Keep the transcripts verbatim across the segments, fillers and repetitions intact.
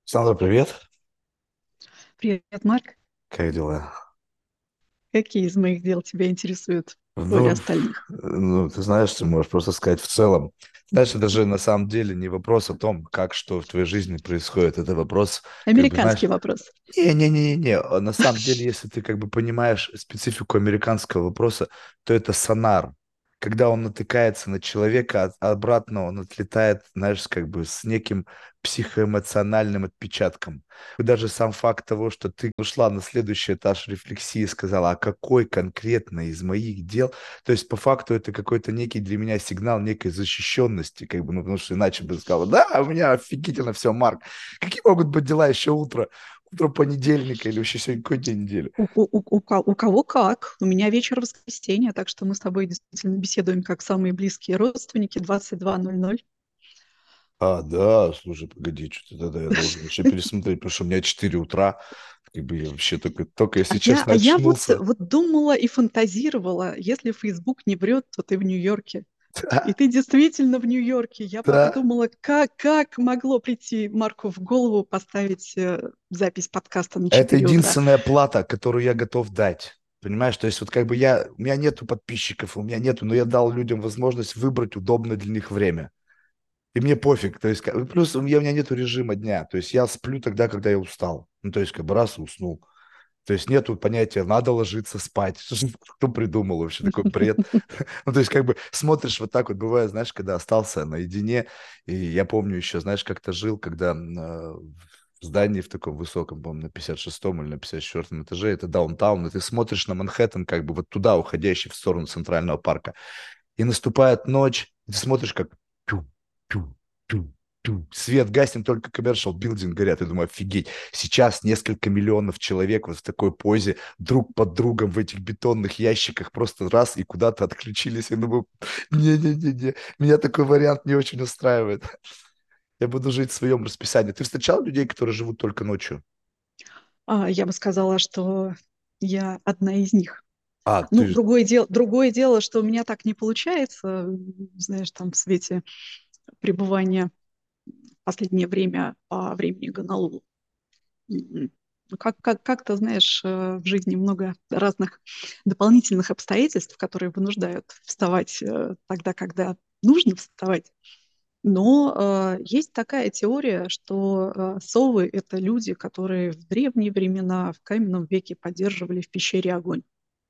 Сандра, привет. Привет, Марк. Как дела? Какие из моих дел тебя интересуют более Ну, остальных? ну, ты знаешь, ты можешь просто сказать в целом. Знаешь, это же на самом деле не вопрос о том, как что в твоей жизни происходит. Это вопрос, как бы, Американский знаешь, вопрос. не-не-не-не. На самом деле, если ты как бы понимаешь специфику американского вопроса, то это сонар. Когда он натыкается на человека, а обратно он отлетает, знаешь, как бы с неким психоэмоциональным отпечатком. И даже сам факт того, что ты ушла на следующий этаж рефлексии и сказала, а какой конкретно из моих дел, то есть по факту это какой-то некий для меня сигнал некой защищенности, как бы, ну, потому что иначе бы сказала, да, у меня офигительно все, Марк. Какие могут быть дела еще утро? Утро понедельника или вообще сегодня какой день недели? У, у- у- у ко- у кого как. У меня вечер воскресенья, так что мы с тобой действительно беседуем как самые близкие родственники. двадцать два ноль ноль. А, да, слушай, погоди, что-то тогда я должен вообще пересмотреть, потому что у меня четыре утра, как бы я вообще только, только А если я, честно, а я вот, очнулся. вот думала и фантазировала, если Facebook не врет, то ты в Нью-Йорке. И ты действительно в Нью-Йорке. Я Да, подумала, как, как могло прийти Марку в голову поставить э, запись подкаста на это четыре утра. единственная плата, которую я готов дать. Понимаешь, то есть вот как бы я, у меня нету подписчиков, у меня нету, но я дал людям возможность выбрать удобное для них время. И мне пофиг, то есть, как- плюс у меня, у меня нету режима дня, то есть я сплю тогда, когда я устал. Ну, то есть, как бы раз и уснул. То есть нету понятия «надо ложиться спать». Кто придумал вообще такой бред? Ну, то есть как бы смотришь вот так вот, бывает, знаешь, когда остался наедине, и я помню еще, знаешь, как-то жил, когда м, э, в здании в таком высоком, по-моему, на пятьдесят шестом или на пятьдесят четвёртом этаже, это даунтаун, и ты смотришь на Манхэттен, как бы вот туда, уходящий в сторону Центрального парка, и наступает ночь, и ты смотришь, как тю, тю, тю, тю. Свет гаснет, только commercial building горят. Я думаю, офигеть. Сейчас несколько миллионов человек вот в такой позе, друг под другом в этих бетонных ящиках, просто раз и куда-то отключились. Я думаю, не-не-не-не, меня такой вариант не очень устраивает. Я буду жить в своем расписании. Ты встречал людей, которые живут только ночью? А, я бы сказала, что я одна из них. А, Ну, ты... другое дело, другое дело, что у меня так не получается, м, знаешь, там в свете пребывания в последнее время по времени Гонолулу. М. Ну, Как, как, как-то, знаешь, э, в жизни много разных дополнительных обстоятельств, которые вынуждают вставать э, тогда, когда нужно вставать. Но э, есть такая теория, что э, совы — это люди, которые в древние времена, в каменном веке поддерживали в пещере огонь.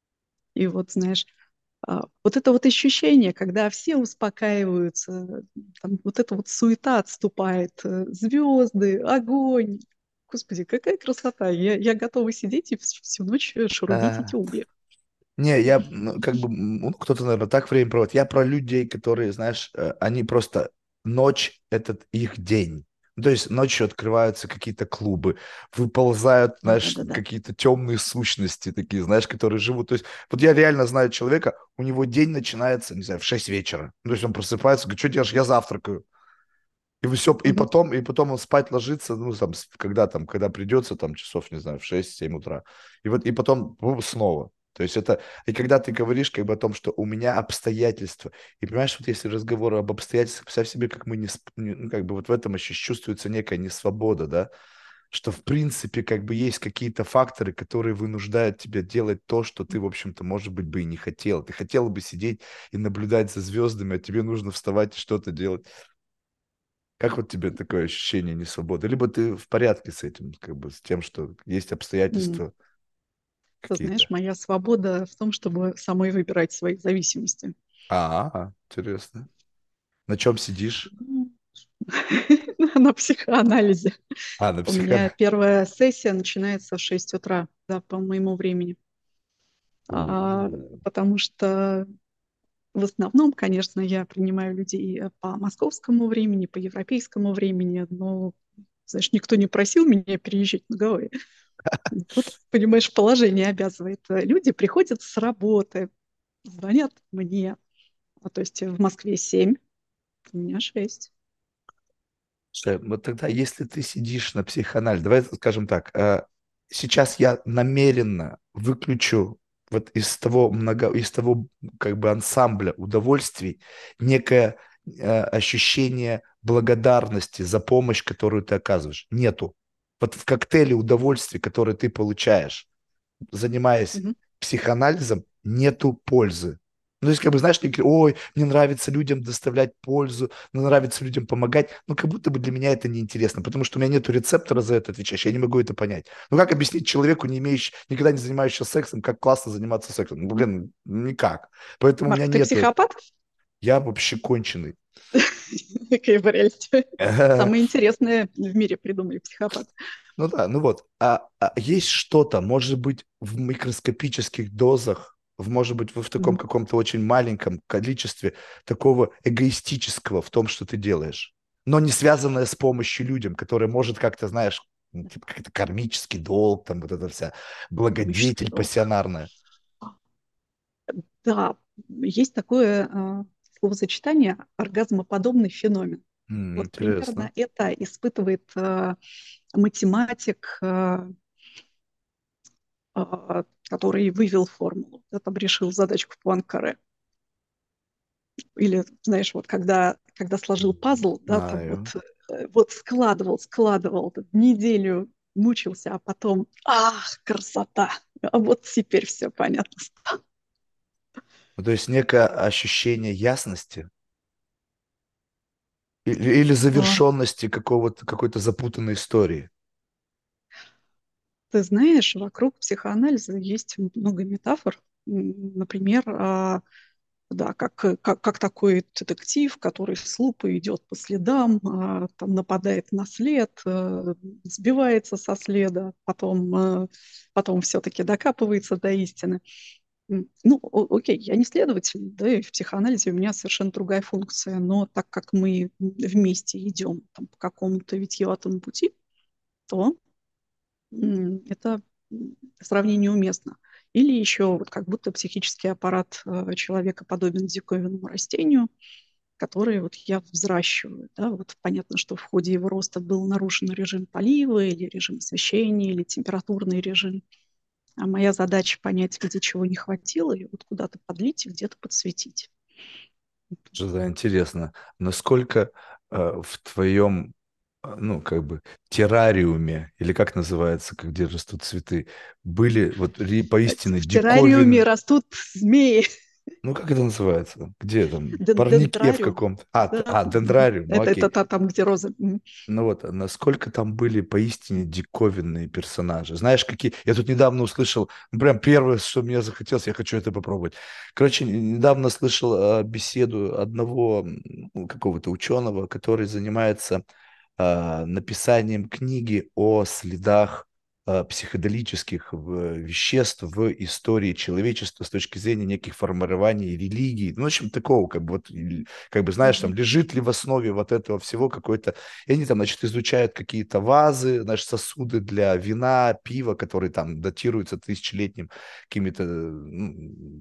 И вот, знаешь, а, вот это вот ощущение, когда все успокаиваются, там вот эта вот суета отступает, э, звезды, огонь. Господи, какая красота! Я, я готова сидеть и вс- всю ночь э, шарудить эти а, угли. Не, я ну, как бы, м, ну, кто-то, наверное, так время проводит. Я про людей, которые, знаешь, э, они просто ночь — этот их день. Ну, то есть ночью открываются какие-то клубы, выползают, знаешь, Да-да-да-да. какие-то темные сущности такие, знаешь, которые живут. То есть вот я реально знаю человека, у него день начинается, не знаю, в шесть вечера. Ну, то есть он просыпается, говорит, что делаешь? Я завтракаю. И все, и Мгм. потом, и потом он спать ложится, ну, там, с- когда там, когда придется, там, часов, не знаю, в шесть-семь утра. И вот, и потом ну, снова. То есть это, и когда ты говоришь как бы о том, что у меня обстоятельства, и понимаешь, вот если разговор об обстоятельствах, представь себе, как мы не, сп- не- ну, как бы вот в этом еще чувствуется некая несвобода, да, что в принципе как бы есть какие-то факторы, которые вынуждают тебя делать то, что ты, в общем-то, может быть, бы и не хотел. Ты хотела бы сидеть и наблюдать за звездами, а тебе нужно вставать и что-то делать. Как вот тебе такое ощущение несвободы? Либо ты в порядке с этим, как бы с тем, что есть М. обстоятельства Ты знаешь, какие-то? моя свобода в том, чтобы самой выбирать свои зависимости. А, интересно. На чем сидишь? М. На психоанализе. А, на У меня психоанализе. первая сессия начинается в шесть утра, да, по моему времени. А, потому что в основном, конечно, я принимаю людей э, по московскому времени, по европейскому времени, но, знаешь, никто не просил меня переезжать на Гавайи. Тут, понимаешь, положение обязывает. Люди приходят с работы, звонят мне. А, то есть в Москве семь, у меня шесть. Слушай, вот тогда, если ты сидишь на психоанализе, давай скажем так, э, сейчас я намеренно выключу вот из того много, из того как бы ансамбля удовольствий некое э, ощущение благодарности за помощь, которую ты оказываешь. Нету. Вот в коктейле удовольствия, которое ты получаешь, занимаясь Мгм. психоанализом, нету пользы. Ну, то есть, как бы, знаешь, такие, ой, мне нравится людям доставлять пользу, мне нравится людям помогать. Ну, как будто бы для меня это неинтересно, потому что у меня нету рецептора за это отвечающего, я не могу это понять. Ну, как объяснить человеку, не имеющему, никогда не занимающемуся сексом, как классно заниматься сексом? Ну, блин, никак. Поэтому у меня Марк, ты нету. психопат? Я вообще конченый. Какая прелесть. Самое интересное в мире придумали психопат. Ну да, ну вот. А, а есть что-то, может быть, в микроскопических дозах, в, может быть, в, в таком Мгм. каком-то очень маленьком количестве такого эгоистического в том, что ты делаешь, но не связанное с помощью людям, которое может как-то, знаешь, ну, типа как-то кармический долг, там вот эта вся Кармический благодетель долг. пассионарная. Да, есть такое а, словосочетание оргазмоподобный феномен. М, Вот примерно интересно. это испытывает а, математик, а, а, который вывел формулу, да, там решил задачку в Пуанкаре. Или, знаешь, вот когда, когда сложил пазл, да, там Знаю. вот, э, вот складывал, складывал, там неделю мучился, а потом, ах, красота! А вот теперь все понятно. Ну, то есть некое ощущение ясности или, или А, завершенности какого-то, какой-то запутанной истории. Ты знаешь, вокруг психоанализа есть много метафор. М, Например, а, да, как, э, как, как такой детектив, который с лупой идет по следам, а, там нападает на след, э, сбивается со следа, потом, э, потом все-таки докапывается до истины. М, Ну, о- окей, я не следователь, да, и в психоанализе у меня совершенно другая функция, но так как мы вместе идем там, по какому-то витиеватому пути, то м, это м, сравнение уместно. Или еще вот как будто психический аппарат э, человека подобен диковинному растению, которое вот я взращиваю. Да? Вот понятно, что в ходе его роста был нарушен режим полива или режим освещения, или температурный режим. А моя задача понять, где чего не хватило, и вот куда-то подлить и где-то подсветить. Что да, интересно, насколько э, в твоем, э, ну, как бы, террариуме, или как называется, как где растут цветы, были вот ри- поистине В террариуме диковин... растут змеи, Ну, как это называется? Где там? В ден- парнике в дендрариум. каком-то? А, т- Да, а, мгм. дендрариум, ну Это, это окей. та- там, где розы. Мгм. Ну вот, а насколько там были поистине диковинные персонажи. Знаешь, какие... Я тут недавно услышал, ну, прям первое, что мне захотелось, я хочу это попробовать. Короче, н- недавно слышал э, беседу одного м, ну, какого-то ученого, который занимается э, написанием книги о следах э, психоделических в- веществ в истории человечества с точки зрения неких формирований религий. Ну, в общем, такого, как бы, вот, и- как бы, знаешь, там, Мгм. лежит ли в основе вот этого всего какой-то... И они там, значит, изучают какие-то вазы, значит, сосуды для вина, пива, которые там датируются тысячелетним какими-то ну,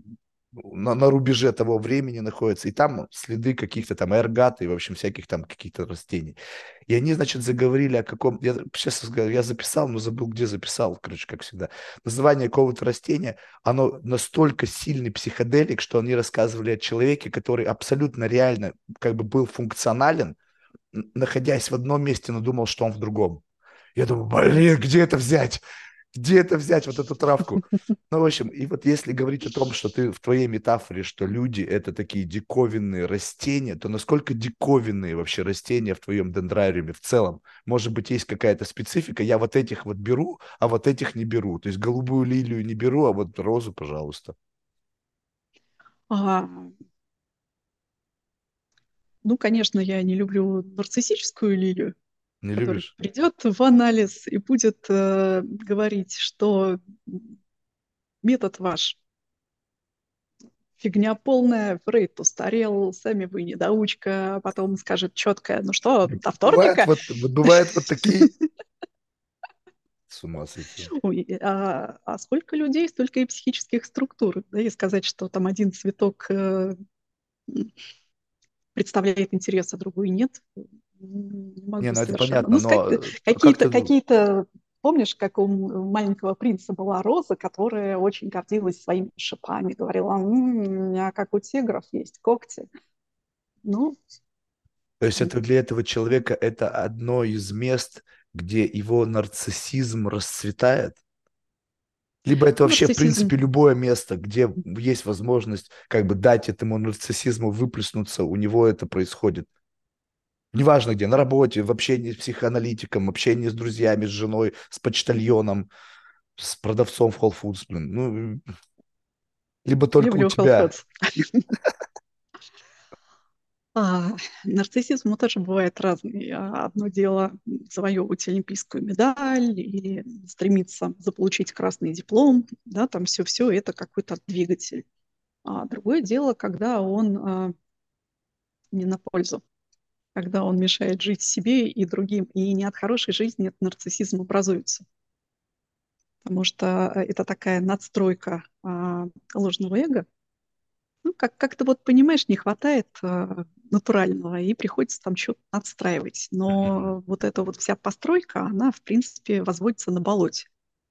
на, на рубеже того времени находятся, и там следы каких-то там эргат и, в общем, всяких там каких-то растений. И они, значит, заговорили о каком... Я сейчас я записал, но забыл, где записал, короче, как всегда. Название какого-то растения, оно настолько сильный психоделик, что они рассказывали о человеке, который абсолютно реально как бы был функционален, н- находясь в одном месте, но думал, что он в другом. Я думаю, блин, где это взять? Где это взять, вот эту травку? Ну, в общем, и вот если говорить о том, что ты в твоей метафоре, что люди это такие диковинные растения, то насколько диковинные вообще растения в твоем дендрариуме в целом? Может быть, есть какая-то специфика? Я вот этих вот беру, а вот этих не беру. То есть голубую лилию не беру, а вот розу, пожалуйста. А, ну, конечно, я не люблю нарциссическую лилию, Не которая любишь? придет в анализ и будет э, говорить, что метод ваш фигня полная, Фрейд устарел, сами вы недоучка, а потом скажет четко, ну что, до Бывает вторника? вот, вот бывают вот такие... С ума сойти. Ой, а, а сколько людей, столько и психических структур. Да, и сказать, что там один цветок э, представляет интерес, а другой нет, не Не, могу ну это совершенно. понятно, Ну, ска- но э, как какие-то, ты... какие-то, помнишь, как у маленького принца была роза, которая очень гордилась своими шипами, говорила: «М, у меня, как у тигров, есть когти». Ну, То есть это для этого человека это одно из мест, где его нарциссизм расцветает, либо это Ну, вообще, в нарциссизм, принципе, любое место, где есть возможность как бы дать этому нарциссизму выплеснуться, у него это происходит. Неважно где, на работе, в общении с психоаналитиком, в общении с друзьями, с женой, с почтальоном, с продавцом в Whole Foods, блин. Ну, либо только у люблю Whole тебя. Foods. А, нарциссизм, ну, тоже бывает разный. А, Одно дело завоевывать олимпийскую медаль или стремиться заполучить красный диплом, да, там все-все это какой-то двигатель. А другое дело, когда он а, не на пользу, когда он мешает жить себе и другим. И не от хорошей жизни этот нарциссизм образуется, потому что э, это такая надстройка а, ложного эго. Ну, как, как-то вот, понимаешь, не хватает а, натурального, и приходится там что-то надстраивать. Мгм. Но вот эта вот вся постройка, она, в принципе, возводится на болоте.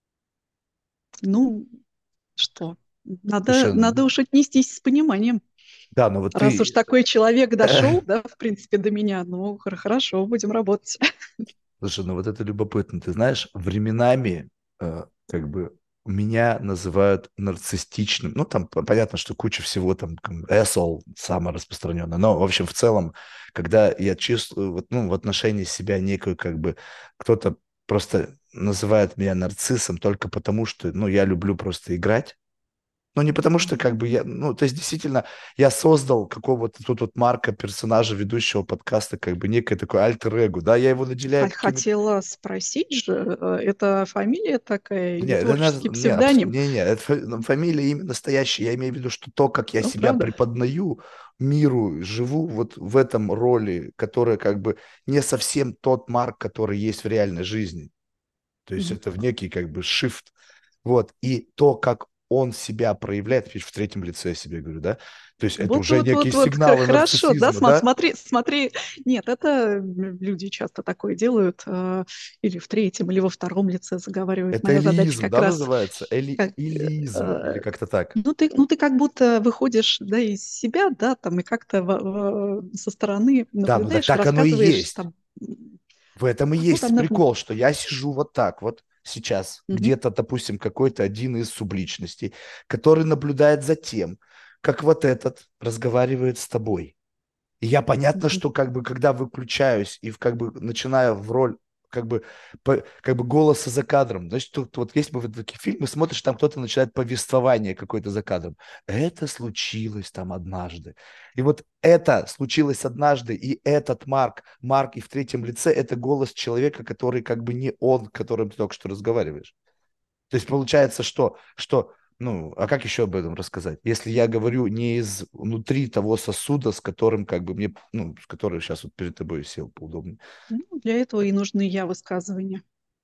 Ну, что? Надо, Слушай, надо ну, уж отнестись с пониманием. да, но вот Раз уж ты, такой человек дошел, да, в принципе, до меня, ну, хор- хорошо, будем работать. слушай, ну вот это любопытно. Ты знаешь, временами э, как бы меня называют нарциссичным. Ну, там п- понятно, что куча всего, там, asshole самое распространенное. Но, в общем, в целом, когда я чувствую вот, ну, в отношении себя некую, как бы, кто-то просто называет меня нарциссом только потому, что, ну, я люблю просто играть. Ну, не потому что, как бы, я, ну, то есть, действительно, я создал какого-то тут вот Марка, персонажа, ведущего подкаста, как бы, некое такое альтер-эго, да, я его наделяю Х- какими-то. Хотела спросить же, э, это фамилия такая или Нет, это, наз- творческий не, абс- псевдоним? не, не, это фа- ну, фамилия имя настоящая. Я имею в виду, что то, как я Ну, себя правда. преподною миру, живу вот в этом роли, которая как бы не совсем тот Марк, который есть в реальной жизни. То есть Мгм. это в некий как бы shift. Вот. И то, как он себя проявляет, видишь, в третьем лице я себе говорю, да, то есть это Вот, уже вот, некие вот, вот, хор- сигналы хорошо, да, нарциссизма, сма- да? смотри, смотри, нет, это м, люди часто такое делают, э, или в третьем, или во втором лице заговаривают. Это Моя задача элиизм, как да, раз, называется? Эли... как, Илиизм или э, как-то так. ну ты, ну ты как будто выходишь, да, из себя, да, там, и как-то во- во- со стороны Да, ну так, наблюдаешь, так оно и рассказываешь есть. там, м, В этом и ну есть там, наверное, прикол, что я сижу вот так вот сейчас, мгм, где-то, допустим, какой-то один из субличностей, который наблюдает за тем, как вот этот разговаривает с тобой. И я понятно, мгм, что как бы когда выключаюсь и в, как бы начинаю в роль как бы, по- как бы голоса за кадром. Значит, тут вот есть бывают такие фильмы, смотришь, там кто-то начинает повествование какое-то за кадром. Это случилось там однажды. И вот это случилось однажды, и этот Марк, Марк и в третьем лице, это голос человека, который как бы не он, которым ты только что разговариваешь. То есть получается, что, что, ну, а как еще об этом рассказать? Если я говорю не из внутри того сосуда, с которым как бы мне, ну, с которым сейчас вот перед тобой сел поудобнее. ну, для этого и нужны я высказывания.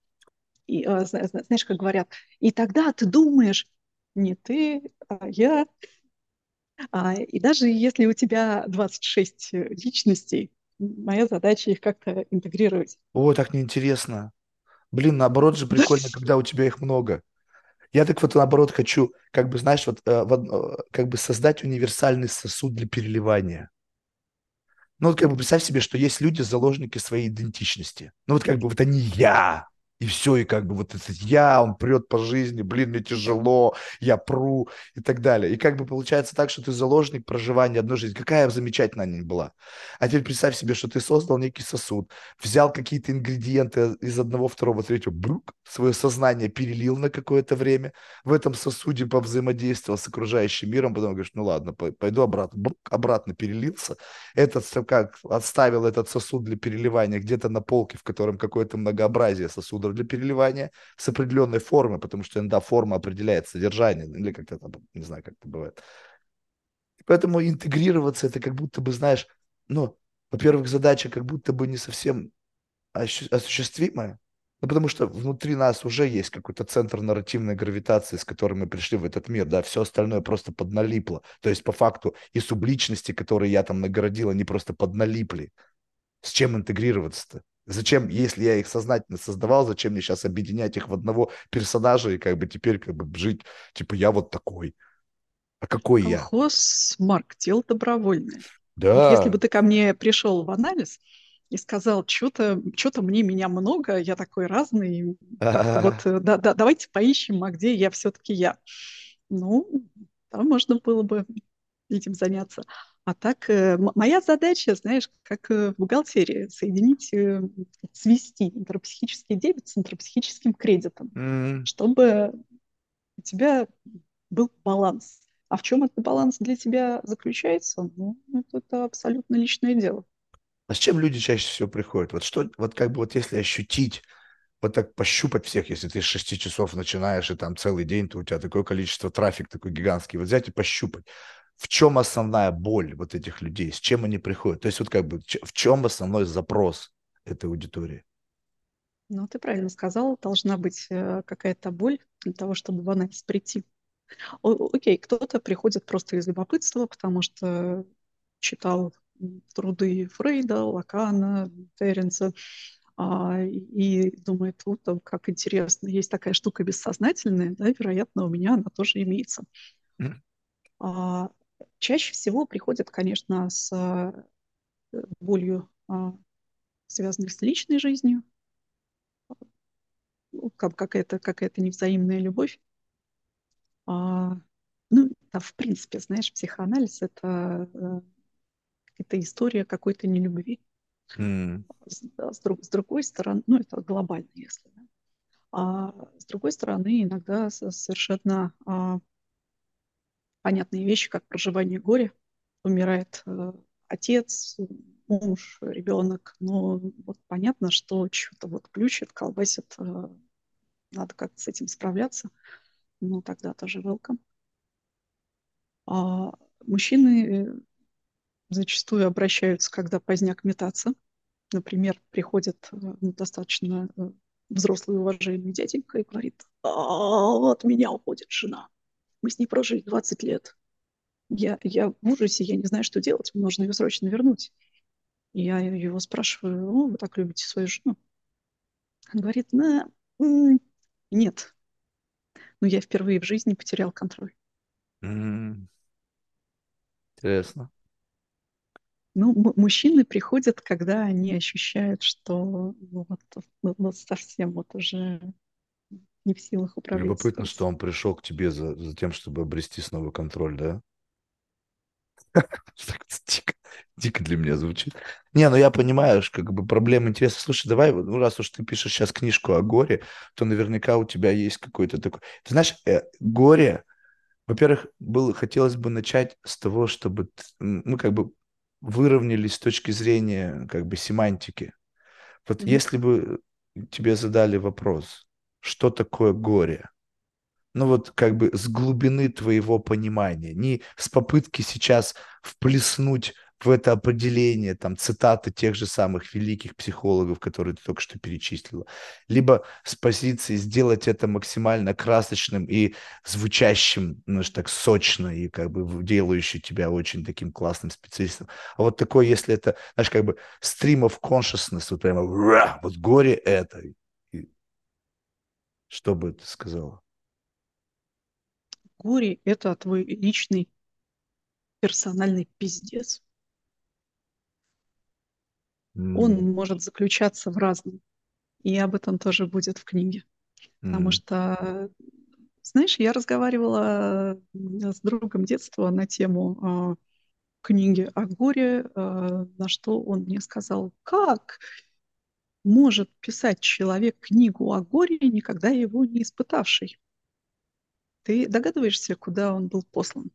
И, а, зна- зна- знаешь, как говорят, и тогда ты думаешь, не ты, а я. А, и даже если у тебя двадцать шесть э, личностей, моя задача их как-то интегрировать. О, так неинтересно. Блин, наоборот же прикольно, когда у тебя их много. Я так вот наоборот хочу, как бы, знаешь, вот э, в од- э, как бы создать универсальный сосуд для переливания. Ну, вот как бы представь себе, что есть люди, заложники своей идентичности. Ну, вот как бы вот они я. И все, и как бы вот этот я, он прет по жизни, блин, мне тяжело, я пру и так далее. И как бы получается так, что ты заложник проживания одной жизни. Какая замечательная она ни была. А теперь представь себе, что ты создал некий сосуд, взял какие-то ингредиенты из одного, второго, третьего, брук, свое сознание перелил на какое-то время, в этом сосуде повзаимодействовал с окружающим миром, потом говоришь, ну ладно, пой- пойду обратно, брук, обратно перелился, этот с- как отставил этот сосуд для переливания где-то на полке, в котором какое-то многообразие сосудов для переливания с определенной формой, потому что иногда форма определяет содержание, или как-то там, не знаю, как это бывает. И поэтому интегрироваться это как будто бы, знаешь, ну, во-первых, задача как будто бы не совсем ощу- осуществимая, ну, потому что внутри нас уже есть какой-то центр нарративной гравитации, с которым мы пришли в этот мир, да, все остальное просто подналипло. То есть, по факту, и субличности, которые я там нагородил, они просто подналипли. С чем интегрироваться-то? Зачем, если я их сознательно создавал, зачем мне сейчас объединять их в одного персонажа и как бы теперь как бы жить, типа, я вот такой. А какой я? Колхоз, Марк, дело добровольное. Вот если Да. бы ты ко мне пришел в анализ, и сказал, что-то что-то мне меня много, я такой разный, как-то А, вот э, да, да, давайте поищем, а где я все-таки я. Ну, там можно было бы этим заняться. А так, э, м- моя задача, знаешь, как э, в бухгалтерии, соединить, э, свести интропсихический дебет с интропсихическим кредитом, м. чтобы у тебя был баланс. А в чем этот баланс для тебя заключается? Ну, это, это абсолютно личное дело. А с чем люди чаще всего приходят? Вот что, вот как бы вот если ощутить, вот так пощупать всех, если ты с шести часов начинаешь, и там целый день, то у тебя такое количество трафик такой гигантский, вот взять и пощупать. В чем основная боль вот этих людей? С чем они приходят? То есть вот как бы ч- в чем основной запрос этой аудитории? Ну, ты правильно сказала, должна быть э, какая-то боль для того, чтобы в анализ прийти. О- окей, кто-то приходит просто из любопытства, потому что читал м, труды Фрейда, Лакана, Теренса, а, и думает, вот там, как интересно, есть такая штука бессознательная, да, вероятно, у меня она тоже имеется. М. А, чаще всего приходят, конечно, с э, болью, а, связанной с личной жизнью, ну, как какая-то какая-то невзаимная любовь. А, ну, да, в принципе, знаешь, психоанализ — это, э, это история какой-то нелюбви. М. С, да, с, друг- с другой стороны, ну, это глобально, если, да. А с другой стороны, иногда со- совершенно а, понятные вещи, как проживание горя. Умирает э, отец, муж, ребенок, но вот понятно, что что-то вот ключит, колбасит, э, надо как-то с этим справляться. Ну, тогда тоже welcome. А мужчины э, зачастую обращаются, когда поздняк метаться. Например, приходит э, ну, достаточно э, взрослый уважаемый дяденька и говорит: «А, от меня уходит жена. Мы с ней прожили двадцать лет. Я, я в ужасе, я не знаю, что делать. Мне нужно ее срочно вернуть». И я его спрашиваю: «О, вы так любите свою жену?» Он говорит: «На, м, нет, но я впервые в жизни потерял контроль». М. Интересно. Ну, м- мужчины приходят, когда они ощущают, что ну, вот, вот- вот совсем вот уже не в силах управлять Любопытно, что ситуацией. он пришел к тебе за, за тем, чтобы обрести снова контроль, да? Так дико, дико для меня звучит. Не, ну я понимаю, ш- как бы проблема интересна. Слушай, давай, вот, ну раз уж ты пишешь сейчас книжку о горе, то наверняка у тебя есть какой-то такой... Ты знаешь, э, горе, во-первых, было, хотелось бы начать с того, чтобы т- м, мы как бы выровнялись с точки зрения как бы семантики. Вот Мгм. если бы тебе задали вопрос, что такое горе, ну вот как бы с глубины твоего понимания, не с попытки сейчас вплеснуть в это определение там цитаты тех же самых великих психологов, которые ты только что перечислила, либо с позиции сделать это максимально красочным и звучащим, ну, что так сочно и как бы в- делающий тебя очень таким классным специалистом. А вот такой, если это, знаешь, как бы stream of consciousness, вот прямо «Ра!», вот горе это, и что бы ты сказала? Горе — это твой личный персональный пиздец. Он М, может заключаться в разном. И об этом тоже будет в книге. Потому м. что, знаешь, я разговаривала э, с другом детства на тему э, книги о горе, э, на что он мне сказал: «Как может писать человек книгу о горе, никогда его не испытавший?» Ты догадываешься, куда он был послан?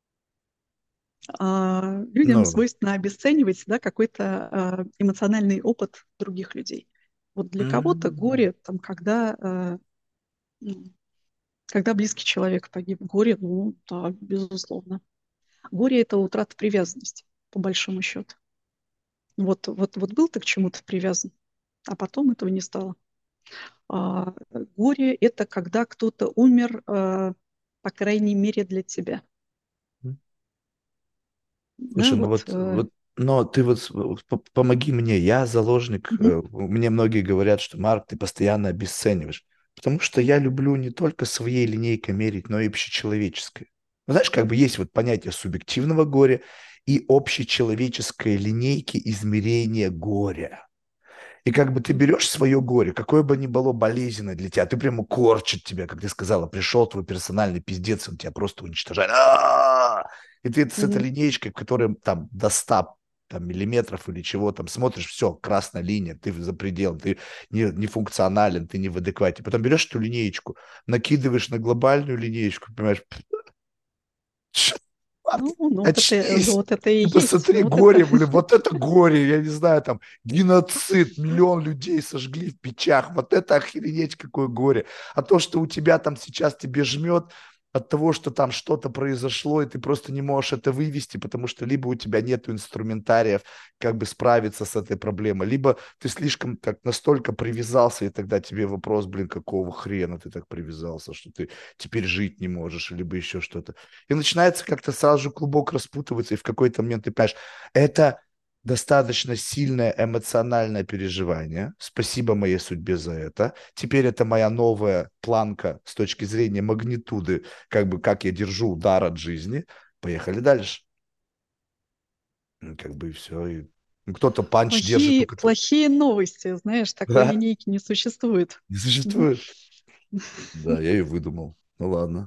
А, людям Ну, свойственно обесценивать, да, какой-то а, эмоциональный опыт других людей. Вот для кого-то м, горе, там, когда, а, м, когда близкий человек погиб, горе, ну, да, безусловно. Горе — это утрата привязанности, по большому счету. Вот, вот, вот был ты к чему-то привязан, а потом этого не стало. А, горе — это когда кто-то умер, а, по крайней мере, для тебя. м. Да, Слушай, ну вот. вот, э, вот, но ты вот с- вот по- помоги мне, я заложник, мгм, э, мне многие говорят, что, Марк, ты постоянно обесцениваешь, потому что я люблю не только своей линейкой мерить, но и общечеловеческой. Ну, знаешь, как бы есть вот понятие субъективного горя и общечеловеческой линейки измерения горя. И как бы ты Мгм. берешь свое горе, какое бы ни было болезненное для тебя, ты прямо корчит тебя, как ты сказала, пришел твой персональный пиздец, он тебя просто уничтожает. А-а-а! И ты с этой Мгм. линеечкой, в которой там до ста там, миллиметров или чего там смотришь, все, красная линия, ты за пределом, ты не, не функционален, ты не в адеквате. Потом берешь эту линеечку, накидываешь на глобальную линеечку, понимаешь, Ну, ну, вот это, ну, очнись. вот это и Ты есть. посмотри, Ну, вот это. горе, блин, вот это горе, я не знаю, там, геноцид, миллион людей сожгли в печах, вот это охренеть какое горе. А то, что у тебя там сейчас тебе жмет от того, что там что-то произошло, и ты просто не можешь это вывести, потому что либо у тебя нет инструментариев, как бы справиться с этой проблемой, либо ты слишком так настолько привязался, и тогда тебе вопрос, блин, какого хрена ты так привязался, что ты теперь жить не можешь, либо еще что-то. И начинается как-то сразу же клубок распутываться, и в какой-то момент ты понимаешь, это достаточно сильное эмоциональное переживание. Спасибо моей судьбе за это. Теперь это моя новая планка с точки зрения магнитуды, как бы как я держу удар от жизни. Поехали дальше. Ну, как бы и все. И ну, кто-то панч держит, у Плохие, которого... плохие новости, знаешь, такой Да, линейки не существует. не Мгм. существует. Да, я ее выдумал. Ну ладно.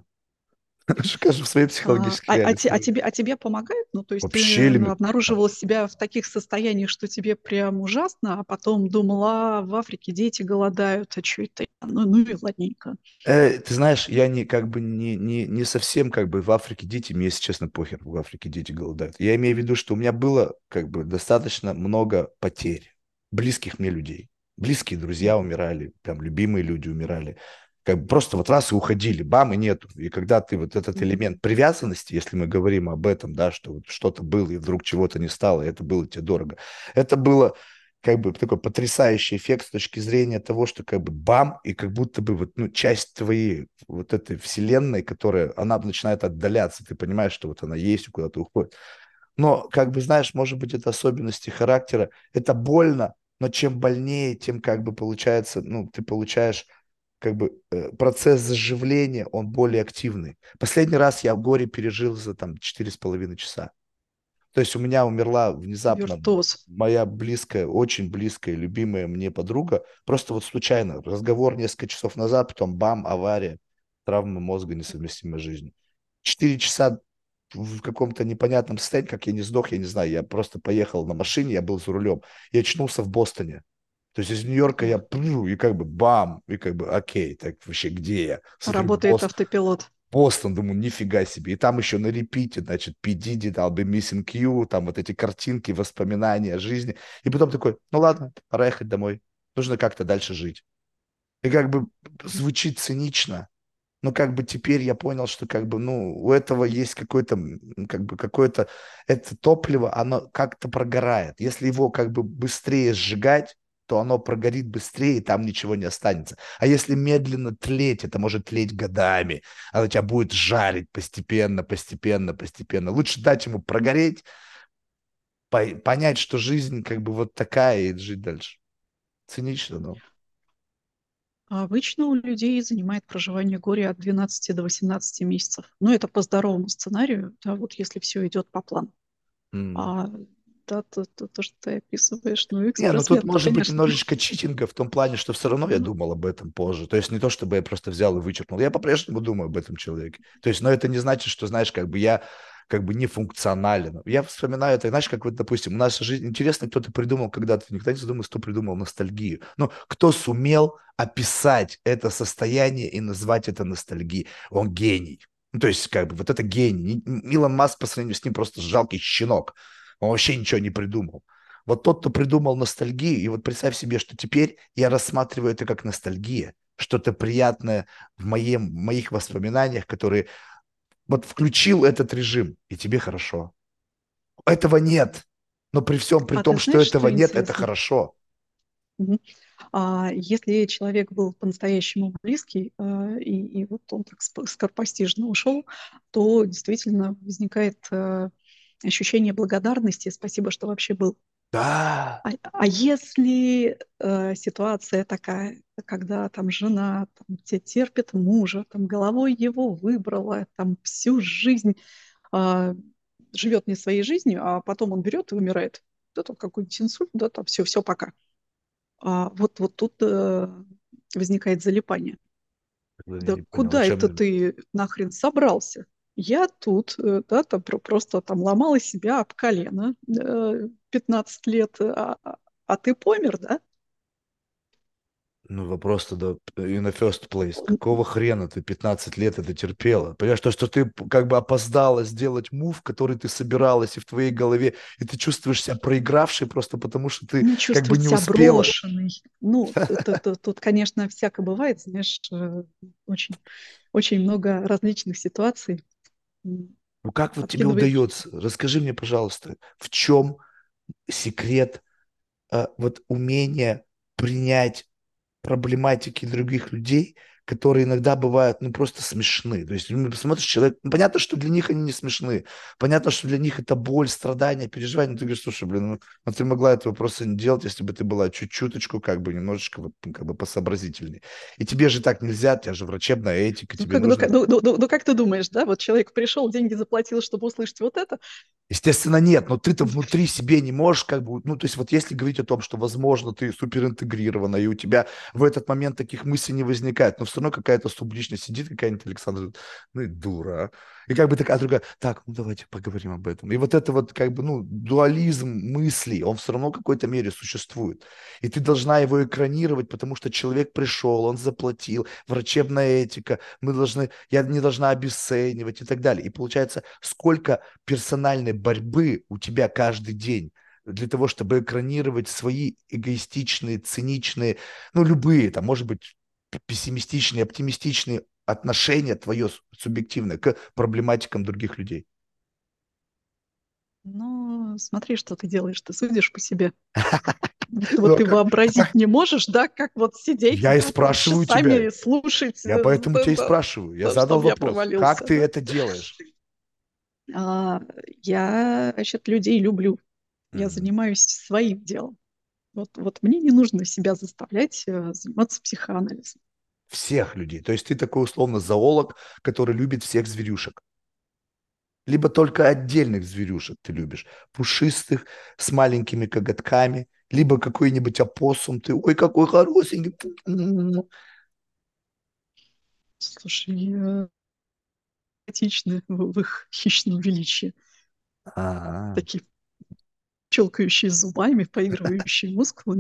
Скажу в своей А, психологической а, а те- а реальности. тебе, а тебе помогает? Ну, то есть ты Вообще э, элементарно. обнаруживал себя в таких состояниях, что тебе прям ужасно, а потом думала, а, в Африке дети голодают, а что это? я? Ну, ну и ладненько. Э, ты знаешь, я не как бы не, не, не совсем как бы в Африке дети, мне, если честно, похер, в Африке дети голодают. Я имею в виду, что у меня было как бы достаточно много потерь близких мне людей. Близкие друзья Мгм. умирали, там любимые люди умирали. Как бы просто вот раз и уходили, бам, и нету. И когда ты вот этот Мгм. элемент привязанности, если мы говорим об этом, да, что вот что-то было, и вдруг чего-то не стало, и это было тебе дорого. Это было как бы такой потрясающий эффект с точки зрения того, что как бы бам, и как будто бы вот, ну, часть твоей вот этой вселенной, которая, она начинает отдаляться, ты понимаешь, что вот она есть и куда-то уходит. Но, как бы, знаешь, может быть, это особенности характера, это больно, но чем больнее, тем как бы получается, ну, ты получаешь как бы э, процесс заживления, он более активный. Последний раз я горе пережил за там четыре с половиной часа. То есть у меня умерла внезапно Виртуоз. моя близкая, очень близкая, любимая мне подруга. Просто вот случайно. Разговор несколько часов назад, потом бам, авария, травма мозга, несовместимая с жизнью. Четыре часа в каком-то непонятном состоянии, как я не сдох, я не знаю. Я просто поехал на машине, я был за рулем. Я очнулся в Бостоне. То есть из Нью-Йорка я Ух, прю, и как бы бам, и как бы окей, так вообще где я? Смотрю, работает Бостон. автопилот. Бостон, думаю, нифига себе. И там еще на репите, значит, P. Diddy, I'll be missing you, там вот эти картинки, воспоминания о жизни. И потом такой, ну ладно, пора ехать домой. Нужно как-то дальше жить. И как бы звучит цинично, но как бы теперь я понял, что как бы, ну, у этого есть какое-то, м, как бы какое-то, это топливо, оно как-то прогорает. Если его как бы быстрее сжигать, то оно прогорит быстрее, и там ничего не останется. А если медленно тлеть, это может тлеть годами. Оно тебя будет жарить постепенно, постепенно, постепенно. Лучше дать ему прогореть, по- понять, что жизнь как бы вот такая, и жить дальше. Цинично, но... А обычно у людей занимает проживание горя от двенадцати до восемнадцати месяцев. Ну, это по здоровому сценарию, да, вот если все идет по плану. м. А да, то, то, то, что ты описываешь, ну, Не, ну тут экспресс-метод, может быть конечно. немножечко читинга в том плане, что все равно я Ну, думал об этом позже. То есть не то, чтобы я просто взял и вычеркнул. Я по-прежнему думаю об этом человеке. То есть, но это не значит, что, знаешь, как бы я как бы не функционален. Я вспоминаю это, знаешь, как вот, допустим, у нас жизнь, интересно, кто-то придумал когда-то, никогда не задумывался, кто придумал ностальгию. Ну, кто сумел описать это состояние и назвать это ностальгией? Он гений. Ну, то есть, как бы, вот это гений. Илон Маск по сравнению с ним просто жалкий щенок. Он вообще ничего не придумал. Вот тот, кто придумал ностальгию, и вот представь себе, что теперь я рассматриваю это как ностальгия, что-то приятное в, моем, в моих воспоминаниях, которые вот включил этот режим, и тебе хорошо. Этого нет. Но при всем при а ты том, что знаешь, этого что нет, это интересно? хорошо. Мгм. А если человек был по-настоящему близкий, э, и, и вот он так сп- скоропостижно ушел, то действительно возникает э, ощущение благодарности, спасибо, что вообще был. Да, А, а если э, ситуация такая, когда там жена там, те- терпит мужа, там головой его выбрала, там всю жизнь а, живет не своей жизнью, а потом он берет и умирает. Да, там какой-нибудь инсульт, да, там все, все, пока. А вот, вот тут э, возникает залипание. Тогда я Да не понял, о куда это чем... ты нахрен собрался? Я тут, э, да, там про- просто там ломала себя об колено э, пятнадцать лет, а, а а ты помер, да? Ну, вопрос тогда in the first place. Какого хрена ты пятнадцать лет это терпела? Понимаешь, то, что ты п- как бы опоздала сделать мув, который ты собиралась, и в твоей голове, и ты чувствуешь себя проигравшей просто потому, что ты Не как бы чувствовать не себя успела. брошенной. Ну, это, это- тут, конечно, всяко бывает, знаешь, э, очень, очень много различных ситуаций. М, Ну, как вот тебе Подкидывает. удается? Расскажи мне, пожалуйста, в чем секрет э, вот умения принять проблематики других людей, которые иногда бывают, ну, просто смешны. То есть, ну, посмотришь, человек, ну, понятно, что для них они не смешны, понятно, что для них это боль, страдания, переживания, но ты говоришь, слушай, блин, ну, ну, ты могла этого просто не делать, если бы ты была чуть-чуточку, как бы, немножечко, вот, ну, как бы посообразительней. И тебе же так нельзя, у тебя же врачебная этика, Ну тебе как, ну, нужно... как- ну, ну, ну, ну, как ты думаешь, да? Вот человек пришел, деньги заплатил, чтобы услышать вот это. Естественно, нет, но ты-то внутри себе не можешь как бы, ну, то есть вот если говорить о том, что, возможно, ты суперинтегрирована, и у тебя в этот момент таких мыслей не возникает, но все равно какая-то субличность сидит, какая-нибудь Александра, ну и дура, а. И как бы такая другая, так, ну давайте поговорим об этом. И вот это вот как бы, ну, дуализм мыслей, он все равно в какой-то мере существует. И ты должна его экранировать, потому что человек пришел, он заплатил, врачебная этика, мы должны, я не должна обесценивать и так далее. И получается, сколько персональной борьбы у тебя каждый день для того, чтобы экранировать свои эгоистичные, циничные, ну, любые, там, может быть, пессимистичные, оптимистичные отношения твое субъективное к проблематикам других людей. Ну, смотри, что ты делаешь, ты судишь по себе. Вот, Ну, вот а ты как? вообразить не можешь, да, как вот сидеть, Я и да, там спрашиваю тебя. часами слушать, Я э, поэтому тебя и да, спрашиваю. Я да, задал чтобы я вопрос. Как провалился, ты да. это делаешь? А, я, значит, людей люблю. Я Мгм. занимаюсь своим делом. Вот, вот мне не нужно себя заставлять э, заниматься психоанализом. Всех людей. То есть ты такой условно зоолог, который любит всех зверюшек. Либо только отдельных зверюшек ты любишь. Пушистых, с маленькими коготками. Либо какой-нибудь опоссум. Ты, ой, какой хорошенький. Слушай, э, этичны в, в их хищном величии. А, Такие щелкающие зубами, поигрывающие мускулами.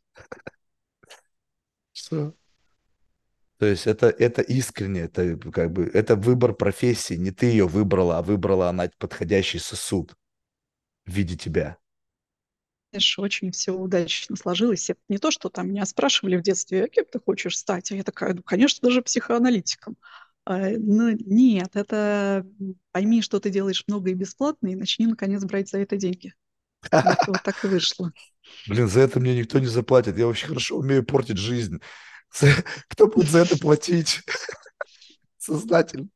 что? То есть это, это искренне, это как бы, это выбор профессии. Не ты ее выбрала, а выбрала она подходящий сосуд в виде тебя. Знаешь, очень все удачно сложилось. Это не то, что там меня спрашивали в детстве, а кем ты хочешь стать? А я такая, ну, конечно, даже психоаналитиком. А, ну, нет, это м, пойми, что ты делаешь много и бесплатно, и начни, наконец, брать за это деньги. Вот, вот так и вышло. Блин, за это мне никто не заплатит. Я вообще хорошо умею портить жизнь. Кто будет за это платить? Сознательно.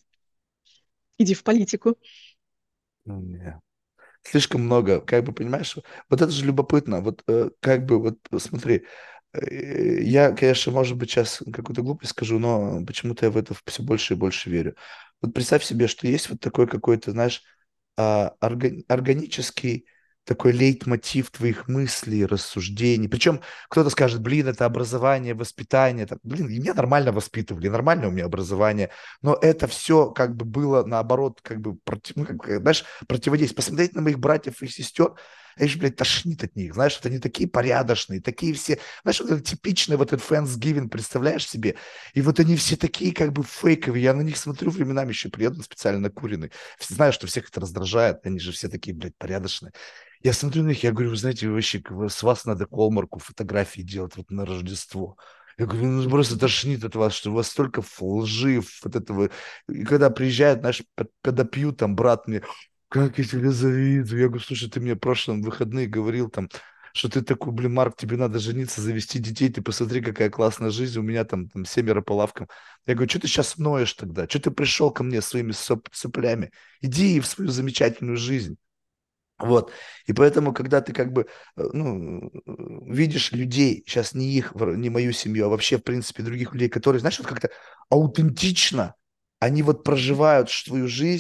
Иди в политику. Ну, не. Слишком много, как бы, понимаешь, вот это же любопытно, вот э, как бы, вот смотри, э, я, конечно, может быть, сейчас какую-то глупость скажу, но почему-то я в это все больше и больше верю. Вот представь себе, что есть вот такой какой-то, знаешь, а, орга- органический такой лейтмотив твоих мыслей, рассуждений. Причем кто-то скажет, блин, это образование, воспитание. Это, блин, и меня нормально воспитывали, нормальное у меня образование. Но это все как бы было наоборот, как бы, против, ну, как, э, знаешь, противодействие. Посмотреть на моих братьев и сестер, а их же, блядь, тошнит от них. Знаешь, вот они такие порядочные, такие все, знаешь, вот это типичный вот этот Friendsgiving, представляешь себе? И вот они все такие как бы фейковые. Я на них смотрю временами еще приеду специально накуренный. Знаю, что всех это раздражает, они же все такие, блядь, порядочные. Я смотрю на них, я говорю, вы знаете, вы вообще, как бы с вас надо колмарку фотографии делать вот на Рождество. Я говорю, ну просто тошнит от вас, что у вас столько лжи, вот этого. И когда приезжают, знаешь, п- когда пьют, там, брат мне, как я тебе завидую. Я говорю, слушай, ты мне в прошлом выходные говорил там, что ты такой, блин, Марк, тебе надо жениться, завести детей, ты посмотри, какая классная жизнь, у меня там, там семеро по лавкам. Я говорю, что ты сейчас ноешь тогда? Что ты пришел ко мне своими соп- соплями? Иди в свою замечательную жизнь. Вот. И поэтому, когда ты как бы, э, ну, э, видишь людей, сейчас не их, вр- не мою семью, а вообще, в принципе, других людей, которые, знаешь, вот как-то аутентично, они вот проживают свою жизнь,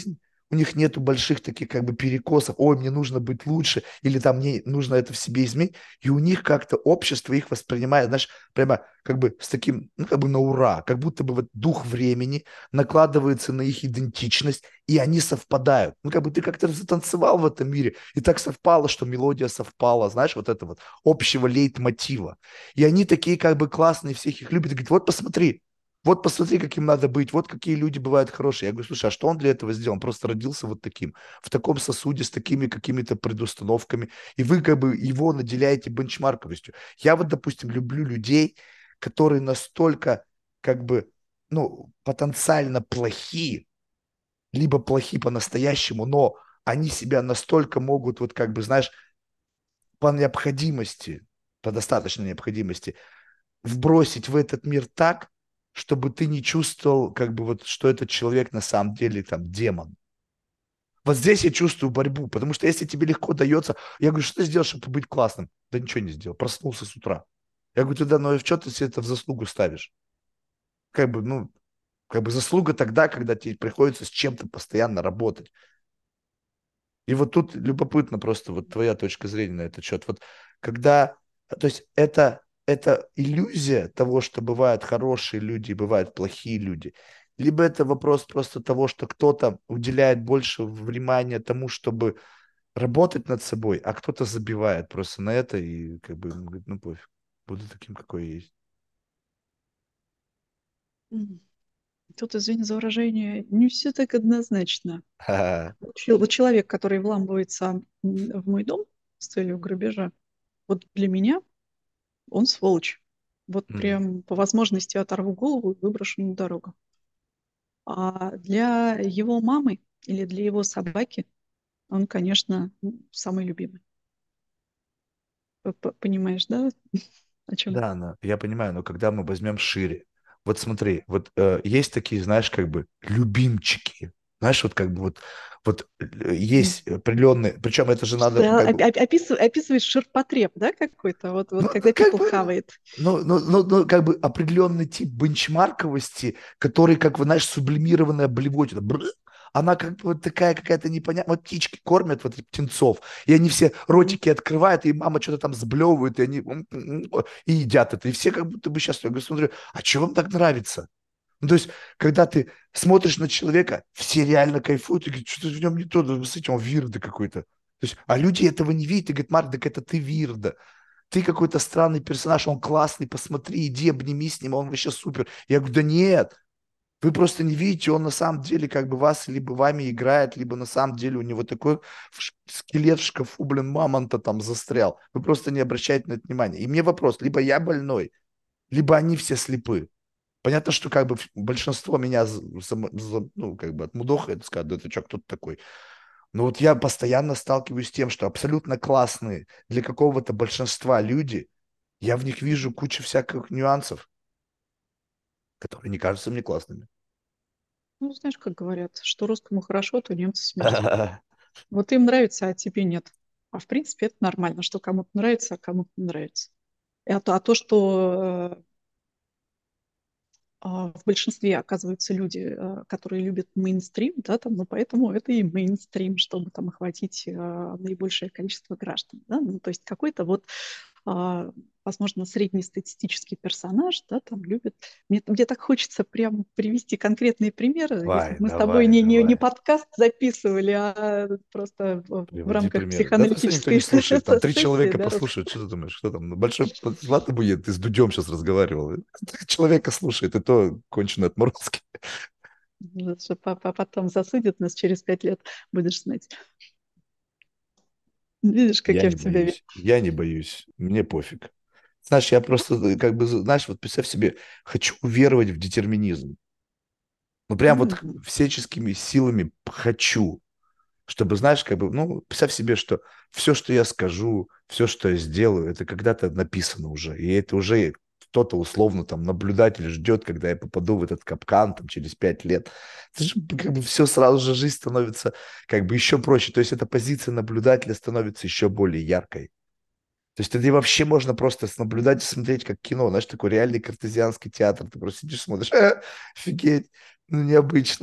у них нету больших таких как бы перекосов, ой, мне нужно быть лучше, или там мне нужно это в себе изменить, и у них как-то общество их воспринимает, знаешь, прямо как бы с таким, ну, как бы на ура, как будто бы вот дух времени накладывается на их идентичность, и они совпадают. Ну, как бы ты как-то затанцевал в этом мире, и так совпало, что мелодия совпала, знаешь, вот это вот общего лейтмотива. И они такие как бы классные, всех их любят, и говорят, вот посмотри, вот посмотри, каким надо быть, вот какие люди бывают хорошие. Я говорю, слушай, а что он для этого сделал? Он просто родился вот таким, в таком сосуде, с такими какими-то предустановками, и вы как бы его наделяете бенчмарковостью. Я вот, допустим, люблю людей, которые настолько как бы, ну, потенциально плохи, либо плохи по-настоящему, но они себя настолько могут, вот как бы, знаешь, по необходимости, по достаточной необходимости вбросить в этот мир так, чтобы ты не чувствовал, как бы вот, что этот человек на самом деле там демон. Вот здесь я чувствую борьбу, потому что если тебе легко дается, я говорю, что ты сделал, чтобы быть классным? Да ничего не сделал, проснулся с утра. Я говорю, тогда, ну и в что ты себе это в заслугу ставишь? Как бы, ну, как бы заслуга тогда, когда тебе приходится с чем-то постоянно работать. И вот тут любопытно просто вот твоя точка зрения на этот счет. Вот когда, то есть это, это иллюзия того, что бывают хорошие люди и бывают плохие люди, либо это вопрос просто того, что кто-то уделяет больше внимания тому, чтобы работать над собой, а кто-то забивает просто на это и как бы говорит, ну пофиг, буду таким, какой есть. М. Тут, извини за выражение, не все так однозначно. Ха-ха. Чел- Вот человек, который вламывается м, в мой дом с целью грабежа, вот для меня он сволочь. Вот М. прям по возможности оторву голову и выброшу на дорогу. А для его мамы или для его собаки он, конечно, м, самый любимый. П- п- Понимаешь, да, о чем? Да, но я понимаю, но когда мы возьмем шире, вот смотри, вот э, есть такие, знаешь, как бы любимчики, знаешь, вот как бы вот, вот э, есть определенные, причем это же Что надо как бы, описываешь, описываешь ширпотреб, да, какой-то? Вот, ну, вот ну, когда как people бы, хавает. ну, ну, ну, ну, как бы определенный тип бенчмарковости, который, как вы, знаешь, сублимированная блевотина, бр- она как бы вот такая какая-то непонятная, вот птички кормят вот этих птенцов, и они все Мгм. ротики открывают, и мама что-то там сблевывает, и они м, м, м, и едят это, и все как будто бы сейчас, я говорю, смотрю, а что вам так нравится? Ну, то есть, когда ты смотришь на человека, все реально кайфуют, и говорят, что-то в нем не то, да, с этим он вирда какой-то. То есть, а люди этого не видят, и говорят, Марк, так это ты вирда. Ты какой-то странный персонаж, он классный, посмотри, иди, обними с ним, он вообще супер. Я говорю, да нет, вы просто не видите, он на самом деле как бы вас либо вами играет, либо на самом деле у него такой в ш- скелет в шкафу, блин, мамонта там застрял. Вы просто не обращаете на это внимания. И мне вопрос, либо я больной, либо они все слепы. Понятно, что как бы в- большинство меня за- за- за- ну, как бы отмудохает, скажет, да ты что, кто ты такой? Но вот я постоянно сталкиваюсь с тем, что абсолютно классные для какого-то большинства люди, я в них вижу кучу всяких нюансов, которые не кажутся мне классными. Ну, знаешь, как говорят, что русскому хорошо, то немцу смерть. Вот им нравится, а тебе нет. А в принципе это нормально, что кому-то нравится, а кому-то не нравится. И А то, а то, что э, а, в большинстве оказываются люди, э, которые любят мейнстрим, да, там, ну, поэтому это и мейнстрим, чтобы там охватить э, наибольшее количество граждан, да, ну, то есть какой-то вот, а, возможно, среднестатистический персонаж, да, там любит. Мне, мне так хочется прям привести конкретные примеры, если бы Давай, мы с тобой давай, не, не, не давай. подкаст записывали, а просто в, в Приводи рамках примеры. Да просто никто психоаналитической не слушает. Там три сессии, человека да, послушают. Что ты думаешь? Кто там? Ну, большой ладно бы я- ты с Дудем сейчас разговаривал. Три человека слушает, и то конченые отморозки. вот, что папа потом засудит нас через пять лет, будешь знать. Видишь, как Я я в не тебя верю. боюсь. Я не боюсь. Мне пофиг. Знаешь, я просто, э, как бы, знаешь, вот представь себе, хочу уверовать в детерминизм. Ну, прям вот М. всяческими силами хочу, чтобы, знаешь, как бы, ну, представь себе, что все, что я скажу, все, что я сделаю, это когда-то написано уже, и это уже кто-то условно там наблюдатель ждет, когда я попаду в этот капкан там через пять лет. Это же как бы все сразу же жизнь становится как бы еще проще. То есть эта позиция наблюдателя становится еще более яркой. То есть это вообще можно просто наблюдать и смотреть как кино, знаешь, такой реальный картезианский театр. Ты просто сидишь, смотришь, «Э, офигеть, ну необычно.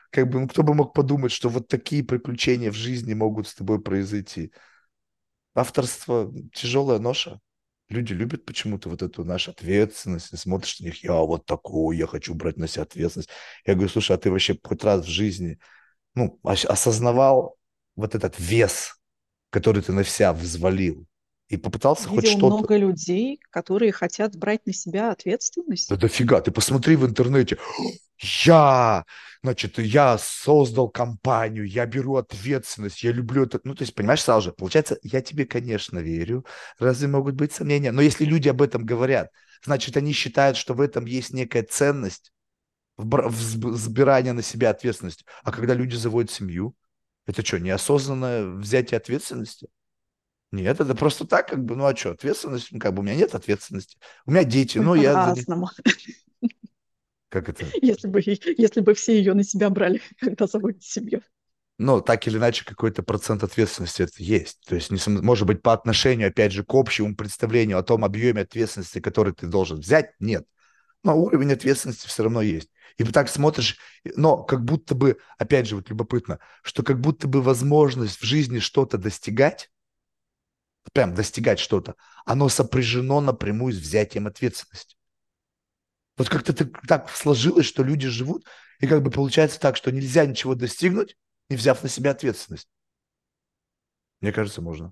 Как бы, ну, кто бы мог подумать, что вот такие приключения в жизни могут с тобой произойти. Авторство — тяжелая ноша. Люди любят почему-то вот эту нашу ответственность. И смотришь на них: я вот такой, я хочу брать на себя ответственность. Я говорю: слушай, а ты вообще хоть раз в жизни, ну, ос- осознавал вот этот вес, который ты на себя взвалил, и попытался хоть Видел что-то? много людей, которые хотят брать на себя Да ответственность. дофига, ты посмотри в интернете. Я, значит, я создал компанию, я беру ответственность, я люблю это. Ну, то есть, понимаешь, сразу же, получается, я тебе, конечно, верю. Разве могут быть сомнения? Но если люди об этом говорят, значит, они считают, что в этом есть некая ценность, в, бра- в сб- сбирании на себя ответственности. А когда люди заводят семью, это что, неосознанное взятие ответственности? Нет, это просто так, как бы, ну а что, ответственность, ну, как бы у меня нет ответственности. У меня дети, Ой, ну я за них... по-разному. Как это? Если бы, если бы все ее на себя брали, когда заводят семью. Но так или иначе какой-то процент ответственности это есть. То есть, не сам- может быть, по отношению, опять же, к общему представлению о том объеме ответственности, который ты должен взять, нет. Но уровень ответственности все равно есть. И вот так смотришь, но как будто бы, опять же, вот любопытно, что как будто бы возможность в жизни что-то достигать, прям достигать что-то, оно сопряжено напрямую с взятием ответственности. Вот как-то так, так сложилось, что люди живут, и как бы получается так, что нельзя ничего достигнуть, не взяв на себя ответственность. Мне кажется, можно.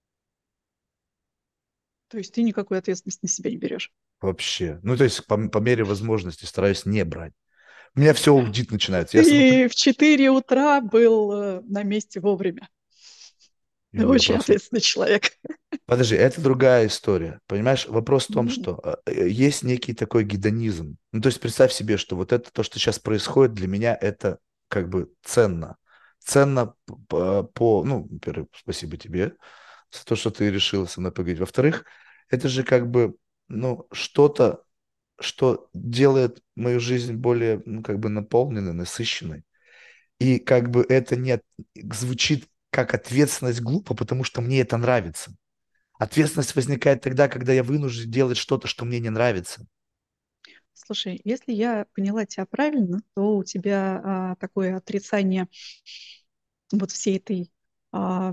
То есть ты никакой ответственности на себя не берешь. Вообще. Ну, то есть по, по мере возможности стараюсь не брать. У меня все аудит начинается. Я смотрю, Ты в четыре утра был э, на месте вовремя. Ты я очень просто... ответственный человек. Подожди, это другая история. Понимаешь, вопрос в том, М, что э, э, есть некий такой гедонизм. Ну, то есть представь себе, что вот это то, что сейчас происходит, для меня это как бы ценно. Ценно по, по- ну, во-первых, спасибо тебе за то, что ты решила со мной поговорить. Во-вторых, это же как бы, ну, что-то, что делает мою жизнь более, ну, как бы наполненной, насыщенной. И как бы это не от- звучит как ответственность глупо, потому что мне это нравится. Ответственность возникает тогда, когда я вынужден делать что-то, что мне не нравится. Слушай, если я поняла тебя правильно, то у тебя а, такое отрицание вот всей этой а,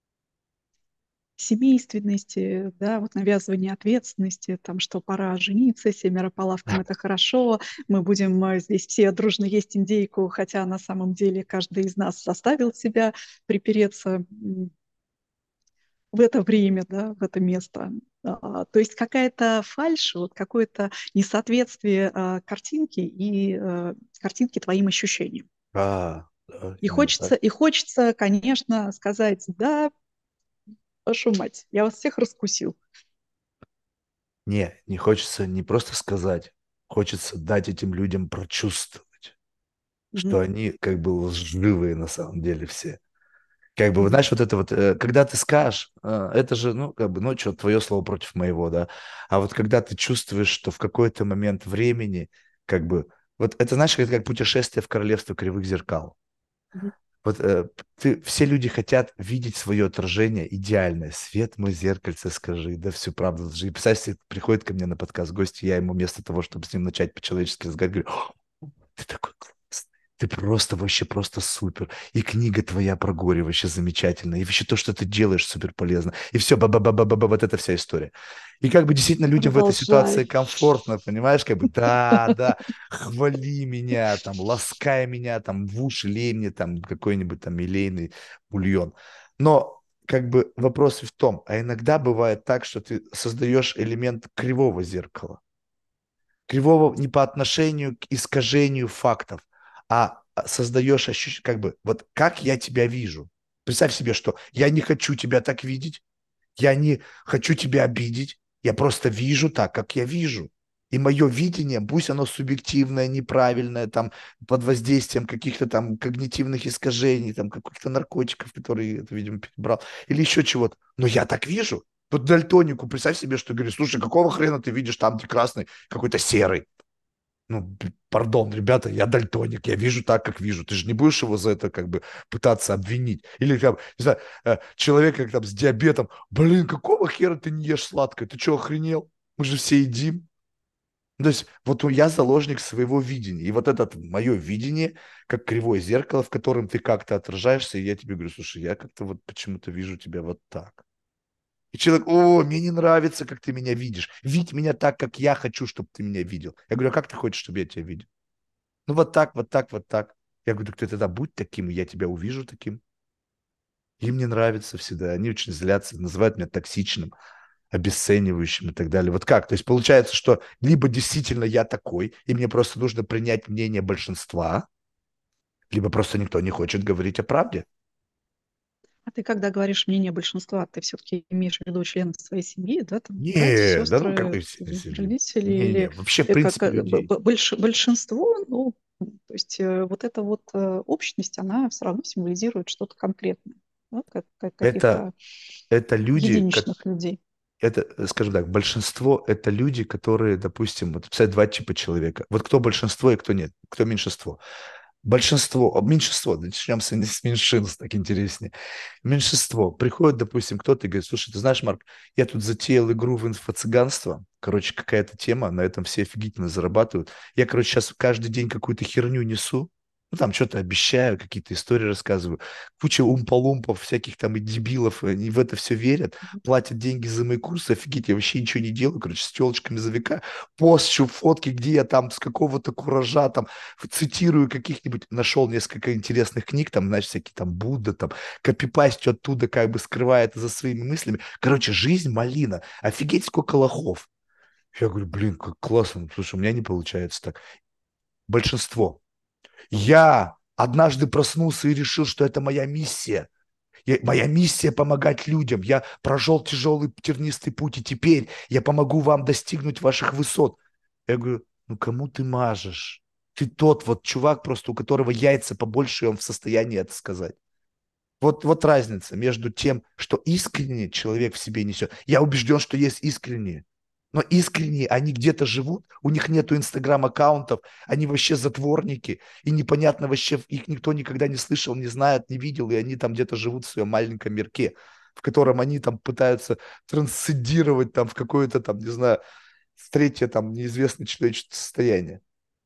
семейственности, да, вот навязывание ответственности, там, что пора жениться, семеро по лавкам — это хорошо, мы будем э, здесь все дружно есть индейку, хотя на самом деле каждый из нас заставил себя припереться м, в это время, да, в это место. А, то есть какая-то фальшь, вот какое-то несоответствие а, картинки и а, картинки твоим ощущениям. А, да, И именно хочется, так. и хочется, конечно, сказать: да, вашу мать, я вас всех раскусил. Не, не хочется не просто сказать, хочется дать этим людям прочувствовать, Мгм, что они как бы лживые на самом деле все. Как бы, вот мгм. знаешь, вот это вот, э, когда ты скажешь, э, это же, ну, как бы, ну, что, твое слово против моего, да. А вот когда ты чувствуешь, что в какой-то момент времени, как бы, вот это, знаешь, это как путешествие в королевство кривых зеркал. Мгм. Вот э, ты, все люди хотят видеть свое отражение идеальное. Свет мой, зеркальце, скажи, да всю правду скажи. И представь, если приходит ко мне на подкаст гость, и я ему вместо того, чтобы с ним начать по-человечески разговаривать, говорю: «О, ты такой классный, ты просто вообще просто супер. И книга твоя про горе вообще замечательная. И вообще то, что ты делаешь, супер полезно. И все, ба-ба-ба-ба-ба, вот эта вся история. И как бы действительно людям в этой ситуации Продолжай. комфортно, понимаешь, как бы, да, да, хвали меня, там, ласкай меня, там, в уши лей мне, там, какой-нибудь там елейный бульон. Но как бы вопрос в том, а иногда бывает так, что ты создаешь элемент кривого зеркала. Кривого не по отношению к искажению фактов, а создаешь ощущение, как бы, вот как я тебя вижу. Представь себе, что я не хочу тебя так видеть, я не хочу тебя обидеть, я просто вижу так, как я вижу. И мое видение, пусть оно субъективное, неправильное, там, под воздействием каких-то там когнитивных искажений, там, каких-то наркотиков, которые, это, видимо, перебрал, или еще чего-то. Но я так вижу. Вот дальтонику, представь себе, что говорит: слушай, какого хрена ты видишь там, где красный, какой-то серый? Ну, б- пардон, ребята, я дальтоник, я вижу так, как вижу. Ты же не будешь его за это как бы пытаться обвинить. Или там, не знаю, э, человек как там с диабетом: блин, какого хера ты не ешь сладкое? Ты что, охренел? Мы же все едим. Ну, То есть вот у- я заложник своего видения. И вот это мое видение, как кривое зеркало, в котором ты как-то отражаешься, и я тебе говорю, слушай, я как-то вот почему-то вижу тебя вот так. И человек, о, мне не нравится, как ты меня видишь. Видь меня так, как я хочу, чтобы ты меня видел. Я говорю, а как ты хочешь, чтобы я тебя видел? Ну вот так, вот так, вот так. Я говорю, ты тогда будь таким, и я тебя увижу таким. Им не нравится всегда, они очень злятся, называют меня токсичным, обесценивающим и так далее. Вот как? То есть получается, что либо действительно я такой, и мне просто нужно принять мнение большинства, либо просто никто не хочет говорить о правде. А ты, когда говоришь мнение большинства, ты все-таки имеешь в виду членов своей семьи, да, там, брать, Не, да ну сестры, какой се- семьи? родители, Не-не, или вообще в э, как принципе э, б- людей. б- больш- большинство, ну, то есть э, вот эта вот э, общность, она все равно символизирует что-то конкретное, да, как, как Это, каких-то это люди, как, единичных людей. это, э, скажем так, большинство это люди, которые, допустим, вот представь два типа человека. Вот кто большинство и кто нет, кто меньшинство. Большинство, а, меньшинство, начнем с, с меньшинств, так интереснее. Меньшинство. Приходит, допустим, кто-то и говорит, слушай, ты знаешь, Марк, я тут затеял игру в инфо-цыганство. Короче, какая-то тема, на этом все офигительно зарабатывают. Я, короче, сейчас каждый день какую-то херню несу, ну, там что-то обещаю, какие-то истории рассказываю. Куча умпа-лумпов, всяких там и дебилов, они в это все верят, платят деньги за мои курсы, офигеть, я вообще ничего не делаю, короче, с телочками за века, постчу фотки, где я там с какого-то куража там цитирую каких-нибудь, нашел несколько интересных книг, там, значит, всякие там Будда, там, копипастью оттуда, как бы скрывая это за своими мыслями. Короче, жизнь малина. Офигеть, сколько лохов. Я говорю, блин, как классно. Слушай, у меня не получается так. Большинство. Я однажды проснулся и решил, что это моя миссия. Я- моя миссия помогать людям. Я прошел тяжелый тернистый путь, и теперь я помогу вам достигнуть ваших высот. Я говорю, ну кому ты мажешь? Ты тот вот чувак просто, у которого яйца побольше, и он в состоянии это сказать. Вот, вот разница между тем, что искренне человек в себе несет. Я убежден, что есть искренние. Но искренние, они где-то живут, у них нету инстаграм-аккаунтов, они вообще затворники, и непонятно вообще, их никто никогда не слышал, не знает, не видел, и они там где-то живут в своем маленьком мирке, в котором они там пытаются трансцендировать там в какое-то там, не знаю, третье там неизвестное человеческое состояние.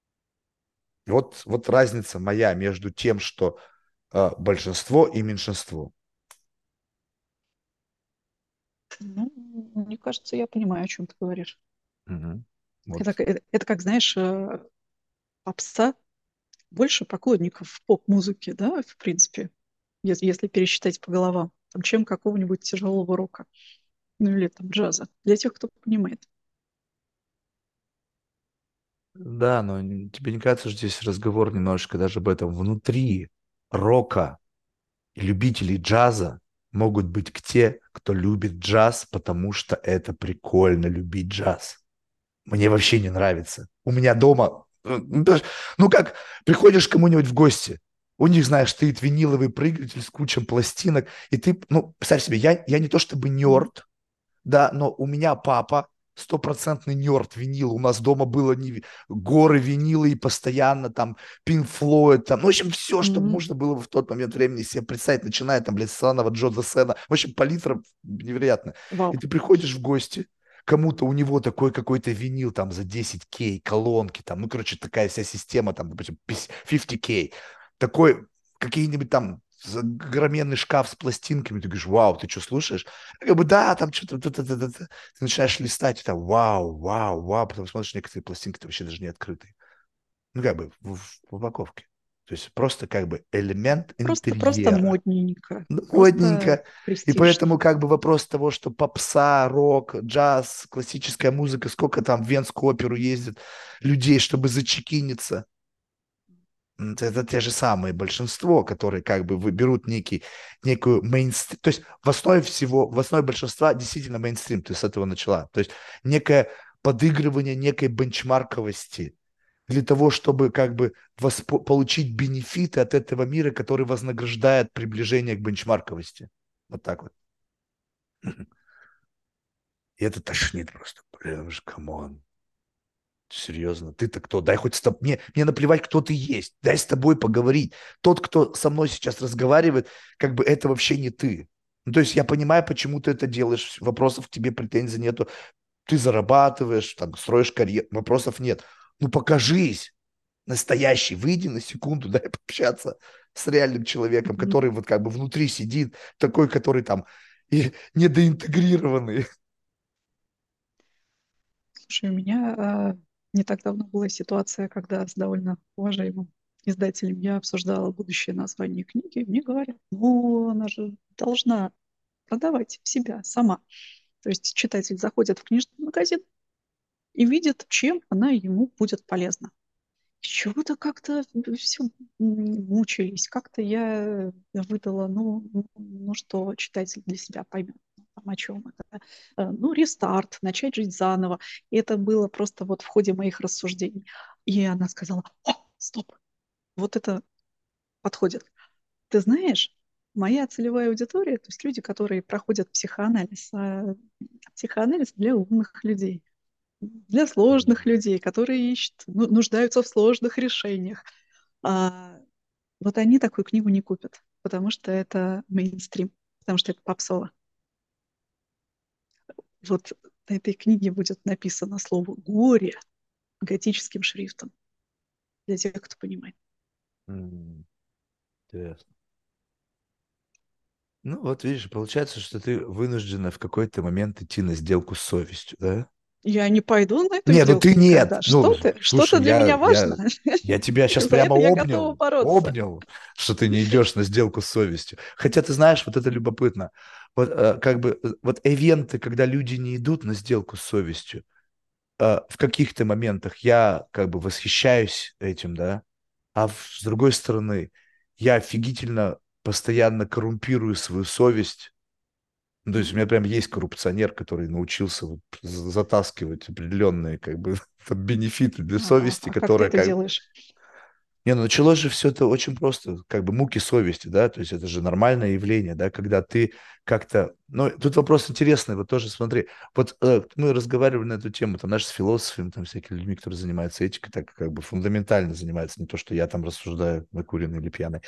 Вот, вот разница моя между тем, что э, большинство и меньшинство. Ну, мне кажется, я понимаю, о чем ты говоришь. Мгм. Это, Вот. к- это, это как, знаешь, э, попса, больше поклонников поп-музыки, да, в принципе, если, если пересчитать по головам, там, чем какого-нибудь тяжелого рока, ну или там джаза, для тех, кто понимает. Да, но н- тебе не кажется, что здесь разговор немножечко даже об этом внутри рока и любителей джаза могут быть к те, кто любит джаз, потому что это прикольно любить джаз. Мне вообще не нравится. У меня дома, э, ну даже- ну как, приходишь к кому-нибудь в гости, у них, знаешь, стоит виниловый проигрыватель с кучей пластинок, и ты, ну, представь себе, я, я не то чтобы Мгм. нерд, да, но у меня папа стопроцентный нерд винил. У нас дома было не... ви- горы винила и постоянно там Pink Floyd, там, ну, в общем, все, что Мгм. можно было в тот момент времени себе представить, начиная там, блядь, с самого Джо Дассена. В общем, палитра невероятно. И Вау. ты приходишь в гости, кому-то у него такой какой-то винил там за десять кей, колонки там, ну, короче, такая вся система там, допустим, пятьдесят кей. Такой, какие-нибудь там огроменный шкаф с пластинками, ты говоришь, вау, ты что, слушаешь? Как бы, да, там что-то, т- т- т- т- т. Ты начинаешь листать, и там, вау, вау, вау, потом смотришь, некоторые пластинки вообще даже не открыты. Ну, как бы в, в упаковке. То есть просто как бы элемент Просто, просто интерьера. модненько, Ну, просто модненько. И престижно. поэтому как бы вопрос того, что попса, рок, джаз, классическая музыка, сколько там в Венскую оперу ездит людей, чтобы зачекиниться. М, Это, это те же самые большинство, которые как бы выберут некий, некую мейнстрим. То есть в основе всего, в основе большинства действительно мейнстрим, ты с этого начала. То есть некое подыгрывание некой бенчмарковости для того, чтобы как бы воспо- получить бенефиты от этого мира, который вознаграждает приближение к бенчмарковости. Вот так вот. И это тошнит просто. Блин, уж камон. Серьезно, ты-то кто? Дай хоть с тоб- мне, мне наплевать, кто ты есть. Дай с тобой поговорить. Тот, кто со мной сейчас разговаривает, как бы это вообще не ты. Ну, то есть я понимаю, почему ты это делаешь. Вопросов к тебе, претензий нету. ты зарабатываешь, там, строишь карьеру, вопросов нет. Ну, покажись настоящий, выйди на секунду, дай пообщаться с реальным человеком, Мгм. который вот как бы внутри сидит, такой, который там и недоинтегрированный. Слушай, у меня а, не так давно была ситуация, когда с довольно уважаемым издателем я обсуждала будущее название книги, и мне говорят, ну, она же должна продавать себя сама. То есть читатель заходит в книжный магазин и видит, чем она ему будет полезна. Чего-то как-то все мучились. Как-то я выдала, ну, ну, ну что читатель для себя поймет, ну, там, о чем это. Э, Ну, рестарт, начать жить заново. И это было просто вот в ходе моих рассуждений. И она сказала, о, стоп, вот это подходит. Ты знаешь, моя целевая аудитория, то есть люди, которые проходят психоанализ, а психоанализ для умных людей, для сложных людей, которые ищут, ну, нуждаются в сложных решениях. А, вот они такую книгу не купят, потому что это мейнстрим, потому что это попсово. Вот на этой книге будет написано слово «горе» готическим шрифтом, для тех, кто понимает. М, Интересно. Ну, вот видишь, получается, что ты вынуждена в какой-то момент идти на сделку с совестью, да? Я не пойду на эту Не, ну ты сделку нет. никогда. Ну, Что ты? Что-то слушай, для меня я, я, важно. я тебя сейчас За прямо это я готова обнял, бороться. обнял, что ты не идешь на сделку с совестью. Хотя ты знаешь, вот это любопытно. Вот э, как бы э, вот ивенты, когда люди не идут на сделку с совестью, э, в каких-то моментах я как бы восхищаюсь этим, да, а в- с другой стороны, я офигительно постоянно коррумпирую свою совесть. Ну, то есть у меня прям есть коррупционер, который научился вот за- затаскивать определенные как бы там бенефиты для А, совести, а как ты которая это как... делаешь? Не, ну началось же все это очень просто, как бы муки совести, да, то есть это же нормальное явление, да, когда ты как-то... Ну, тут вопрос интересный, вот тоже смотри, вот э, мы разговаривали на эту тему, там, наши с философами, там, всякими людьми, которые занимаются этикой, так как бы фундаментально занимаются, не то, что я там рассуждаю накуренный или пьяный.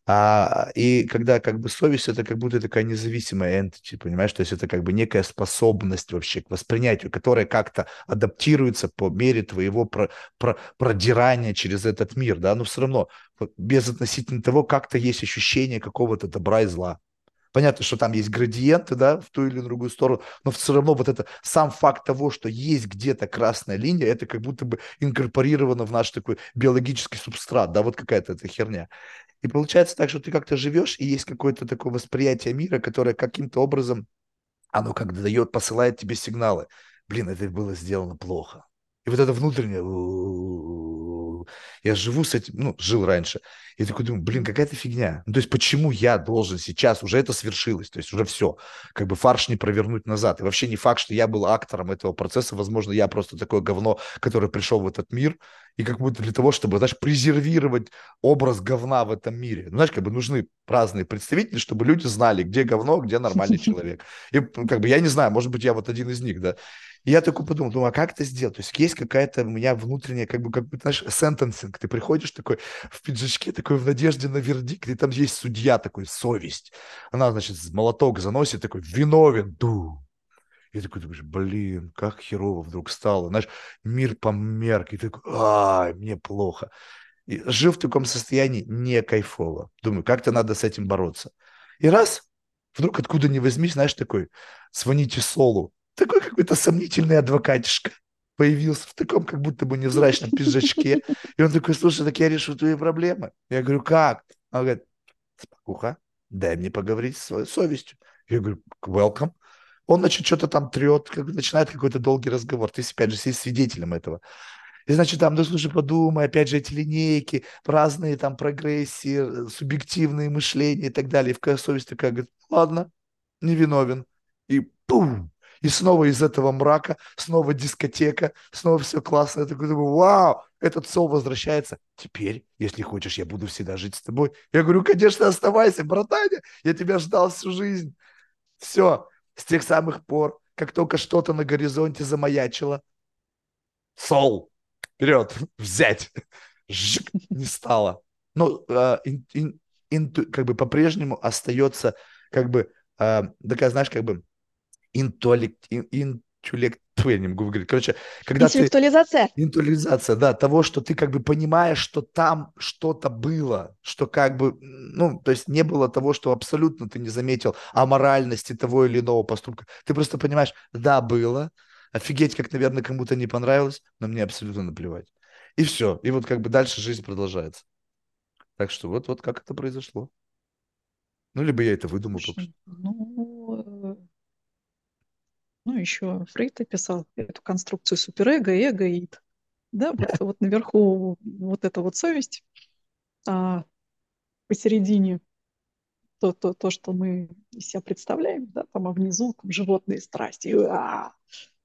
А, и когда как бы совесть это как будто такая независимая entity, понимаешь, то есть это как бы некая способность вообще к воспринятию, которая как-то адаптируется по мере твоего про, про, продирания через этот мир, да, но все равно вот, без относительно того, как-то есть ощущение какого-то добра и зла. Понятно, что там есть градиенты, да, в ту или другую сторону, но все равно вот это сам факт того, что есть где-то красная линия, это как будто бы инкорпорировано в наш такой биологический субстрат, да, вот какая-то эта херня. И получается так, что ты как-то живешь, и есть какое-то такое восприятие мира, которое каким-то образом, оно как дает, посылает тебе сигналы. Блин, это было сделано плохо. И вот это внутреннее, «у-у-у-у». Я живу с этим, ну, жил раньше. И такой думаю, блин, какая-то фигня. Ну, то есть, почему я должен сейчас, уже это свершилось, то есть, уже все, как бы фарш не провернуть назад. И вообще не факт, что я был актором этого процесса. Возможно, я просто такое говно, которое пришел в этот мир, и как будто для того, чтобы, знаешь, презервировать образ говна в этом мире. Ну, знаешь, как бы нужны разные представители, чтобы люди знали, где говно, где нормальный человек. И ну, как бы я не знаю, может быть, я вот один из них, да. И я такой подумал, думаю, а как это сделать? То есть есть какая-то у меня внутренняя, как бы, как бы, знаешь, сентенсинг. Ты приходишь такой в пиджачке, такой в надежде на вердикт, и там есть судья такой, совесть. Она, значит, молоток заносит, такой, виновен, ду. И такой думаешь, блин, как херово вдруг стало. Знаешь, мир померк, и такой, ай, мне плохо. И жил в таком состоянии не кайфово. Думаю, как-то надо с этим бороться. И раз, вдруг откуда ни возьмись, знаешь, такой, звоните Солу. Такой какой-то сомнительный адвокатишка появился в таком как будто бы невзрачном пиджачке. И он такой, слушай, так я решу твои проблемы. Я говорю, как? Он говорит, спокуха, дай мне поговорить с своей совестью. Я говорю, welcome. Он, значит, что-то там трет, как, бы начинает какой-то долгий разговор. Ты, опять же, сидишь свидетелем этого. И, значит, там, ну, слушай, подумай, опять же, эти линейки, разные там прогрессии, э, субъективные мышления и так далее. И в какая совесть такая, говорит, ладно, невиновен. И пум! И снова из этого мрака, снова дискотека, снова все классно. Я такой думаю, вау, этот сол возвращается. Теперь, если хочешь, я буду всегда жить с тобой. Я говорю, конечно, оставайся, братаня, я тебя ждал всю жизнь. Все, с тех самых пор, как только что-то на горизонте замаячило, сол, вперед, взять. Жик, не стало. Но э, ин- ин- инту- как бы по-прежнему остается как бы э, такая, знаешь, как бы интеллект, ин- интеллект, Фу, я не могу выговорить. Короче, когда ты... Интеллектуализация. Интуализация, да, того, что ты как бы понимаешь, что там что-то было, что как бы, ну, то есть не было того, что абсолютно ты не заметил аморальности того или иного поступка. Ты просто понимаешь, да, было, офигеть, как, наверное, кому-то не понравилось, но мне абсолютно наплевать. И все. И вот как бы дальше жизнь продолжается. Так что вот, вот как это произошло. Ну, либо я это выдумал только что. Слушай, ну, э, ну, еще Фрейд описал эту конструкцию суперэго и эгоид. Да, вот, вот наверху вот эта вот совесть, а посередине то, то, то, что мы из себя представляем, да, там, а внизу там, животные страсти, уа,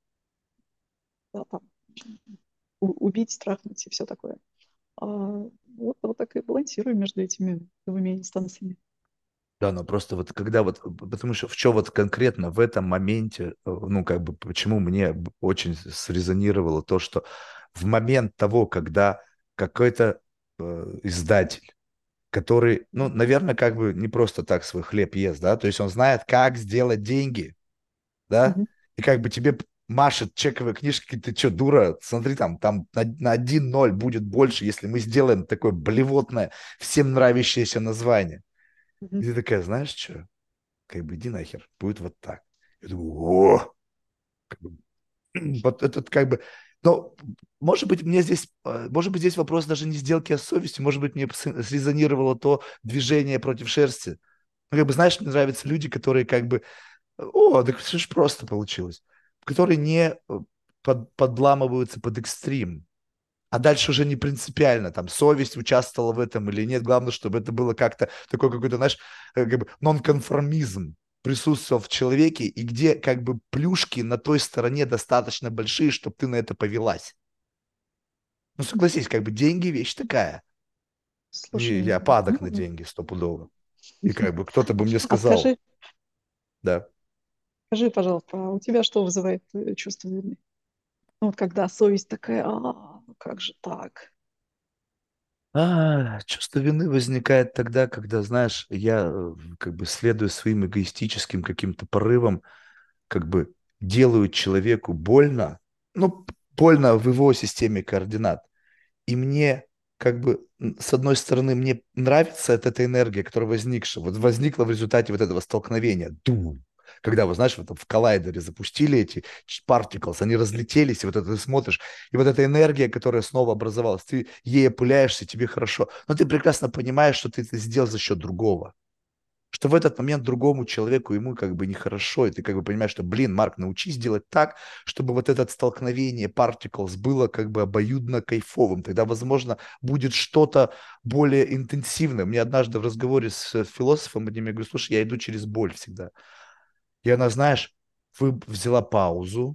да, там, у- убить, страхнуть и все такое. А вот, вот так и балансируем между этими двумя инстанциями. Да, но просто вот когда вот, потому что в чем вот конкретно в этом моменте, э, ну, как бы, почему мне б- очень срезонировало то, что в момент того, когда какой-то э, издатель, который, ну, Мгм. наверное, как бы не просто так свой хлеб ест, да, то есть он знает, как сделать деньги, да, Мгм. и как бы тебе п- машет чековая книжка, ты что, дура, смотри, там, там на, на один ноль будет больше, если мы сделаем такое блевотное, всем нравящееся название. И Мгм. ты такая, знаешь что? Как бы иди нахер, будет вот так. Я думаю, о, как бы, вот этот как бы, но может быть мне здесь, э, может быть здесь вопрос даже не сделки, а совести, может быть мне с- срезонировало то движение против шерсти. Ну, как бы, знаешь, мне нравятся люди, которые как бы, о, так все же просто получилось, которые не э, под- подламываются под экстрим. А дальше уже не принципиально, там, совесть участвовала в этом или нет. Главное, чтобы это было как-то такой какой-то, знаешь, э, как бы нонконформизм присутствовал в человеке, и где как бы плюшки на той стороне достаточно большие, чтобы ты на это повелась. Ну, согласись, как бы деньги вещь такая. Не, Слушай, я падок на ну, деньги стопудово. И как бы кто-то бы мне а сказал, скажи, да. скажи, пожалуйста, а у тебя что вызывает э, чувство вины? Ну, вот когда совесть такая, а, ну как же так? А, чувство вины возникает тогда, когда, знаешь, я э, как бы следуя своим эгоистическим каким-то порывам, как бы делают человеку больно, ну, больно в его системе координат. И мне, как бы, м, с одной стороны, мне нравится эта, эта энергия, которая возникла, вот возникла в результате вот этого столкновения. Дум. Когда, вы знаешь, вот в коллайдере запустили эти ч- particles, они разлетелись, и вот это ты смотришь, и вот эта энергия, которая снова образовалась, ты ей опыляешься, тебе хорошо, но ты прекрасно понимаешь, что ты это сделал за счет другого, что в этот момент другому человеку ему как бы нехорошо, и ты как бы понимаешь, что, блин, Марк, научись делать так, чтобы вот это столкновение particles было как бы обоюдно кайфовым. Тогда, возможно, будет что-то более интенсивное. Мне однажды в разговоре с философом одним, я говорю, слушай, я иду через боль всегда. И она, знаешь, вы взяла паузу,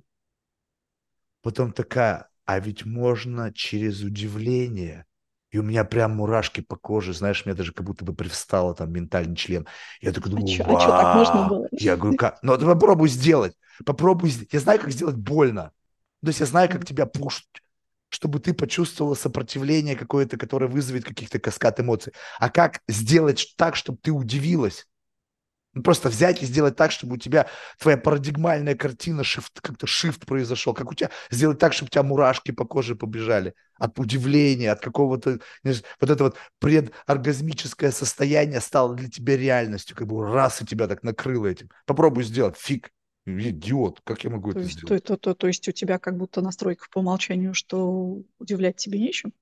потом такая, а ведь можно через удивление. И у меня прям мурашки по коже, знаешь, мне даже как будто бы привстало там ментальный член. Я такой А думаю, чё, а чё, так можно вау. было? Я говорю, как? Ну, ты попробуй сделать. Попробуй. сд- Я знаю, как сделать больно. То есть я знаю, как Мгм. тебя пушить, чтобы ты почувствовала сопротивление какое-то, которое вызовет каких-то каскад эмоций. А как сделать так, чтобы ты удивилась? Ну, просто взять и сделать так, чтобы у тебя твоя парадигмальная картина, shift, как-то shift произошел, как у тебя, сделать так, чтобы у тебя мурашки по коже побежали от удивления, от какого-то, не знаю, вот это вот предоргазмическое состояние стало для тебя реальностью, как бы раз и тебя так накрыло этим. Попробуй сделать, фиг, идиот, как я могу То это есть, сделать? то, то, то, то есть у тебя как будто настройка по умолчанию, что удивлять тебе нечем?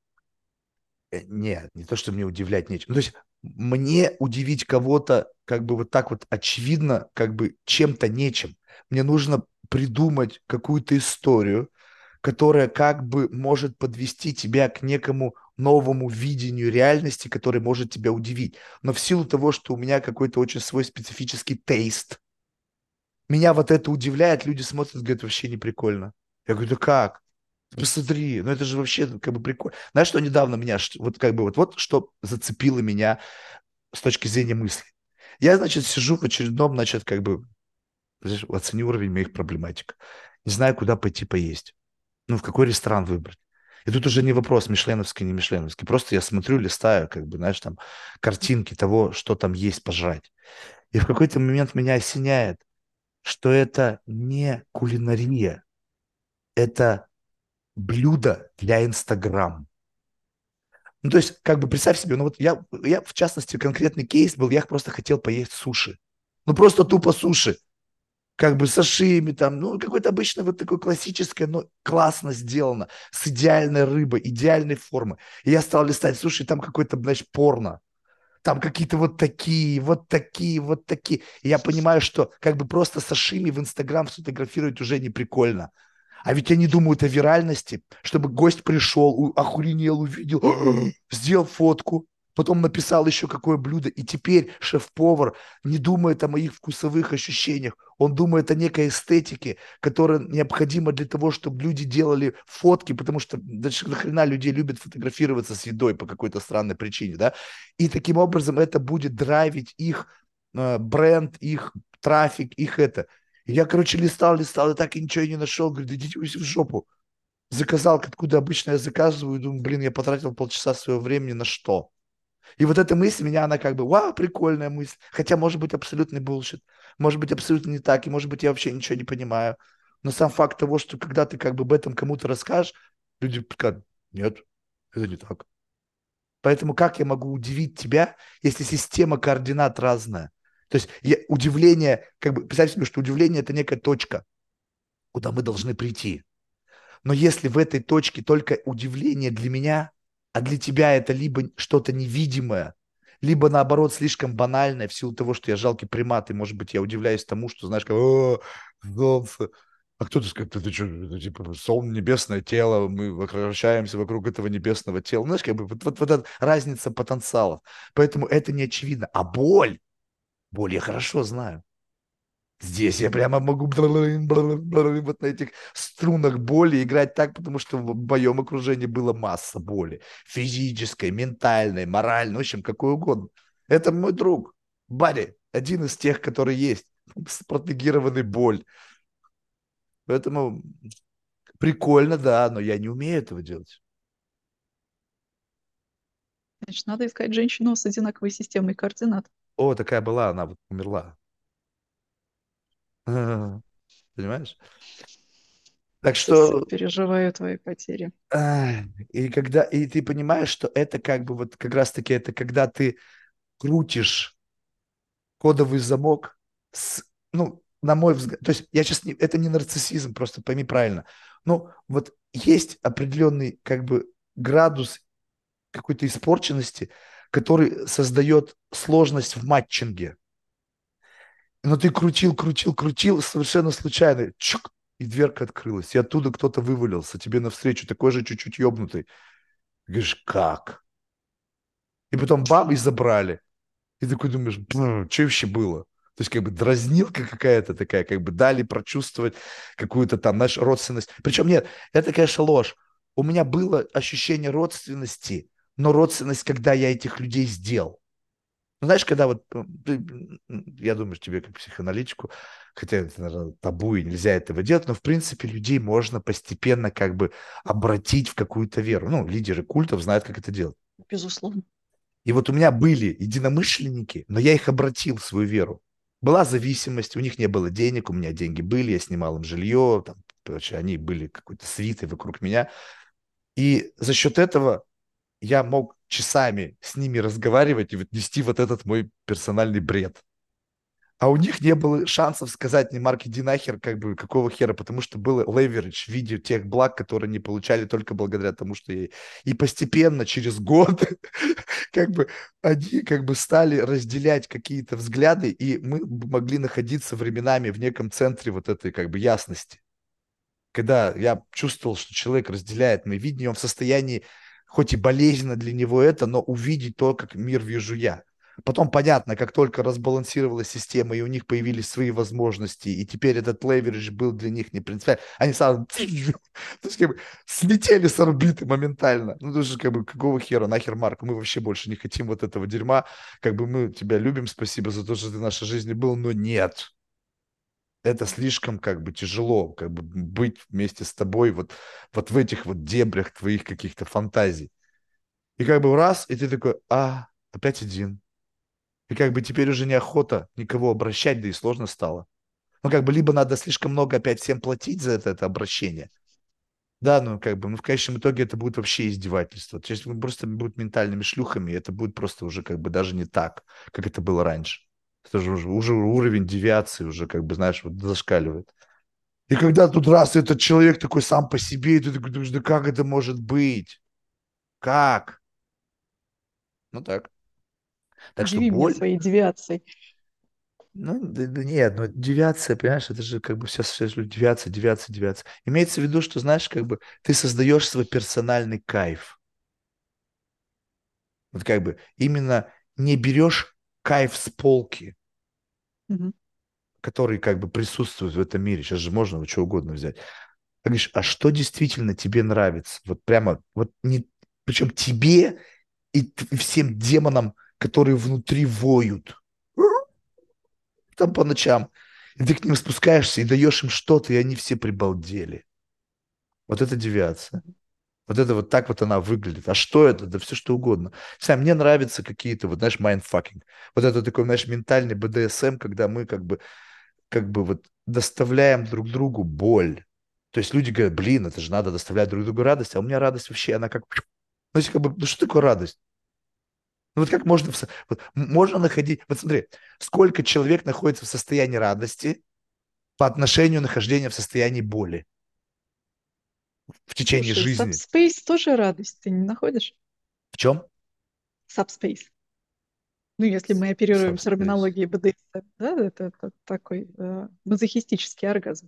Э, Нет, не то, что мне удивлять нечем. Ну, то есть мне удивить кого-то как бы вот так вот очевидно, как бы чем-то нечем. Мне нужно придумать какую-то историю, которая как бы может подвести тебя к некому новому видению реальности, который может тебя удивить. Но в силу того, что у меня какой-то очень свой специфический тейст, меня вот это удивляет, люди смотрят и говорят, вообще не прикольно. Я говорю, да как? Ты посмотри, ну это же вообще ну, как бы прикольно. Знаешь, что недавно меня, ш- вот как бы вот, вот что зацепило меня с точки зрения мысли. Я, значит, сижу в очередном, значит, как бы, знаешь, оцени уровень моих проблематик. Не знаю, куда пойти поесть. Ну, в какой ресторан выбрать. И тут уже не вопрос, мишленовский, не мишленовский. Просто я смотрю, листаю, как бы, знаешь, там, картинки того, что там есть пожрать. И в какой-то момент меня осеняет, что это не кулинария, это блюдо для Инстаграм. Ну, то есть, как бы представь себе, ну вот я, я, в частности, конкретный кейс был, я просто хотел поесть суши. Ну, просто тупо суши. Как бы сашими там, ну, какое-то обычно вот такое классическое, но классно сделано, с идеальной рыбой, идеальной формы. И я стал листать, слушай, там какой-то, знаешь, порно. Там какие-то вот такие, вот такие, вот такие. И я понимаю, что как бы просто сашими в Инстаграм сфотографировать уже не прикольно. А ведь они думают о виральности, чтобы гость пришел, у- охренел, увидел, сделал фотку, потом написал еще какое блюдо. И теперь шеф-повар не думает о моих вкусовых ощущениях. Он думает о некой эстетике, которая необходима для того, чтобы люди делали фотки, потому что даже нахрена людей любят фотографироваться с едой по какой-то странной причине, да? И таким образом это будет драйвить их э, бренд, их трафик, их это. И я, короче, листал, листал, и так и ничего и не нашел. Говорю, да идите вы все в жопу. Заказал, откуда обычно я заказываю, и думаю, блин, я потратил полчаса своего времени на что? И вот эта мысль меня, она как бы, вау, прикольная мысль. Хотя может быть абсолютный булшит, может быть абсолютно не так, и может быть я вообще ничего не понимаю. Но сам факт того, что когда ты как бы об этом кому-то расскажешь, люди скажут, нет, это не так. Поэтому как я могу удивить тебя, если система координат разная? То есть я, удивление, как бы, представь себе, что удивление – это некая точка, куда мы должны прийти. Но если в этой точке только удивление для меня, а для тебя это либо что-то невидимое, либо наоборот слишком банальное в силу того, что я жалкий примат, и, может быть, я удивляюсь тому, что, знаешь, как, о, солнце. А кто-то скажет, это что, это, типа, солнце, небесное тело, мы вращаемся вокруг этого небесного тела. Знаешь, как бы вот, вот, вот эта разница потенциалов. Поэтому это не очевидно. А боль, боль я хорошо знаю. Здесь я прямо могу вот на этих струнах боли играть так, потому что в моем окружении была масса боли. Физической, ментальной, моральной, в общем, какой угодно. Это мой друг, Барри, один из тех, которые есть. Спротегированный боль. Поэтому прикольно, да, но я не умею этого делать. Значит, надо искать женщину с одинаковой системой координат. О, такая была, она вот умерла. Понимаешь? Так что Переживаю твои потери. а, и когда и ты понимаешь, что это как бы вот как раз-таки это когда ты крутишь кодовый замок с, ну, на мой взгляд, то есть я сейчас не, это не нарциссизм, просто пойми правильно. Ну, вот есть определенный как бы градус какой-то испорченности, который создает сложность в матчинге. Но ты крутил, крутил, крутил, совершенно случайно, чук, и дверка открылась, и оттуда кто-то вывалился тебе навстречу, такой же чуть-чуть ёбнутый. Ты говоришь, как? И потом бам, и забрали. И такой думаешь, что вообще было? То есть как бы дразнилка какая-то такая, как бы дали прочувствовать какую-то там, знаешь, родственность. Причем нет, это, конечно, ложь. У меня было ощущение родственности, но родственность, когда я этих людей сделал. Ну, знаешь, когда вот, э, ты, я думаю, что тебе как психоаналитику, хотя это, наверное, табу и нельзя этого делать, но, в принципе, людей можно постепенно как бы обратить в какую-то веру. Ну, лидеры культов знают, как это делать. Безусловно. И вот у меня были единомышленники, но я их обратил в свою веру. Была зависимость, у них не было денег, у меня деньги были, я снимал им жилье, там, короче, они были какой-то свитой вокруг меня. И за счет этого я мог часами с ними разговаривать и вот нести вот этот мой персональный бред. А у них не было шансов сказать мне, Марк, иди нахер, как бы, какого хера, потому что был леверидж в виде тех благ, которые они получали только благодаря тому, что я... И постепенно, через год, как бы, они как бы стали разделять какие-то взгляды, и мы могли находиться временами в неком центре вот этой как бы ясности. Когда я чувствовал, что человек разделяет мои видения, он в состоянии, хоть и болезненно для него это, но увидеть то, как мир вижу я. Потом понятно, как только разбалансировалась система, и у них появились свои возможности, и теперь этот леверидж был для них не принципиально, они сразу то есть, как бы, слетели с орбиты моментально. Ну, то есть, как бы, какого хера, нахер, Марк, мы вообще больше не хотим вот этого дерьма, как бы мы тебя любим, спасибо за то, что ты в нашей жизни был, но нет. Это слишком как бы тяжело, как бы быть вместе с тобой вот, вот в этих вот дебрях твоих каких-то фантазий. И как бы раз, и ты такой, а, опять один. И как бы теперь уже неохота никого обращать, да и сложно стало. Ну, как бы либо надо слишком много опять всем платить за это, это обращение, Да, ну как бы, ну в конечном итоге это будет вообще издевательство. То есть мы просто будут ментальными шлюхами, и это будет просто уже как бы даже не так, как это было раньше. Это же уже, уже уровень девиации уже как бы, знаешь, вот зашкаливает. И когда тут раз этот человек такой сам по себе, и ты такой думаешь, да как это может быть? Как? Ну так. Так что Удиви меня боль, своей девиацией. ну да, да нет, ну девиация, понимаешь, это же как бы все, все девиация, девиация, девиация. Имеется в виду, что, знаешь, как бы ты создаешь свой персональный кайф. Вот как бы именно не берешь кайф с полки, Мгм. который как бы присутствует в этом мире. Сейчас же можно вот что угодно взять. Ты говоришь, а что действительно тебе нравится? Вот прямо, вот не, причем тебе и, т- и всем демонам, которые внутри воют там по ночам. И ты к ним спускаешься и даешь им что-то, и они все прибалдели. Вот это девиация. Вот это вот так вот она выглядит. А что это? Да все что угодно. Сам мне нравятся какие-то, вот знаешь, майндфакинг. Вот это такой, знаешь, ментальный бэ дэ эс эм, когда мы как бы, как бы вот доставляем друг другу боль. То есть люди говорят, блин, это же надо доставлять друг другу радость, а у меня радость вообще, она как... Ну, есть как бы, ну что такое радость? Ну вот как можно... в со- вот можно находить... Вот смотри, сколько человек находится в состоянии радости по отношению нахождения в состоянии боли в течение Слушай, жизни. Subspace тоже радость, ты не находишь? В чем? Subspace. Ну, если мы оперируем Subspace. терминологией бэ дэ эс эм, да, это, это такой э, мазохистический оргазм.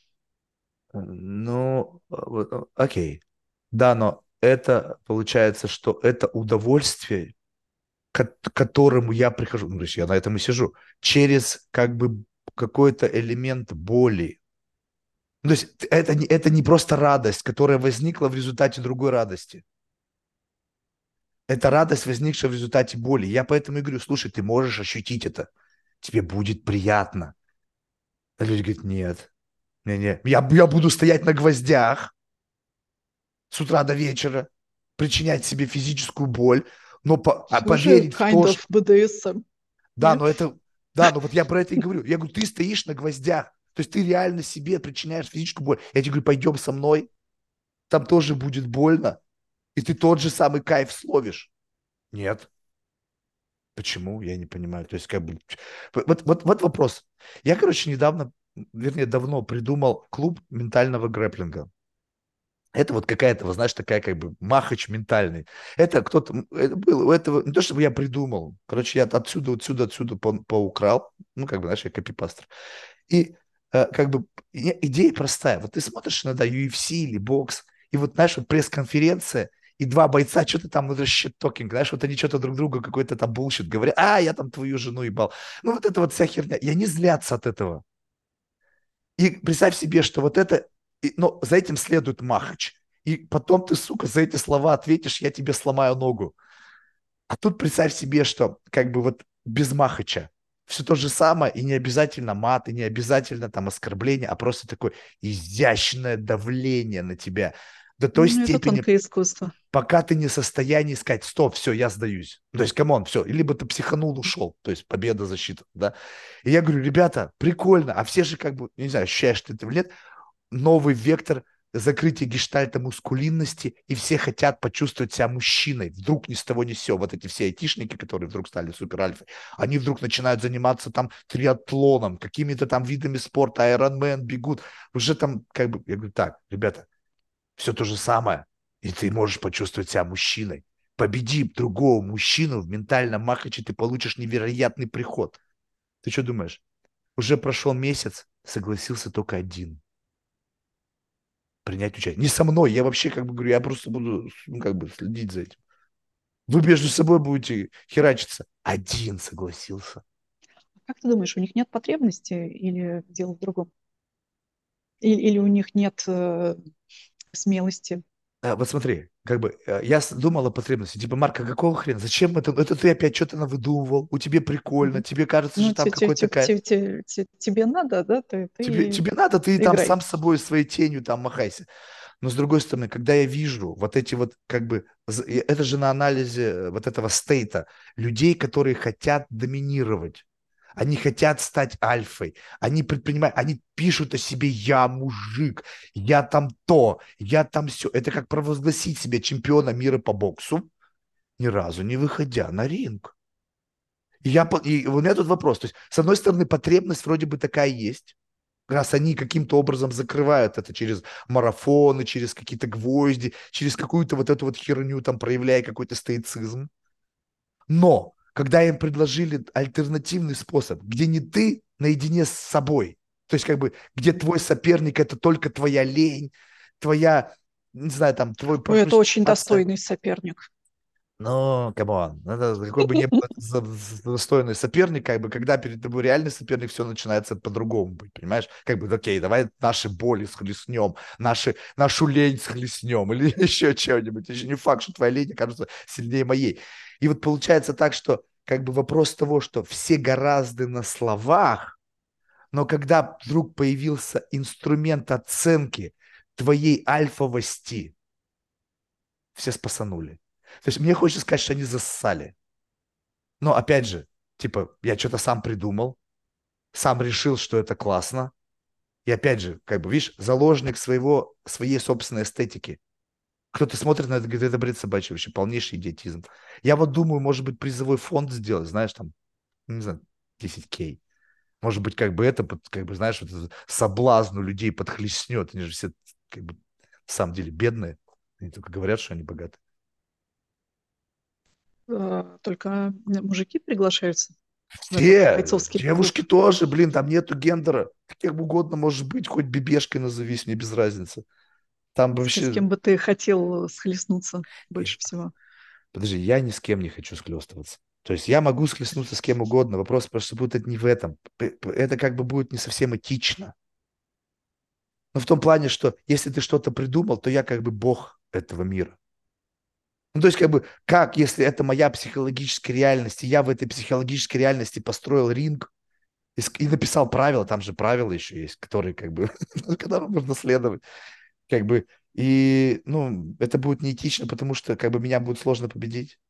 Ну, э, вот, э, окей. Да, но это получается, что это удовольствие, к которому я прихожу, ну, то есть я на этом и сижу, через как бы какой-то элемент боли. Ну, то есть это не, это не просто радость, которая возникла в результате другой радости. Это радость, возникшая в результате боли. Я поэтому и говорю, слушай, ты можешь ощутить это. Тебе будет приятно. А люди говорят, нет, не, не. Я, я буду стоять на гвоздях с утра до вечера, причинять себе физическую боль, но по- а Тоже поверить в kind то, of что... бэ дэ эс эм, Да, нет? но это... Да, но вот я про это и говорю. Я говорю, ты стоишь на гвоздях, то есть ты реально себе причиняешь физическую боль. Я тебе говорю, пойдем со мной, там тоже будет больно, и ты тот же самый кайф словишь. Нет. Почему? Я не понимаю. То есть, как бы... Вот, вот, вот вопрос. Я, короче, недавно, вернее, давно придумал клуб ментального грэпплинга. Это вот какая-то, вот знаешь, такая как бы махач ментальный. Это кто-то, м, это было, этого, не то чтобы я придумал. Короче, я отсюда, отсюда, отсюда по- поукрал. Ну, как бы, знаешь, я копипастер. И э, как бы и- идея простая. Вот ты смотришь иногда ю эф си или бокс, и вот, знаешь, вот пресс-конференция, и два бойца что-то там, вот это shit talking, знаешь, вот они что-то друг другу какой-то там булщит говорят, а, я там твою жену ебал. Ну, вот это вот вся херня. И они злятся от этого. И представь себе, что вот это, и- но за этим следует махач. И потом ты, сука, за эти слова ответишь, я тебе сломаю ногу. А тут представь себе, что как бы вот без махача. Все то же самое, и не обязательно мат, и не обязательно там оскорбление, а просто такое изящное давление на тебя. До той Ну, это степени, тонкое искусство. пока ты не в состоянии сказать, стоп, все, я сдаюсь. То есть, камон, все. Либо ты психанул, ушел. То есть, победа, защита, да. И я говорю, ребята, прикольно. А все же как бы, не знаю, ощущаешь ты это или нет, новый вектор закрытия гештальта мускулинности, и все хотят почувствовать себя мужчиной. Вдруг ни с того ни с сего. Вот эти все айтишники, которые вдруг стали супер альфой, они вдруг начинают заниматься там триатлоном, какими-то там видами спорта, айронмен, бегут. Уже там как бы, я говорю, так, ребята, все то же самое, и ты можешь почувствовать себя мужчиной. Победи другого мужчину в ментальном махаче, ты получишь невероятный приход. Ты что думаешь? Уже прошел месяц, согласился только один принять участие. Не со мной, я вообще, как бы говорю, я просто буду, ну, как бы следить за этим. Вы между собой будете херачиться. Один согласился. Как ты думаешь, у них нет потребности или дело в другом? Или, или у них нет э, смелости? А, вот смотри, как бы э, я с- думал о потребности. Типа, Марка, какого хрена? Зачем это? Это ты опять что-то навыдумывал. У тебя прикольно. Мгм. Тебе кажется же Ну, там те- те- какой-то те- кайф. те- те- те- тебе надо, да, ты, Тебе, ты тебе надо, ты там играй. сам с собой, своей тенью там махайся. Но с другой стороны, когда я вижу вот эти вот, как бы, з- и это же на анализе э, вот этого стейта, людей, которые хотят доминировать. Они хотят стать альфой. Они предпринимают, они пишут о себе: я мужик, я там то, я там все. Это как провозгласить себя чемпиона мира по боксу, ни разу не выходя на ринг. И, я, и у меня тут вопрос. То есть, с одной стороны, потребность вроде бы такая есть, раз они каким-то образом закрывают это через марафоны, через какие-то гвозди, через какую-то вот эту вот херню, там, проявляя какой-то стоицизм. Но когда им предложили альтернативный способ, где не ты наедине с собой, то есть как бы где твой соперник — это только твоя лень, твоя, не знаю, там, твой Ой, это очень прокрастинация. достойный соперник. Ну, камон, это какой бы ни был за- за- достойный соперник, как бы, когда перед тобой реальный соперник, все начинается по-другому быть, понимаешь? Как бы, окей, давай наши боли схлестнем, наши, нашу лень схлестнем или еще чего-нибудь. Еще не факт, что твоя лень окажется сильнее моей. И вот получается так, что как бы вопрос того, что все гораздо на словах, но когда вдруг появился инструмент оценки твоей альфовости, все спасанули. То есть мне хочется сказать, что они зассали. Но опять же, типа, я что-то сам придумал, сам решил, что это классно. И опять же, как бы, видишь, заложник своего, своей собственной эстетики. Кто-то смотрит на это и говорит: это бред собачий, вообще полнейший идиотизм. Я вот думаю, может быть, призовой фонд сделать, знаешь, там, не знаю, десять кей. Может быть, как бы это, как бы, знаешь, вот этот соблазн у людей подхлестнет. Они же все, как бы, на самом деле бедные. Они только говорят, что они богаты. Э, Только мужики приглашаются в этот Все, бойцовский девушки клуб. тоже, блин, там нету гендера. Каких угодно можешь быть, хоть бебешкой назовись, мне без разницы. Там С, с вообще... кем бы ты хотел схлестнуться Я- больше всего? Подожди, я ни с кем не хочу схлестываться. То есть я могу схлестнуться с кем угодно. Вопрос просто будет не в этом. П- п- Это как бы будет не совсем этично. Но в том плане, что если ты что-то придумал, то я как бы бог этого мира. Ну, то есть, как бы, как, если это моя психологическая реальность, и я в этой психологической реальности построил ринг, и, ск- и написал правила, там же правила еще есть, которые, как бы, которым нужно следовать, как бы, и, ну, это будет неэтично, потому что, как бы, меня будет сложно победить.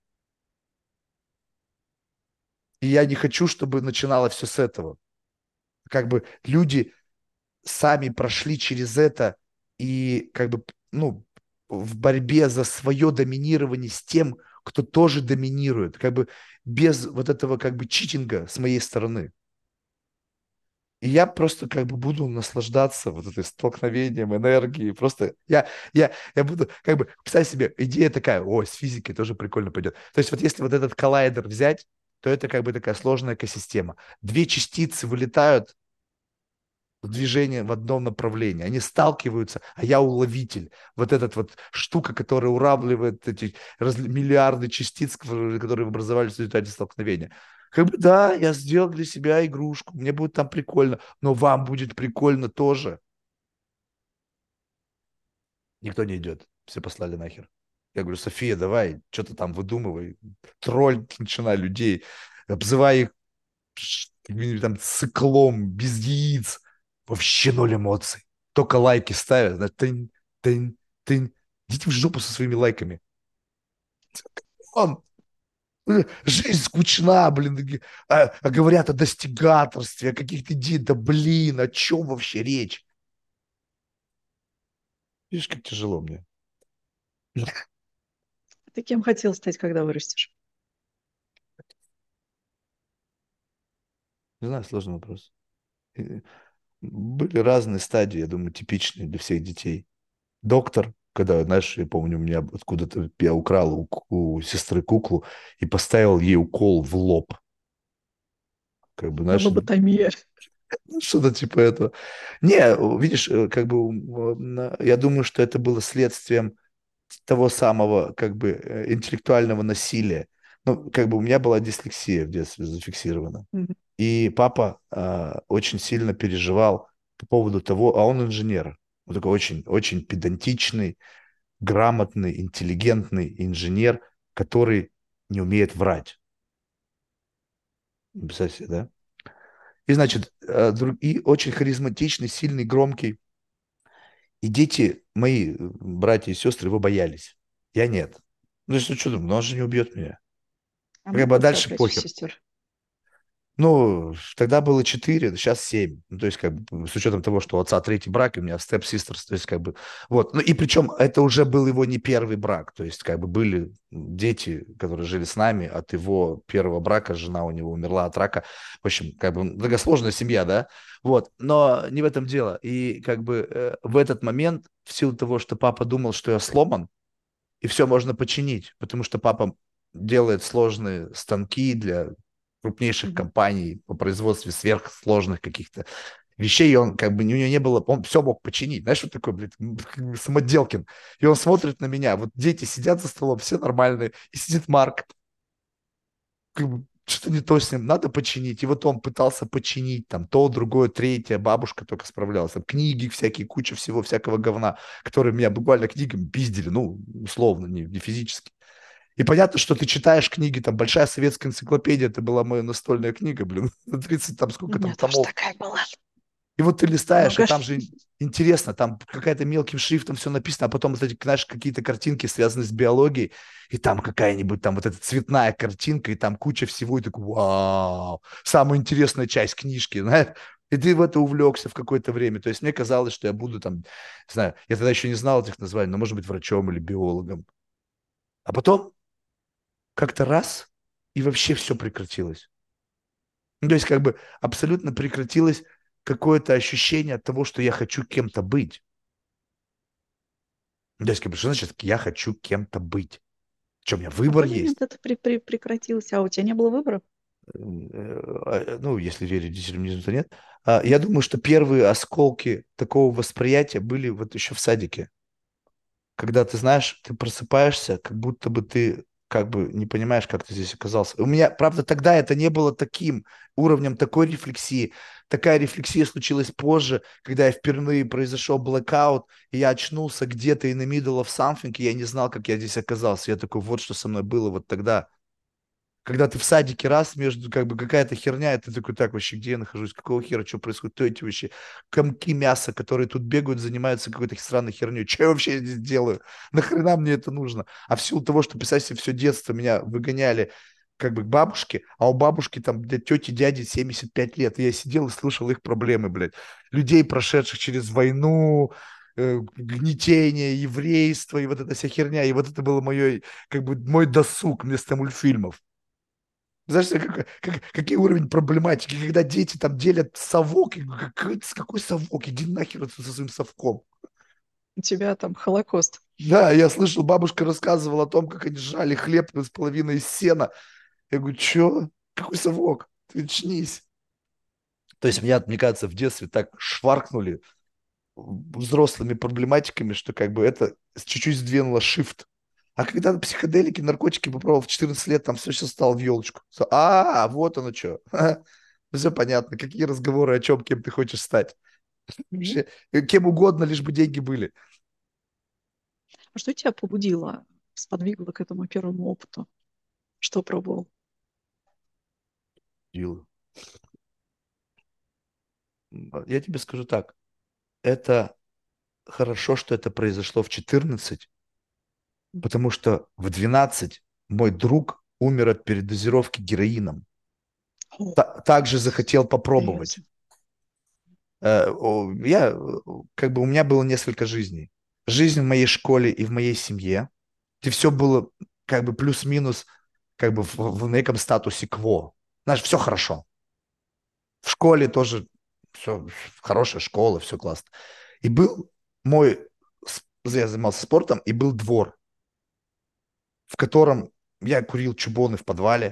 И я не хочу, чтобы начинало все с этого. Как бы люди сами прошли через это и, как бы, ну, в борьбе за свое доминирование с тем, кто тоже доминирует, как бы без вот этого, как бы, читинга с моей стороны. И я просто как бы буду наслаждаться вот этим столкновением энергии. Просто я, я, я буду, как бы, представь себе, идея такая: ой, с физикой тоже прикольно пойдет. То есть вот если вот этот коллайдер взять, то это как бы такая сложная экосистема. Две частицы вылетают в движение в одном направлении. Они сталкиваются, а я уловитель. Вот этот вот штука, которая уравнивает эти раз- миллиарды частиц, которые образовались в результате столкновения. Как бы да, я сделал для себя игрушку, мне будет там прикольно, но вам будет прикольно тоже. Никто не идет, все послали нахер. Я говорю: София, давай, что-то там выдумывай, тролль, начинай людей, обзывай их ш- каким-нибудь там циклом, без яиц. Вообще ноль эмоций. Только лайки ставят. Знаешь, тынь, тынь, тынь. Идите в жопу со своими лайками. Он, э, жизнь скучна, блин. А, а говорят о достигаторстве, о каких-то идеях. Да блин, о чем вообще речь? Видишь, как тяжело мне. Ты кем хотел стать, когда вырастешь? Не знаю, сложный вопрос. Э, Были разные стадии, я думаю, типичные для всех детей. Доктор, когда, знаешь, я помню, у меня откуда-то я украл у, у сестры куклу и поставил ей укол в лоб. Как бы, знаешь, Лоботомия. ну, что-то типа этого. Не, видишь, э, как бы м, э, я думаю, что это было следствием того самого, как бы, э, интеллектуального насилия. Ну, как бы у меня была дислексия в детстве зафиксирована. Мгм. И папа а, очень сильно переживал по поводу того, а он инженер. Он такой очень, очень педантичный, грамотный, интеллигентный инженер, который не умеет врать. Представь себе, да? И, значит, э, друг- и очень харизматичный, сильный, громкий. И дети, мои э, братья и сестры, его боялись. Я нет. Ну, что, что думаю, ну он же не убьет меня. А Как бы а много у тебя дальше братьев и похер. сестер? Ну, тогда было четыре, сейчас семь. Ну, то есть, как бы, с учетом того, что у отца третий брак, и у меня step sisters, то есть, как бы, вот. Ну, и причем это уже был его не первый брак, то есть, как бы, были дети, которые жили с нами от его первого брака, жена у него умерла от рака. В общем, как бы, многосложная семья, да, вот. Но не в этом дело. И, как бы, э, в этот момент, в силу того, что папа думал, что я сломан, и все можно починить, потому что папа делает сложные станки для крупнейших Мгм. компаний по производству сверхсложных каких-то вещей, и он как бы у него не было, он все мог починить. Знаешь, вот такой, блядь, самоделкин. И он смотрит на меня, вот дети сидят за столом, все нормальные, и сидит Марк, как бы, что-то не то с ним, надо починить. И вот он пытался починить там то, другое, третье, бабушка только справлялась. Там книги всякие, куча всего, всякого говна, которые меня буквально книгами пиздили, ну, условно, не, не физически. И понятно, что ты читаешь книги, там, большая советская энциклопедия, это была моя настольная книга, блин, тридцать там, У сколько там меня тоже томов. такая была. И вот ты листаешь, и Много. там же интересно, там какая-то мелким шрифтом все написано, а потом, вот эти, знаешь, какие-то картинки связаны с биологией, и там какая-нибудь там вот эта цветная картинка, и там куча всего, и такой, вау, самая интересная часть книжки, знаешь, и ты в это увлекся в какое-то время. То есть мне казалось, что я буду там, не знаю, я тогда еще не знал этих названий, но, может быть, врачом или биологом. А потом как-то раз, и вообще все прекратилось. Ну, то есть как бы абсолютно прекратилось какое-то ощущение от того, что я хочу кем-то быть. Ну, то есть как бы, что значит я хочу кем-то быть? Что, у меня В выбор какой есть? момент это при- при- прекратилось? А у тебя не было выбора? Э, э, Ну, если верить детерминизму, то нет. А, Я думаю, что первые осколки такого восприятия были вот еще в садике. Когда ты знаешь, ты просыпаешься, как будто бы ты как бы не понимаешь, как ты здесь оказался. У меня, правда, тогда это не было таким уровнем такой рефлексии. Такая рефлексия случилась позже, когда я впервые произошел блэкаут, и я очнулся где-то in the middle of something, и я не знал, как я здесь оказался. Я такой, вот что со мной было вот тогда. Когда ты в садике раз между как бы какая-то херня, и ты такой, так, вообще, где я нахожусь, какого хера, что происходит, кто эти вообще комки мяса, которые тут бегают, занимаются какой-то странной херней, что я вообще здесь делаю, нахрена мне это нужно? А в силу того, что, представь себе, все детство меня выгоняли как бы к бабушке, а у бабушки там для тети, дяди семьдесят пять лет, и я сидел и слушал их проблемы, блядь, людей, прошедших через войну, э, гнетение, еврейство и вот эта вся херня, и вот это было мое, как бы, мой досуг вместо мультфильмов. Знаешь, как, как, какие уровень проблематики, когда дети там делят совок, и какой, какой совок, иди нахер со своим совком. У тебя там Холокост. Да, я слышал, бабушка рассказывала о том, как они жали хлеб с половиной из сена. Я говорю, что? Какой совок? Ты очнись. То есть меня, мне кажется, в детстве так шваркнули взрослыми проблематиками, что как бы это чуть-чуть сдвинуло shift. А когда психоделики, наркотики попробовал в четырнадцать лет, там все сейчас стало в елочку. А, вот оно что. Все понятно. Какие разговоры, о чем, кем ты хочешь стать. Вообще, э, кем угодно, лишь бы деньги были. А что тебя побудило, сподвигло к этому первому опыту? Что пробовал? Дилы. Я тебе скажу так. Это хорошо, что это произошло в четырнадцать, потому что в двенадцать мой друг умер от передозировки героином. О, Та- также захотел попробовать. серьезно. Э, о, Я, э, как бы у меня было несколько жизней. Жизнь в моей школе и в моей семье, где все было как бы плюс-минус как бы в, в неком статусе кво. Знаешь, все хорошо. В школе тоже все, хорошая школа, все классно. И был мой, с- я занимался спортом, и был двор, в котором я курил чубоны в подвале.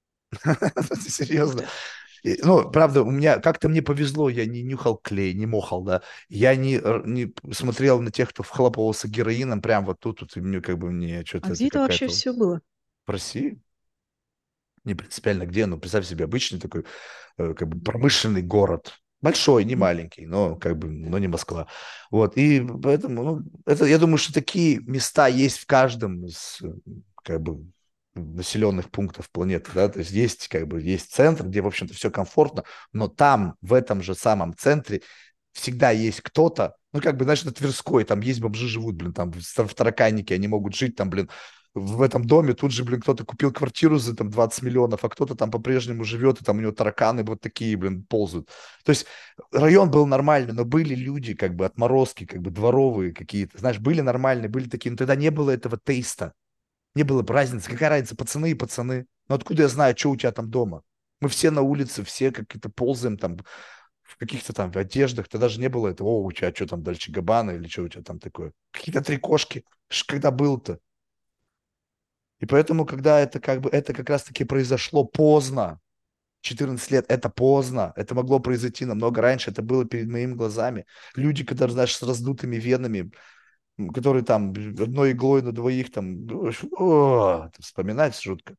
Ух Серьезно. ты. И, ну, правда, у меня как-то мне повезло, я не нюхал клей, не мохал, да. Я не, р- не смотрел на тех, кто вхлопывался героином, прям вот тут, тут, и мне как бы мне А что-то это где это вообще какая-то все было? в России, не принципиально где, но представь себе обычный такой э, как бы промышленный город. Большой, не Мгм. маленький, но как бы, но не Москва. Вот, и поэтому, ну, это, я думаю, что такие места есть в каждом из, э, как бы, населенных пунктов планеты, да, то есть есть, как бы, есть центр, где, в общем-то, все комфортно, но там, в этом же самом центре, всегда есть кто-то, ну, как бы, знаешь, на Тверской, там есть бомжи живут, блин, там в в Тараканике они могут жить, там, блин, в этом доме тут же, блин, кто-то купил квартиру за там двадцать миллионов, а кто-то там по-прежнему живет, и там у него тараканы вот такие, блин, ползают. То есть район был нормальный, но были люди, как бы отморозки, как бы дворовые какие-то, знаешь, были нормальные, были такие, но тогда не было этого тейста, не было бы разницы. Какая разница, пацаны и пацаны? Ну откуда я знаю, что у тебя там дома? Мы все на улице, все как-то ползаем там в каких-то там одеждах. Тогда же не было этого, о, у тебя что там, Дольче Габбана или что у тебя там такое? Какие-то три кошки. Ш, когда был-то? И поэтому, когда это как бы, это как раз-таки произошло поздно, четырнадцать лет, это поздно, это могло произойти намного раньше, это было перед моими глазами. Люди, которые, знаешь, с раздутыми венами, м, которые там одной иглой на двоих, там, о, это вспоминать жутко.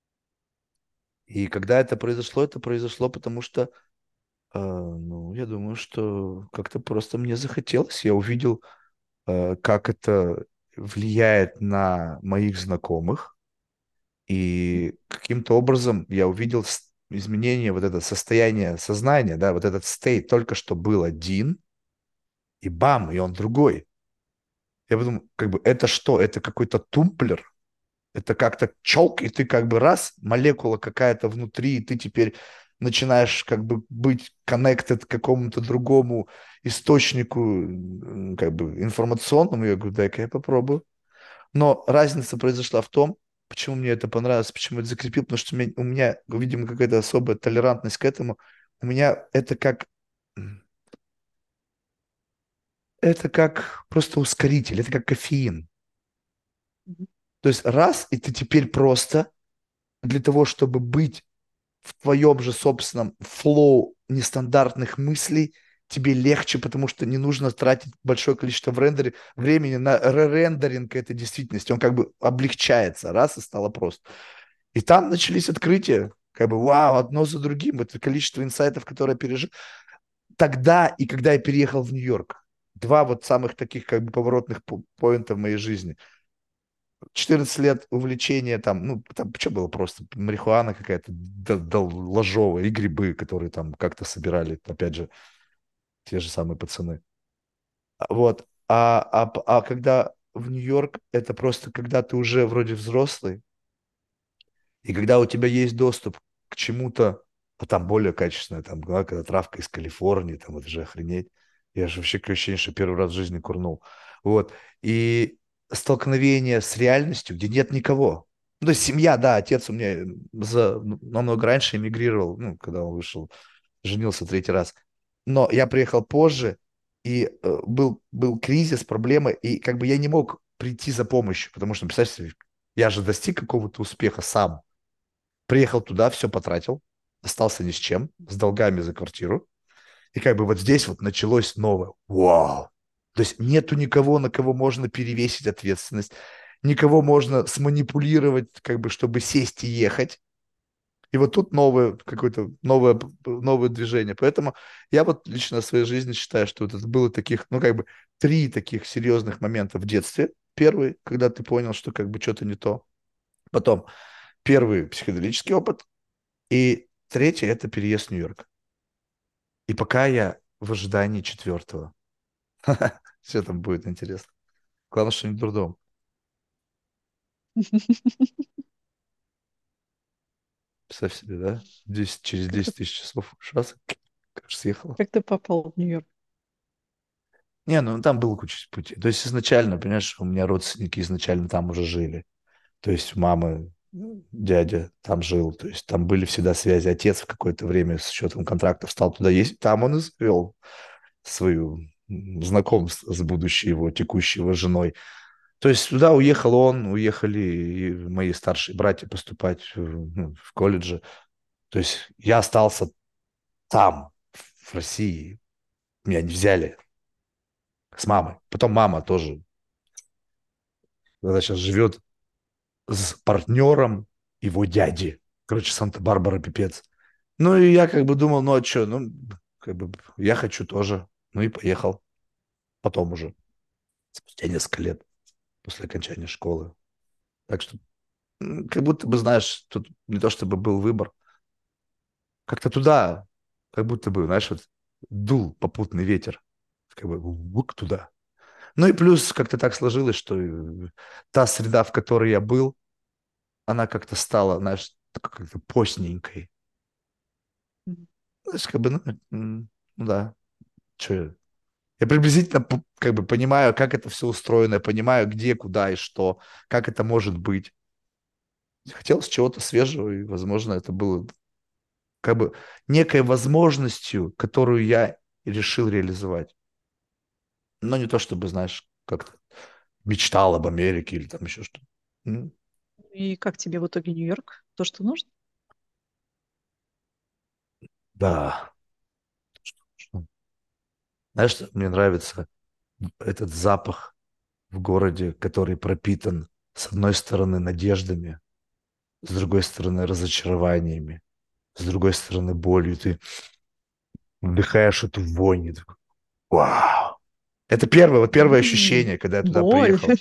И когда это произошло, это произошло, потому что, э, ну, я думаю, что как-то просто мне захотелось, я увидел, э, как это влияет на моих знакомых, и каким-то образом я увидел с- изменение, вот это состояние сознания, да, вот этот стейт только что был один, и бам, и он другой. Я подумал, как бы, это что? Это какой-то тумблер? Это как-то челк, и ты как бы раз, молекула какая-то внутри, и ты теперь начинаешь как бы быть connected к какому-то другому источнику, м, как бы информационному. Я говорю, дай-ка я попробую. Но разница произошла в том, почему мне это понравилось, почему это закрепил, потому что у меня, у меня, видимо, какая-то особая толерантность к этому. У меня это как, это как просто ускоритель, это как кофеин. Мгм. То есть раз, и ты теперь просто для того, чтобы быть в твоем же собственном флоу нестандартных мыслей, тебе легче, потому что не нужно тратить большое количество в рендере, времени на рендеринг этой действительности. Он как бы облегчается, раз, и стало просто. И там начались открытия, как бы, вау, одно за другим. Это количество инсайтов, которые я пережил. Тогда и когда я переехал в Нью-Йорк. Два вот самых таких как бы поворотных по- поинта в моей жизни. четырнадцать лет увлечения там, ну, там что было просто? Марихуана какая-то, да, да, ложовая, и грибы, которые там как-то собирали, опять же, те же самые пацаны. А, Вот. А, а, п- а когда в Нью-Йорк, это просто когда ты уже вроде взрослый, и когда у тебя есть доступ к чему-то, а там более качественное, там, да, когда травка из Калифорнии, там, это же охренеть. Я же вообще такое ощущение, что первый раз в жизни курнул. Вот. И столкновение с реальностью, где нет никого. Ну, то есть семья, да, отец у меня за, ну, намного раньше эмигрировал, ну, когда он вышел, женился третий раз. Но я приехал позже, и э, был, был кризис, проблемы, и как бы я не мог прийти за помощью, потому что, представьте, я же достиг какого-то успеха сам. Приехал туда, все потратил, остался ни с чем, с долгами за квартиру. И как бы вот здесь вот началось новое. Вау! То есть нету никого, на кого можно перевесить ответственность, никого можно сманипулировать, как бы, чтобы сесть и ехать. И вот тут новое какое-то новое, новое движение. Поэтому я вот лично в своей жизни считаю, что вот это было таких, ну, как бы три таких серьезных момента в детстве. Первый, когда ты понял, что как бы что-то не то. Потом первый психоделический опыт, и третье – это переезд в Нью-Йорк. И пока я в ожидании четвертого. Все там будет интересно. Главное, что не дурдом. Представь себе, да? десять, через Как ты, десять тысяч часов раз, как съехала. как ты попал в Нью-Йорк? Не, ну там было куча путей. То есть изначально, понимаешь, у меня родственники изначально там уже жили. То есть у мамы дядя там жил. То есть там были всегда связи. Отец в какое-то время с учетом контрактов стал туда ездить. Там он и завел свою м, знакомство с будущей его текущей женой. То есть туда уехал он, уехали и мои старшие братья поступать в, ну, в колледжи. То есть я остался там, в России. Меня не взяли с мамой. Потом мама тоже, она сейчас живет с партнером его дяди. Короче, Санта-Барбара пипец. Ну и я как бы думал, ну а что, ну как бы я хочу тоже. Ну и поехал. Потом уже, спустя несколько лет после окончания школы. Так что м, как будто бы, знаешь, тут не то чтобы был выбор. Как-то туда, как будто бы, знаешь, вот дул попутный ветер. Как бы вук туда. Ну и плюс как-то так сложилось, что э, та среда, в которой я был, она как-то стала, знаешь, такой как-то постненькой. Мгм. Знаешь, как бы, ну, м, ну да, что. Я приблизительно п- как бы понимаю, как это все устроено, я понимаю, где, куда и что, как это может быть. Хотелось чего-то свежего, и, возможно, это было как бы некой возможностью, которую я решил реализовать. Но не то, чтобы, знаешь, как-то мечтал об Америке или там еще что-то. М, И как тебе в итоге Нью-Йорк? То, что нужно? Да. Что- Знаешь, что мне нравится этот запах в городе, который пропитан, с одной стороны, надеждами, с другой стороны, разочарованиями, с другой стороны, болью. Ты вдыхаешь эту вонь. И такой, вау! Это первое, вот первое М, ощущение, когда я туда Боль. приехал.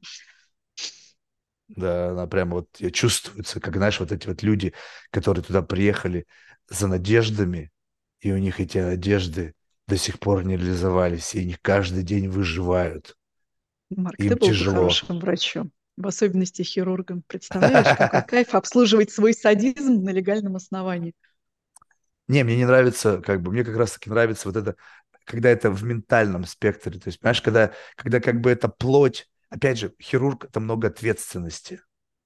Да, она прямо вот я чувствуется, как, знаешь, вот эти вот люди, которые туда приехали за надеждами, и у них эти надежды до сих пор не реализовались, и они каждый день выживают. Марк, ты Им был бы тяжело. хорошим врачом, в особенности хирургом. Представляешь, какой кайф обслуживать свой садизм на легальном основании. Не, мне не нравится, как бы, мне как раз-таки нравится вот это, когда это в ментальном спектре. То есть, понимаешь, когда, когда как бы это плоть, опять же, хирург– это много ответственности.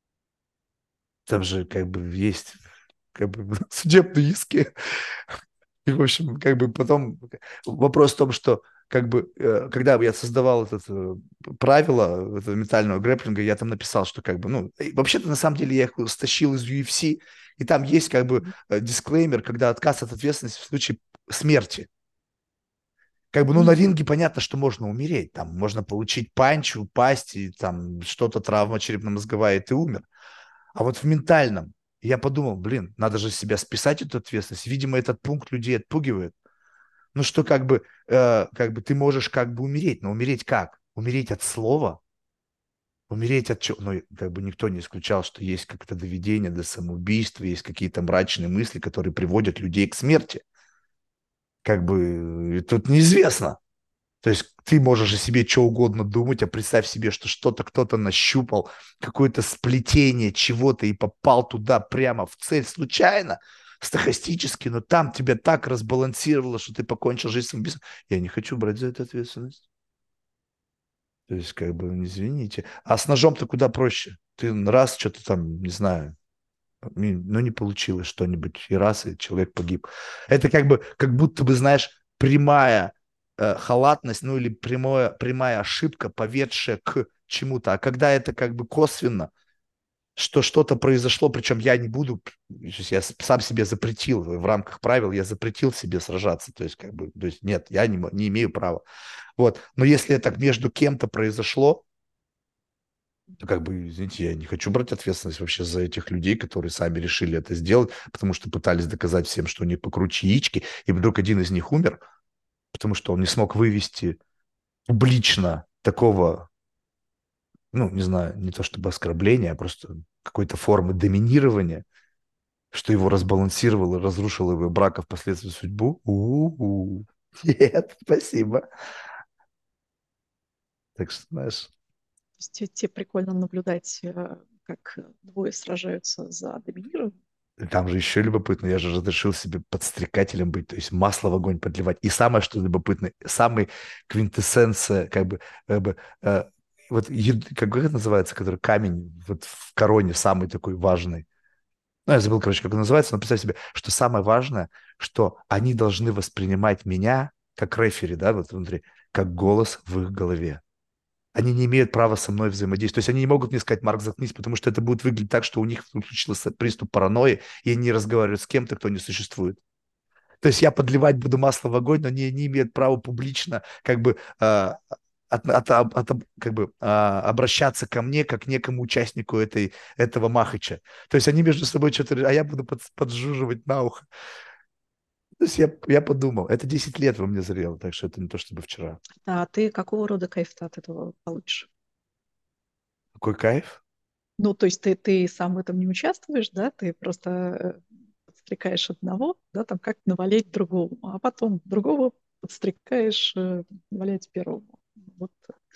Там же как бы есть как бы судебные иски. И, в общем, как бы потом вопрос в том, что как бы, э, когда я создавал это э, правило этого ментального грэпплинга, я там написал, что как бы, ну, и вообще-то на самом деле я их стащил из ю эф си, и там есть как бы э, дисклеймер, когда отказ от ответственности в случае смерти. Как бы, ну, на Мгм. ринге понятно, что можно умереть, там можно получить панч, упасть, и там что-то, травма черепно-мозговая, и ты умер. А вот в ментальном я подумал, блин, надо же с себя списать эту ответственность. Видимо, этот пункт людей отпугивает. Ну что как бы, э, как бы ты можешь как бы умереть, но умереть как? Умереть от слова? Умереть от чего? Ну, как бы никто не исключал, что есть как-то доведение до самоубийства, есть какие-то мрачные мысли, которые приводят людей к смерти. Как бы э, тут неизвестно. То есть ты можешь о себе что угодно думать, а представь себе, что что-то кто-то нащупал, какое-то сплетение чего-то и попал туда прямо в цель случайно, стохастически, но там тебя так разбалансировало, что ты покончил жизнь самоубийством. Я не хочу брать за это ответственность. То есть, как бы, ну, извините. А с ножом-то куда проще. Ты раз что-то там, не знаю, ми- ну, не получилось что-нибудь, и раз, и человек погиб. Это как бы, как будто бы, знаешь, прямая э, халатность, ну, или прямое, прямая ошибка, поведшая к чему-то. А когда это как бы косвенно, что что-то произошло, причем я не буду, то есть я с- сам себе запретил, в рамках правил я запретил себе сражаться, то есть как бы, то есть нет, я не, мо- не имею права. Вот, но если это между кем-то произошло, то как бы, извините, я не хочу брать ответственность вообще за этих людей, которые сами решили это сделать, потому что пытались доказать всем, что у них покруче яички, и вдруг один из них умер, потому что он не смог вывести публично такого, ну, не знаю, не то чтобы оскорбления, а просто какой-то формы доминирования, что его разбалансировало, разрушило его брак, а впоследствии судьбу. У-у-у. Нет, спасибо. Так что, знаешь, То есть те- тебе прикольно наблюдать, э, как двое сражаются за доминирование. там же еще любопытно, я же разрешил себе подстрекателем быть, то есть масло в огонь подливать. И самое, что любопытно, самый квинтэссенция, как бы, как бы э, вот, ед- как это называется, который камень вот в короне самый такой важный. Ну, я забыл, короче, как он называется, но представь себе, что самое важное, что они должны воспринимать меня, как рефери, да, вот внутри, как голос в их голове. Они не имеют права со мной взаимодействовать. То есть они не могут мне сказать, Марк, заткнись, потому что это будет выглядеть так, что у них случился приступ паранойи, и они разговаривают с кем-то, кто не существует. То есть я подливать буду масло в огонь, но они не имеют права публично как бы, а, от, от- от- от- как бы а, обращаться ко мне как к некому участнику этой, этого махача. То есть они между собой что-то, а я буду под- поджуживать на ухо. То есть я, я подумал, это десять лет во мне зрело, так что это не то чтобы вчера. А ты какого рода кайф ты от этого получишь? Какой кайф? Ну, то есть ты, ты сам в этом не участвуешь, да, ты просто э, подстрекаешь одного, да, там как навалять другому, а потом другого подстрекаешь э, навалять первому. Вот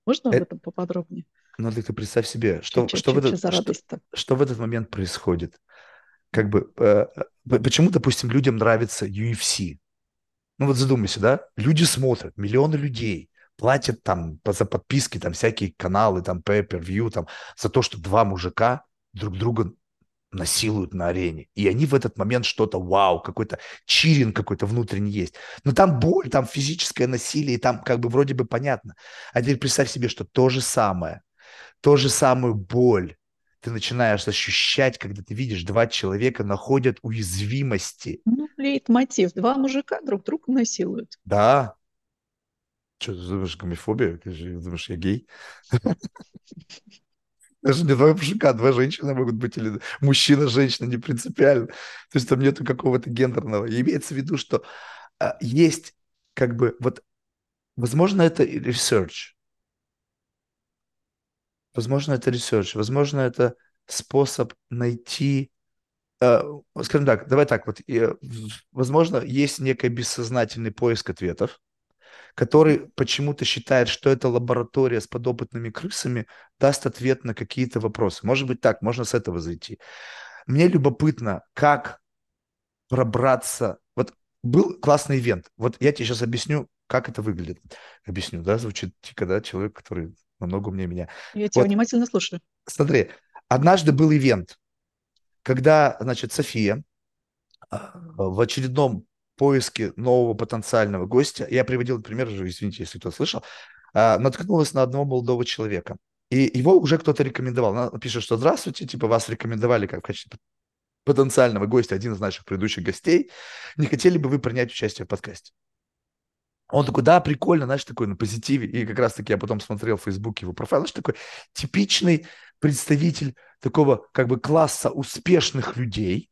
Можно об Э, этом поподробнее? ну, ты, ты представь себе, Че, что, че, что, в че, че этот, за что, радость-то? что в этот момент происходит. Как бы, э, э, почему, допустим, людям нравится ю эф си? Ну вот задумайся, да? Люди смотрят, миллионы людей платят там по- за подписки, там всякие каналы, там pay-per-view, там за то, что два мужика друг друга насилуют на арене. И они в этот момент что-то, вау, какой-то чиринг какой-то внутренний есть. Но там боль, там физическое насилие, и там как бы вроде бы понятно. А теперь представь себе, что то же самое, то же самую боль ты начинаешь ощущать, когда ты видишь, два человека находят уязвимости. Ну, лейтмотив. Два мужика друг друга насилуют. Да, что ты думаешь, гомофобия? Ты же думаешь, я гей? Даже не два мужика, два женщины могут быть, или мужчина, женщина, не принципиально. То есть там нету какого-то гендерного. И имеется в виду, что а, есть как бы вот, возможно, это и research, возможно, это research, возможно, это способ найти, э, скажем так, давай так, вот, э, в- возможно, есть некий бессознательный поиск ответов, Мгм. который почему-то считает, что эта лаборатория с подопытными крысами даст ответ на какие-то вопросы. Может быть так, можно с этого зайти. Мне любопытно, как пробраться. Вот был классный ивент. Вот я тебе сейчас объясню, как это выглядит. Объясню, да, звучит дико, да, человек, который намного умнее меня. Я тебя Вот, внимательно слушаю. смотри, однажды был ивент, когда, значит, София а, в очередном поиске нового потенциального гостя, я приводил этот пример уже, извините, если кто слышал, а, наткнулась на одного молодого человека. И его уже кто-то рекомендовал. Она пишет, что здравствуйте, типа вас рекомендовали как в качестве потенциального гостя один из наших предыдущих гостей. Не хотели бы вы принять участие в подкасте? Он такой, да, прикольно, знаешь, такой на позитиве. И как раз-таки я потом смотрел в Фейсбуке его профайл, знаешь, такой типичный представитель такого как бы класса успешных людей,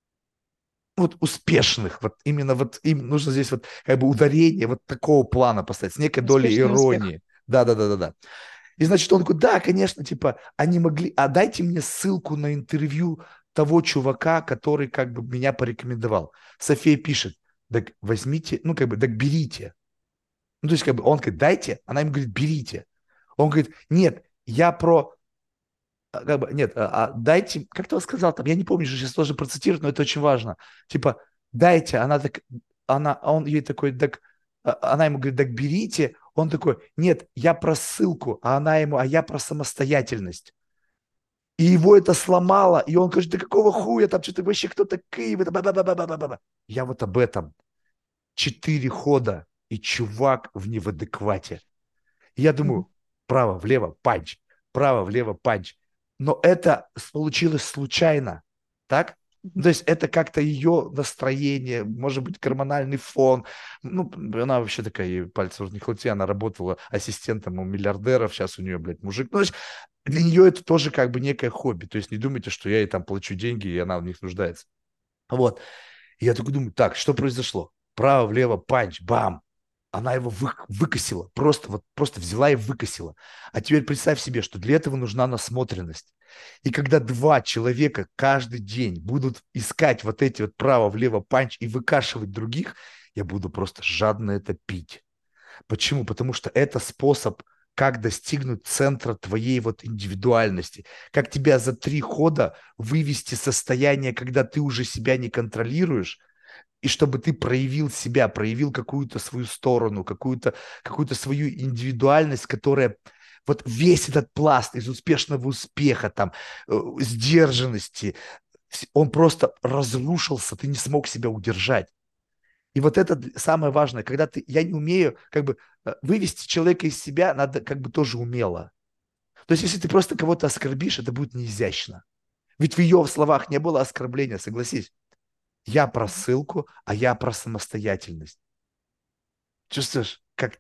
вот успешных, вот именно вот им нужно здесь вот как бы ударение вот такого плана поставить, с некой долей Успешный успех. иронии. Да-да-да-да-да. И значит, он такой, да, конечно, типа, они могли, а дайте мне ссылку на интервью того чувака, который как бы меня порекомендовал. София пишет, так возьмите, ну как бы, так берите. Ну то есть как бы он говорит, дайте, она ему говорит, берите. Он говорит, нет, я про, а, как бы, нет, а, а дайте, как ты сказал там, я не помню, сейчас тоже процитировать, но это очень важно. Типа, дайте, она так, она, а он ей такой, так, а, она ему говорит, так берите. Он такой, нет, я про ссылку, а она ему, а я про самостоятельность. И его это сломало, и он говорит, да какого хуя, там что-то вообще кто такие? Ба- ба- ба- ба- ба- ба- ба- ба. Я вот об этом. Четыре хода, и чувак в не в адеквате. И я Мгм. думаю, право, влево, панч, право, влево, панч. Но это получилось случайно, так? Мгм. То есть это как-то ее настроение, может быть, гормональный фон. Ну, она вообще такая, ей пальцев не хватит, она работала ассистентом у миллиардеров, сейчас у нее, блядь, мужик. Ну, то есть для нее это тоже как бы некое хобби. То есть не думайте, что я ей там плачу деньги, и она в них нуждается. Вот. И я такой думаю, так, что произошло? Право, влево, панч, бам. Она его вы, выкосила, просто вот просто взяла и выкосила. А теперь представь себе, что для этого нужна насмотренность. И когда два человека каждый день будут искать вот эти вот право-влево панч и выкашивать других, я буду просто жадно это пить. Почему? Потому что это способ, как достигнуть центра твоей вот индивидуальности, как тебя за три хода вывести состояние, когда ты уже себя не контролируешь, и чтобы ты проявил себя, проявил какую-то свою сторону, какую-то какую свою индивидуальность, которая вот весь этот пласт из успешного успеха, там, э, сдержанности, он просто разрушился, ты не смог себя удержать. И вот это самое важное, когда ты, я не умею, как бы, э, вывести человека из себя, надо как бы тоже умело. То есть, если ты просто кого-то оскорбишь, это будет неизящно. Ведь в ее словах не было оскорбления, согласись. Я про Мгм. ссылку, а я про самостоятельность. Чувствуешь, как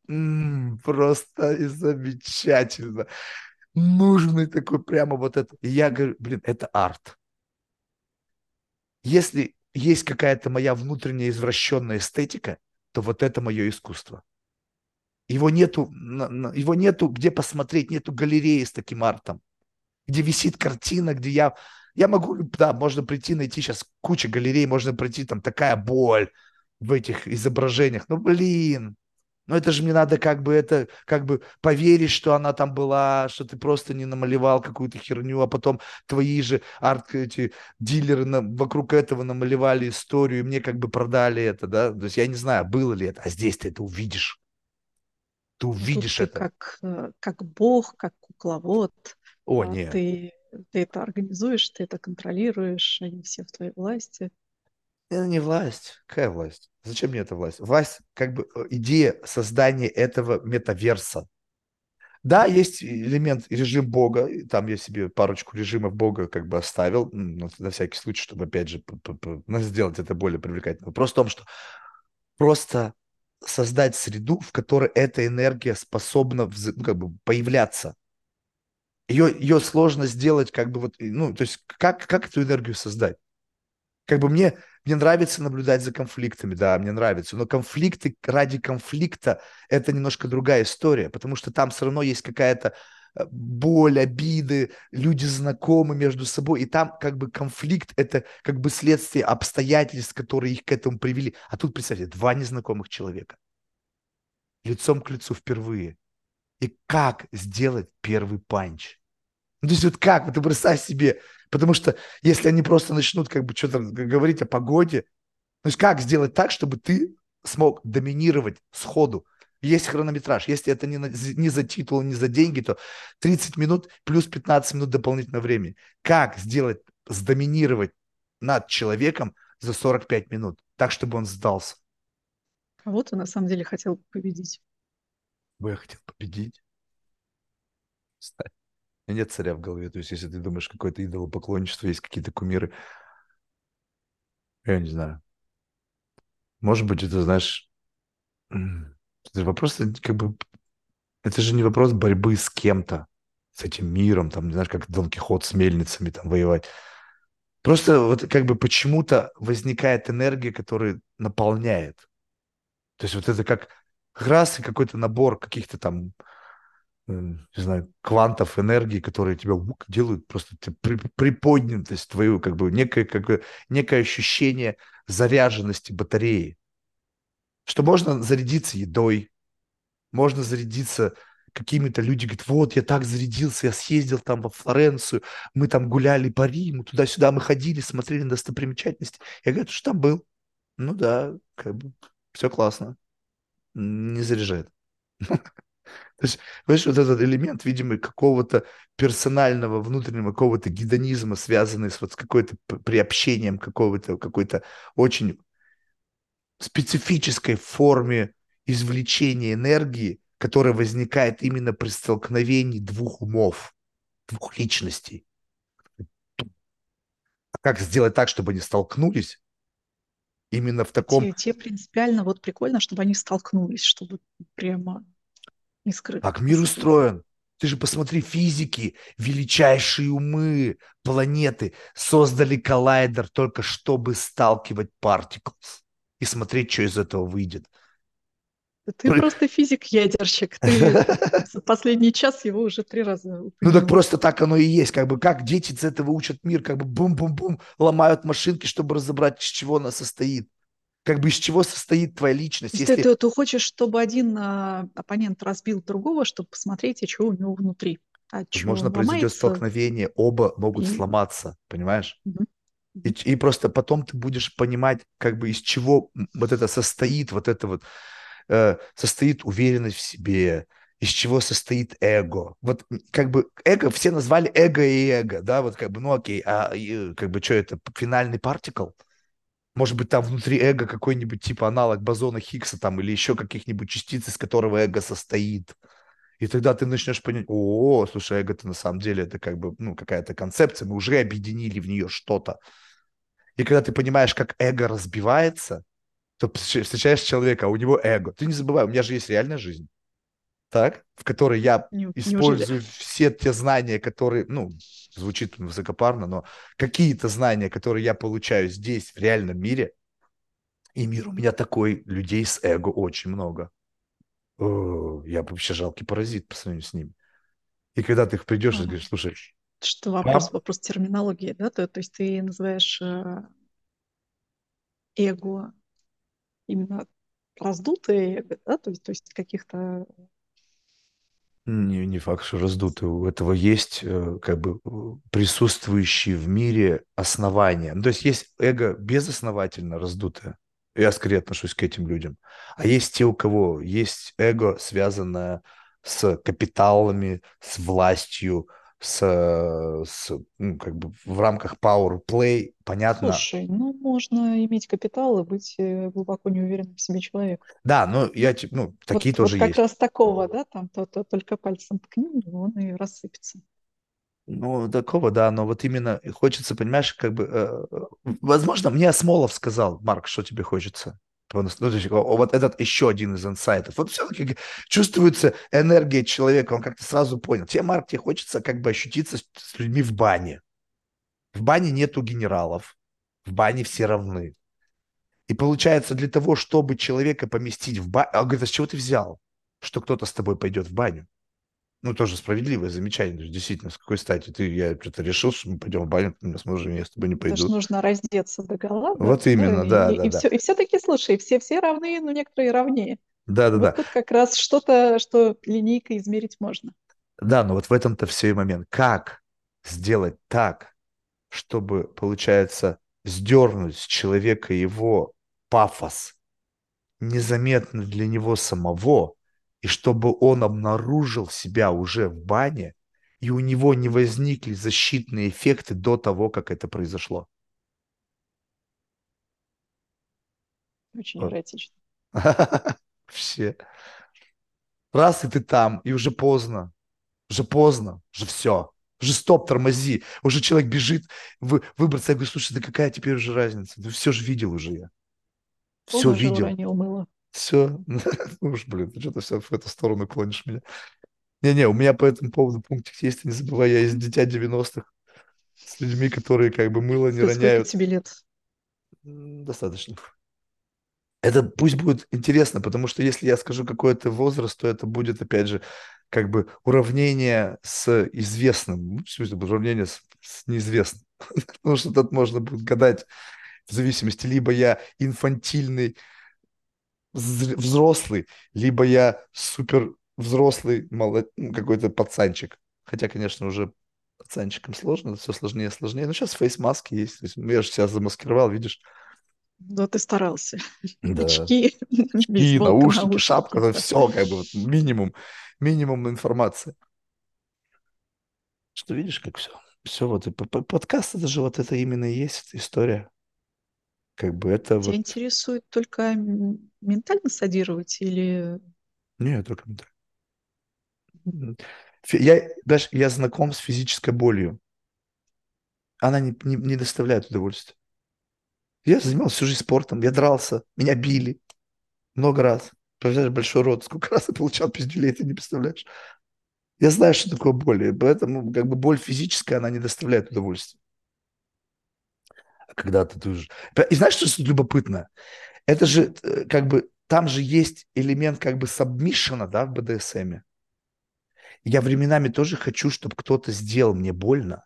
м, просто и замечательно. Нужный такой прямо вот это. И я говорю, блин, это арт. Если есть какая-то моя внутренняя извращенная эстетика, то вот это мое искусство. Его нету, на- на- его нету где посмотреть, нету галереи с таким артом, где висит картина, где я, я могу, да, можно прийти, найти сейчас куча галерей, можно прийти, там такая боль в этих изображениях. Ну, блин, Но это же мне надо как бы это, как бы поверить, что она там была, что ты просто не намалевал какую-то херню, а потом твои же арт, эти дилеры на- вокруг этого намалевали историю, и мне как бы продали это, да. То есть я не знаю, было ли это, а здесь ты это увидишь. Ты А тут увидишь ты это. как, э, как бог, как кукловод, О, а, не, ты, ты это организуешь, ты это контролируешь, они все в твоей власти. это не власть. Какая власть? Зачем мне эта власть? Власть, как бы э, идея создания этого метаверса. Да, есть элемент, режим Бога, и там я себе парочку режимов Бога как бы оставил, м, на, на всякий случай, чтобы, опять же, п- п- п- ну, сделать это более привлекательным. Вопрос в том, что просто создать среду, в которой эта энергия способна вза- ну, как бы появляться. Ее, ее сложно сделать, как бы вот, и, ну, то есть как, как эту энергию создать? Как бы мне, мне нравится наблюдать за конфликтами, да, мне нравится, но конфликты ради конфликта– это немножко другая история, потому что там все равно есть какая-то э, боль, обиды, люди знакомы между собой, и там как бы конфликт– это как бы следствие обстоятельств, которые их к этому привели. А тут, представьте, два незнакомых человека, лицом к лицу впервые. И как сделать первый панч? Ну, то есть вот как? Вот ты представь себе, потому что если они просто начнут как бы что-то говорить о погоде, то есть как сделать так, чтобы ты смог доминировать сходу? Есть хронометраж. Если это не, на- не за титул, не за деньги, то тридцать минут плюс пятнадцать минут дополнительного времени. Как сделать, сдоминировать над человеком за сорок пять минут, так, чтобы он сдался? Кого ты на самом деле хотел бы победить? Бы я хотел победить. Ста- У меня нет царя в голове. То есть, если ты думаешь, какое-то идолопоклонничество, есть какие-то кумиры, я не знаю. Может быть, это, знаешь, м, это же вопрос, э, как бы, это же не вопрос борьбы с кем-то, с этим миром, там, не знаешь, как Дон Кихот с мельницами там воевать. Просто вот как бы почему-то возникает энергия, которая наполняет. То есть вот это как, как раз и какой-то набор каких-то там, м, не знаю, квантов энергии, которые тебя ук, делают просто ты при- приподнятость твою, как бы некое, как бы, некое ощущение заряженности батареи, что можно зарядиться едой, можно зарядиться какими-то люди говорят, вот, я так зарядился, я съездил там во Флоренцию, мы там гуляли по Риму, туда-сюда мы ходили, смотрели на достопримечательности. Я говорю, ты что там был? Ну да, как бы все классно, не заряжает. То есть, понимаешь, вот этот элемент, видимо, какого-то персонального, внутреннего какого-то гедонизма, связанный с вот с какой-то п- приобщением какого-то, какой-то очень специфической форме извлечения энергии, которая возникает именно при столкновении двух умов, двух личностей. А как сделать так, чтобы они столкнулись именно в таком... Те, те принципиально вот прикольно, чтобы они столкнулись, чтобы прямо искры Как мир посыпались. устроен? Ты же посмотри, физики, величайшие умы планеты создали коллайдер только чтобы сталкивать particles и смотреть, что из этого выйдет. Ты просто физик-ядерщик. Ты за последний час его уже три раза Ну так упомянул. просто так оно и есть, как бы как дети с этого учат мир, как бы бум-бум-бум, ломают машинки, чтобы разобрать, из чего она состоит. Как бы из чего состоит твоя То личность, есть ты, если, ты, ты хочешь, чтобы один а, оппонент разбил другого, чтобы посмотреть, а что у него внутри, а что возможно, он произойдет ломается. столкновение, оба могут И... сломаться, понимаешь? Мгм, И, мгм. и просто потом ты будешь понимать, как бы из чего м, вот это состоит, вот это вот э, состоит уверенность в себе, из чего состоит эго. Вот м, как бы эго, все назвали эго и эго, да, вот как бы, ну окей, а э, как бы что это, финальный партикл? Может быть, там внутри эго какой-нибудь типа аналог бозона Хиггса там или еще каких-нибудь частиц, из которого эго состоит. И тогда ты начнешь понимать, о, слушай, эго-то на самом деле это как бы, ну, какая-то концепция, мы уже объединили в нее что-то. И когда ты понимаешь, как эго разбивается, то встречаешь человека, а у него эго. Ты не забывай, у меня же есть реальная жизнь, так, в которой я Не- Неужели? использую все те знания, которые, ну, звучит высокопарно, но какие-то знания, которые я получаю здесь, в реальном мире, и мир у меня такой, людей с эго очень много. О, я вообще жалкий паразит по сравнению с ними. И когда ты их придешь и А, говоришь, слушай, что вопрос, вам, вопрос терминологии, да? То, то есть ты называешь э, эго именно раздутое эго, да, то есть, то есть каких-то... Не, не факт, что раздутый. У этого есть э, как бы э, присутствующие в мире основания. Ну, то есть есть эго безосновательно раздутое. Я скорее отношусь к этим людям. А есть те, у кого есть эго, связанное с капиталами, с властью, с, э, с, ну, как бы в рамках power play, понятно. Слушай, ну, можно иметь капитал и быть э, глубоко неуверенным в себе человеком. Да, но я, типа, ну, такие Вот, вот тоже как есть. раз такого, да, там, то, то только пальцем ткни, он и рассыпется. Ну, такого, да, но вот именно хочется, понимаешь, как бы, э, э, возможно, мне Асмолов сказал: Марк, что тебе хочется? Он- Ну, то есть, о- вот этот еще один из инсайтов. Вот все-таки чувствуется энергия человека, он как-то сразу понял. Тебе, Марк, тебе хочется как бы ощутиться с, с людьми в бане. В бане нету генералов, в бане все равны. И получается, для того, чтобы человека поместить в баню... А он говорит: а с чего ты взял, что кто-то с тобой пойдет в баню? Ну, тоже справедливое замечание. То есть, действительно, с какой стати ты, я что-то решил, что мы пойдем в баню, мы с мужем, я с тобой не Это ж пойду. нужно раздеться догола, да, Вот да, именно, и, да, да, и да. все, и все-таки, слушай, все, все равны, но некоторые равнее. Да, да, да. Вот тут как раз что-то, что линейкой измерить можно. Да, но вот в этом-то все и момент. Как сделать так, чтобы, получается, сдернуть с человека его пафос незаметно для него самого, и чтобы он обнаружил себя уже в бане, и у него не возникли защитные эффекты до того, как это произошло. Очень Вот. эротично. Все. Раз, и ты там, и уже поздно. Уже поздно. Уже все. Уже стоп, тормози. Уже человек бежит вы, выбраться. Я говорю: слушай, да какая теперь уже разница? Да все же видел уже я. Он Все уже видел. уронил мыло. Все. Уж, блин, ты что-то все в эту сторону клонишь меня. Не-не, у меня по этому поводу пунктик есть, не забывай, я из дитя девяностых с людьми, которые как бы мыло не Ты сколько роняют. тебе лет? М, Достаточно. Это пусть будет интересно, потому что если я скажу какой-то возраст, то это будет, опять же, как бы уравнение с известным, ну, в смысле, уравнение с, с неизвестным. Потому что тут можно будет гадать в зависимости, либо я инфантильный взр- взрослый, либо я супер взрослый мало- ну, какой-то пацанчик. Хотя, конечно, уже пацанчикам сложно, все сложнее и сложнее. Но сейчас фейс-маски есть. То есть я же себя замаскировал, видишь. Да, ты старался. Да. Очки, И бейсболка, наушники, шапка, наушники. ну Да. все, как бы вот минимум, минимум информации. Что видишь, как все. Все вот, и п- п- подкаст, это же вот это именно и есть история. Как бы это Тебя вот, интересует только м, ментально садировать или... не, только не так. М. Фи- Я, даже я знаком с физической болью. Она не, не, не доставляет удовольствия. Я занимался всю жизнь спортом, я дрался, меня били много раз. Представляешь, большой рот, сколько раз я получал пиздюлей, ты не представляешь. Я знаю, что такое боль, и поэтому как бы боль физическая, она не доставляет удовольствия. А когда ты, ты уже... И знаешь, что тут любопытно? Это же э, как бы, там же есть элемент как бы сабмишена, да, в бэ дэ эс эм. Я временами тоже хочу, чтобы кто-то сделал мне больно.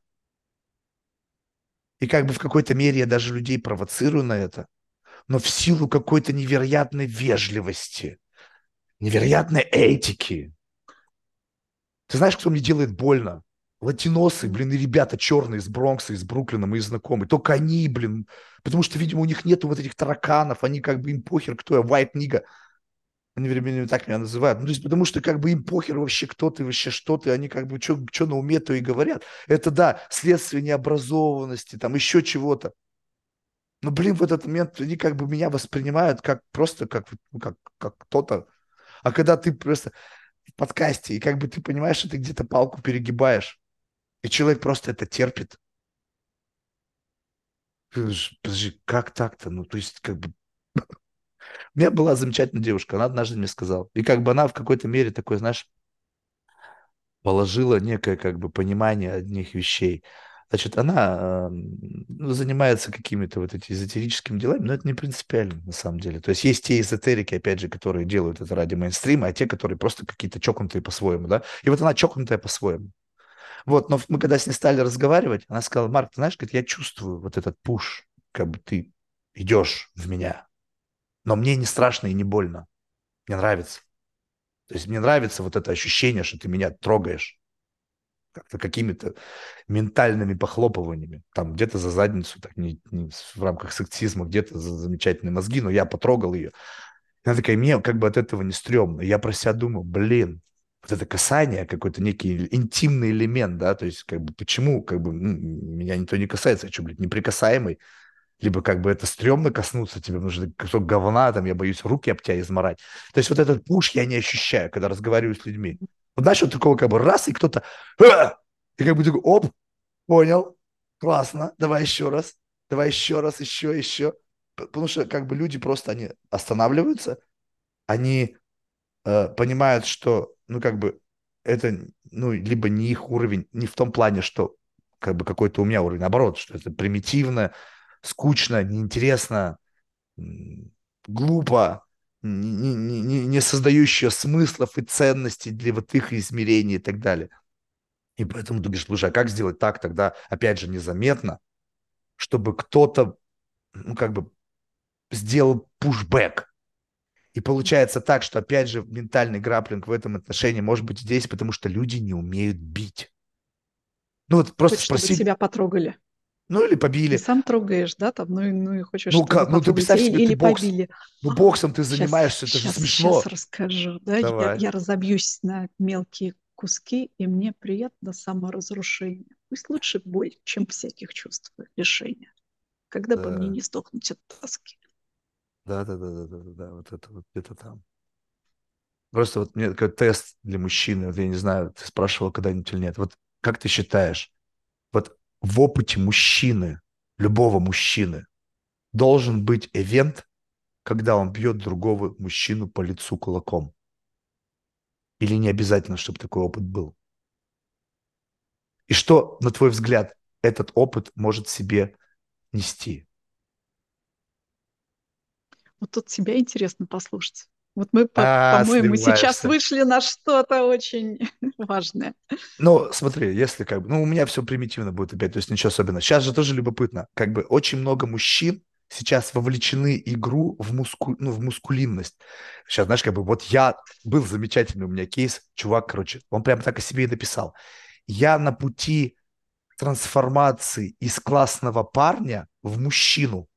И как бы в какой-то мере я даже людей провоцирую на это. Но в силу какой-то невероятной вежливости, невероятной этики. Ты знаешь, кто мне делает больно? Латиносы, М, блин, и ребята черные из Бронкса, из Бруклина, мои знакомые. Только они, блин. Потому что, видимо, у них нету вот этих тараканов, они как бы им похер, кто я, white nigga. Они временами так меня называют. Ну, то есть, потому что как бы им похер вообще, кто ты, вообще что ты. Они как бы что на уме, то и говорят. Это, да, следствие необразованности, там еще чего-то. Но, блин, в этот момент они как бы меня воспринимают как просто как, ну, как, как кто-то. А когда ты просто в подкасте, и как бы ты понимаешь, что ты где-то палку перегибаешь, и человек просто это терпит. Ты думаешь: подожди, как так-то? Ну, то есть, как бы... У меня была замечательная девушка, она однажды мне сказала. И как бы она в какой-то мере такой, знаешь, положила некое как бы понимание одних вещей. Значит, она э, ну, занимается какими-то вот этими эзотерическими делами, но это не принципиально на самом деле. То есть есть те эзотерики, опять же, которые делают это ради мейнстрима, а те, которые просто какие-то чокнутые по-своему, да. И вот она чокнутая по-своему. Вот, но мы когда с ней стали разговаривать, она сказала: Марк, ты знаешь, говорит, я чувствую вот этот пуш, как бы ты идешь в меня. Но мне не страшно и не больно. Мне нравится. То есть мне нравится вот это ощущение, что ты меня трогаешь как-то какими-то ментальными похлопываниями. Там где-то за задницу, так не, не в рамках сексизма, где-то за замечательные мозги, но я потрогал ее. И она такая, мне как бы от этого не стрёмно. Я про себя думаю, блин, вот это касание, какой-то некий интимный элемент, да, то есть как бы почему как бы ну, меня никто не касается, я что, блядь, неприкасаемый? Либо как бы это стрёмно коснуться тебе, потому что кусок говна, там, я боюсь руки об тебя изморать. То есть вот этот пуш я не ощущаю, когда разговариваю с людьми. Вот знаешь, вот такого как бы раз, и кто-то, «А!» и как бы такой, оп, понял, классно, давай еще раз, давай еще раз, еще, еще. П- Потому что как бы люди просто, они останавливаются, они э, понимают, что, ну, как бы, это, ну, либо не их уровень, не в том плане, что, как бы, какой-то у меня уровень, наоборот, что это примитивно, скучно, неинтересно, м, глупо, не, не, не не создающее смыслов и ценностей для вот их измерений и так далее. И поэтому ты говоришь, слушай, а как сделать так тогда, опять же, незаметно, чтобы кто-то, ну, как бы, сделал пушбэк. И получается так, что, опять же, ментальный граплинг в этом отношении может быть здесь, потому что люди не умеют бить. Ну, вот просто Хочешь, чтобы спроси, тебя потрогали. ну, или Ты побили. сам трогаешь, да, там, ну и, ну и хочешь, Ну, чтобы как, ну, ты потрогали представь тебя или, себе, ты или бокс, побили. ну, боксом ты Сейчас, занимаешься, это же сейчас, сейчас смешно. расскажу, да, я, Давай. я разобьюсь на мелкие куски, и мне приятно саморазрушение. Пусть лучше боль, чем всяких чувств лишения. Когда бы мне Да, не сдохнуть от тоски. да, да, да, да, да, да, да, вот это вот где-то там. Просто вот мне такой тест для мужчины, вот я не знаю, ты спрашивал когда-нибудь или нет. Вот как ты считаешь, вот в опыте мужчины, любого мужчины, должен быть ивент, когда он бьет другого мужчину по лицу кулаком? Или не обязательно, чтобы такой опыт был? И что, на твой взгляд, этот опыт может себе нести? Вот тут тебя интересно послушать. Вот мы, по- А, по-моему, сейчас сливаешься. вышли на что-то очень важное. Ну, смотри, если как бы, ну, у меня все примитивно будет опять, то есть ничего особенного. Сейчас же тоже любопытно, как бы очень много мужчин сейчас вовлечены игру в, муску, ну, в мускулинность. Сейчас, знаешь, как бы вот я, был замечательный у меня кейс, чувак, короче, он прям так о себе и написал. Я на пути трансформации из классного парня в мужчину.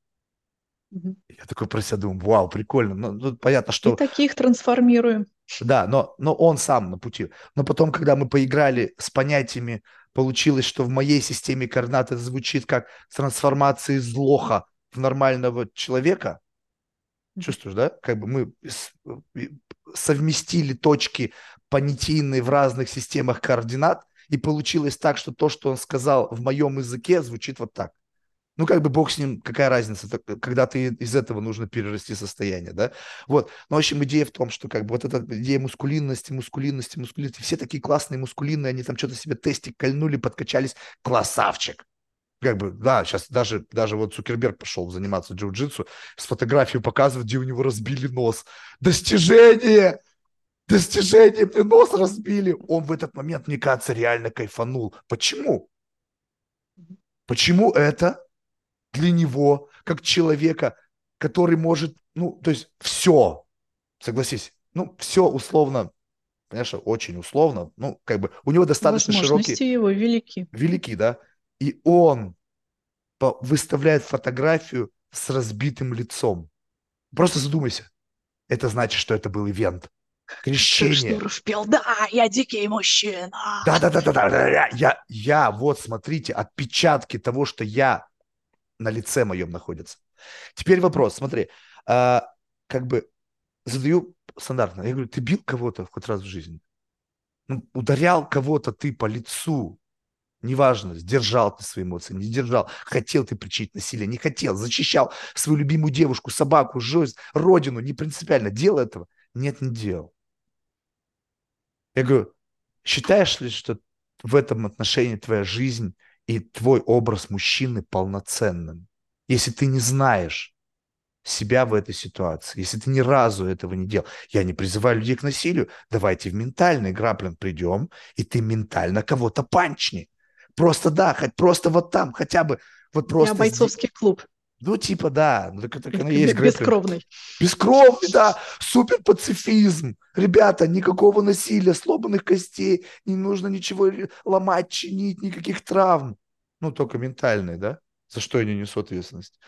Мгм. Я такой про себя думаю, вау, прикольно. Ну, ну, понятно, И что таких трансформируем. да, но, но он сам на пути. Но потом, когда мы поиграли с понятиями, получилось, что в моей системе координат это звучит как трансформация из лоха в нормального человека. Мгм. Чувствуешь, да? Как бы мы с- и совместили точки понятийные в разных системах координат, и получилось так, что то, что он сказал в моем языке, звучит вот так. Ну, как бы бог с ним, какая разница, так, когда ты из этого нужно перерасти состояние, да? Вот. Но, в общем, идея в том, что как бы вот эта идея мускулинности, мускулинности, мускулинности, все такие классные мускулинные, они там что-то себе тестик кольнули, подкачались, классавчик. Как бы, да, сейчас даже, даже вот Цукерберг пошел заниматься джиу-джитсу, с фотографией показывают, где у него разбили нос. Достижение! Достижение! Мне нос разбили! Он в этот момент, мне кажется, реально кайфанул. Почему? Мгм. Почему это для него, как человека, который может, ну, то есть все, согласись, ну, все условно, конечно, очень условно, ну, как бы у него достаточно Возможности широкий, его велики. великий, да, и он по- выставляет фотографию с разбитым лицом. Просто задумайся, это значит, что это был ивент, Как крещение. Шнуров пел, да, я дикий мужчина. Да-да-да-да-да, я, я, я, вот, смотрите, отпечатки того, что я на лице моем находятся. Теперь вопрос, смотри, а, как бы задаю стандартно. Я говорю, ты бил кого-то хоть раз в жизни? Ну, ударял кого-то ты по лицу, неважно, сдержал ты свои эмоции, не сдержал, хотел ты причинить насилие, не хотел, защищал свою любимую девушку, собаку, жизнь, родину, не принципиально, делал этого? Нет, не делал. Я говорю, считаешь ли, что в этом отношении твоя жизнь и твой образ мужчины полноценным? Если ты не знаешь себя в этой ситуации, если ты ни разу этого не делал. Я не призываю людей к насилию. Давайте в ментальный граплинг придем, и ты ментально кого-то панчни. Просто да, хоть просто вот там, хотя бы вот Я просто сде- бойцовский клуб. Ну, типа, да, ну, так, так оно и есть грэпплинг. Бескровный. Бескровный, да, супер пацифизм. Ребята, никакого насилия, сломанных костей, не нужно ничего ломать, чинить, никаких травм. Ну, только ментальные, да? За что я не несу ответственность.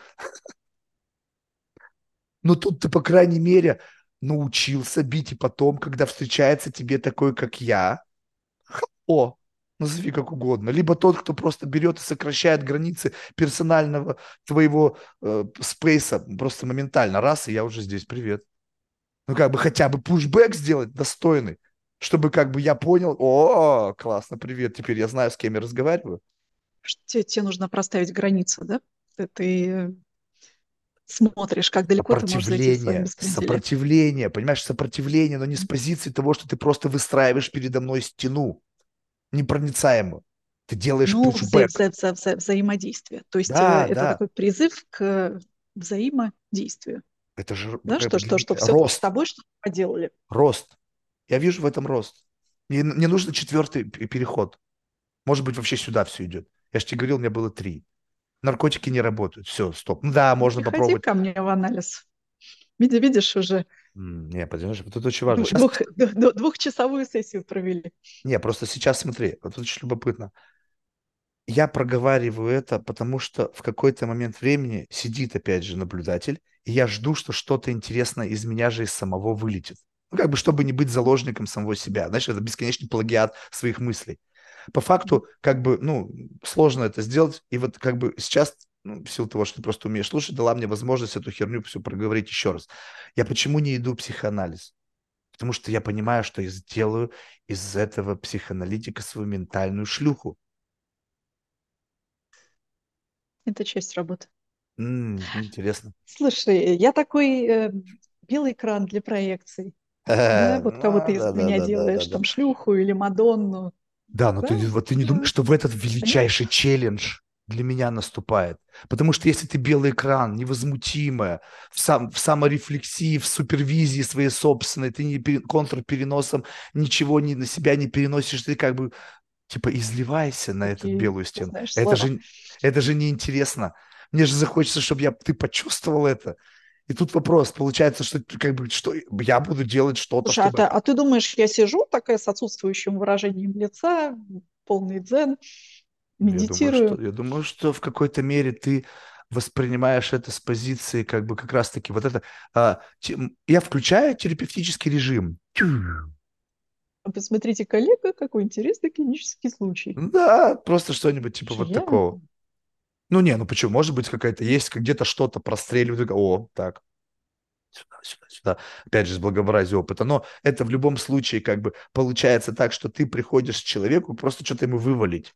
Но тут ты, по крайней мере, научился бить, и потом, когда встречается тебе такой, как я, о, назови как угодно. Либо тот, кто просто берет и сокращает границы персонального твоего э, спейса просто моментально. Раз, и я уже здесь, привет. Ну, как бы хотя бы пушбэк сделать достойный, чтобы как бы я понял, о, классно, привет, теперь я знаю, с кем я разговариваю. Тебе, тебе нужно проставить границу, да? Ты, ты смотришь, как далеко ты можешь зайти в своем Сопротивление, беспределе. сопротивление, понимаешь, сопротивление, но не с позиции того, что ты просто выстраиваешь передо мной стену непроницаемую. Ты делаешь Ну, вза пушбэк. вза вза вза взаимодействие. То есть э, Да, это да, такой призыв к взаимодействию. это же Да, как бы что, для что, меня что все-таки с рост, тобой что-то поделали. рост. Я вижу в этом рост. Мне, мне нужно четвертый п- переход. Может быть, вообще сюда все идет. Я же тебе говорил, у меня было три. Наркотики не работают. Все, стоп. Ну да, Ну, можно приходи попробовать. ко мне в анализ. Види- Видишь, уже М, Не, понимаешь, вот это очень важно. двух, Сейчас, двух- д- двухчасовую сессию провели. не, просто сейчас смотри, вот тут очень любопытно. Я проговариваю это, потому что в какой-то момент времени сидит, опять же, наблюдатель, и я жду, что что-то интересное из меня же из самого вылетит. Ну, как бы, чтобы не быть заложником самого себя. Знаешь, это бесконечный плагиат своих мыслей. По Мгм. факту, как бы, ну, сложно это сделать. И вот как бы сейчас, ну, в силу того, что ты просто умеешь слушать, дала мне возможность эту херню все проговорить еще раз. Я почему не иду в психоанализ? Потому что я понимаю, что я сделаю из этого психоаналитика свою ментальную шлюху. Это часть работы. М, интересно. Слушай, я такой э, белый экран для проекций. Да, вот кого А, ты из да, да, меня да, да, да, делаешь, да. там, шлюху или Мадонну. Да, но Да, ты, вот ты не думаешь, да, что в этот да. величайший челлендж для меня наступает? Потому что если ты белый экран, невозмутимая, в, сам, в саморефлексии, в супервизии своей собственной, ты не пере- контрпереносом ничего не, на себя не переносишь, ты как бы типа изливайся на эту Такие, белую ты стену. знаешь, Это слова. же, это же неинтересно. Мне же захочется, чтобы я, ты почувствовал это. И тут вопрос, получается, что как бы что я буду делать что-то, Слушай, а ты, чтобы а ты думаешь, я сижу такая с отсутствующим выражением лица, полный дзен, Ну, я думаю, что, медитирую? я думаю, что в какой-то мере ты воспринимаешь это с позиции, как бы как раз-таки вот это. а, те- м, я включаю терапевтический режим. Тю. А посмотрите, коллега, какой интересный клинический случай. Да, просто что-нибудь типа Слушай, вот я такого. Ну, не, ну почему? Может быть, какая-то есть, где-то что-то простреливает. О, так, сюда, сюда, сюда. Опять же, с благообразия опыта. Но это в любом случае как бы получается так, что ты приходишь к человеку просто что-то ему вывалить.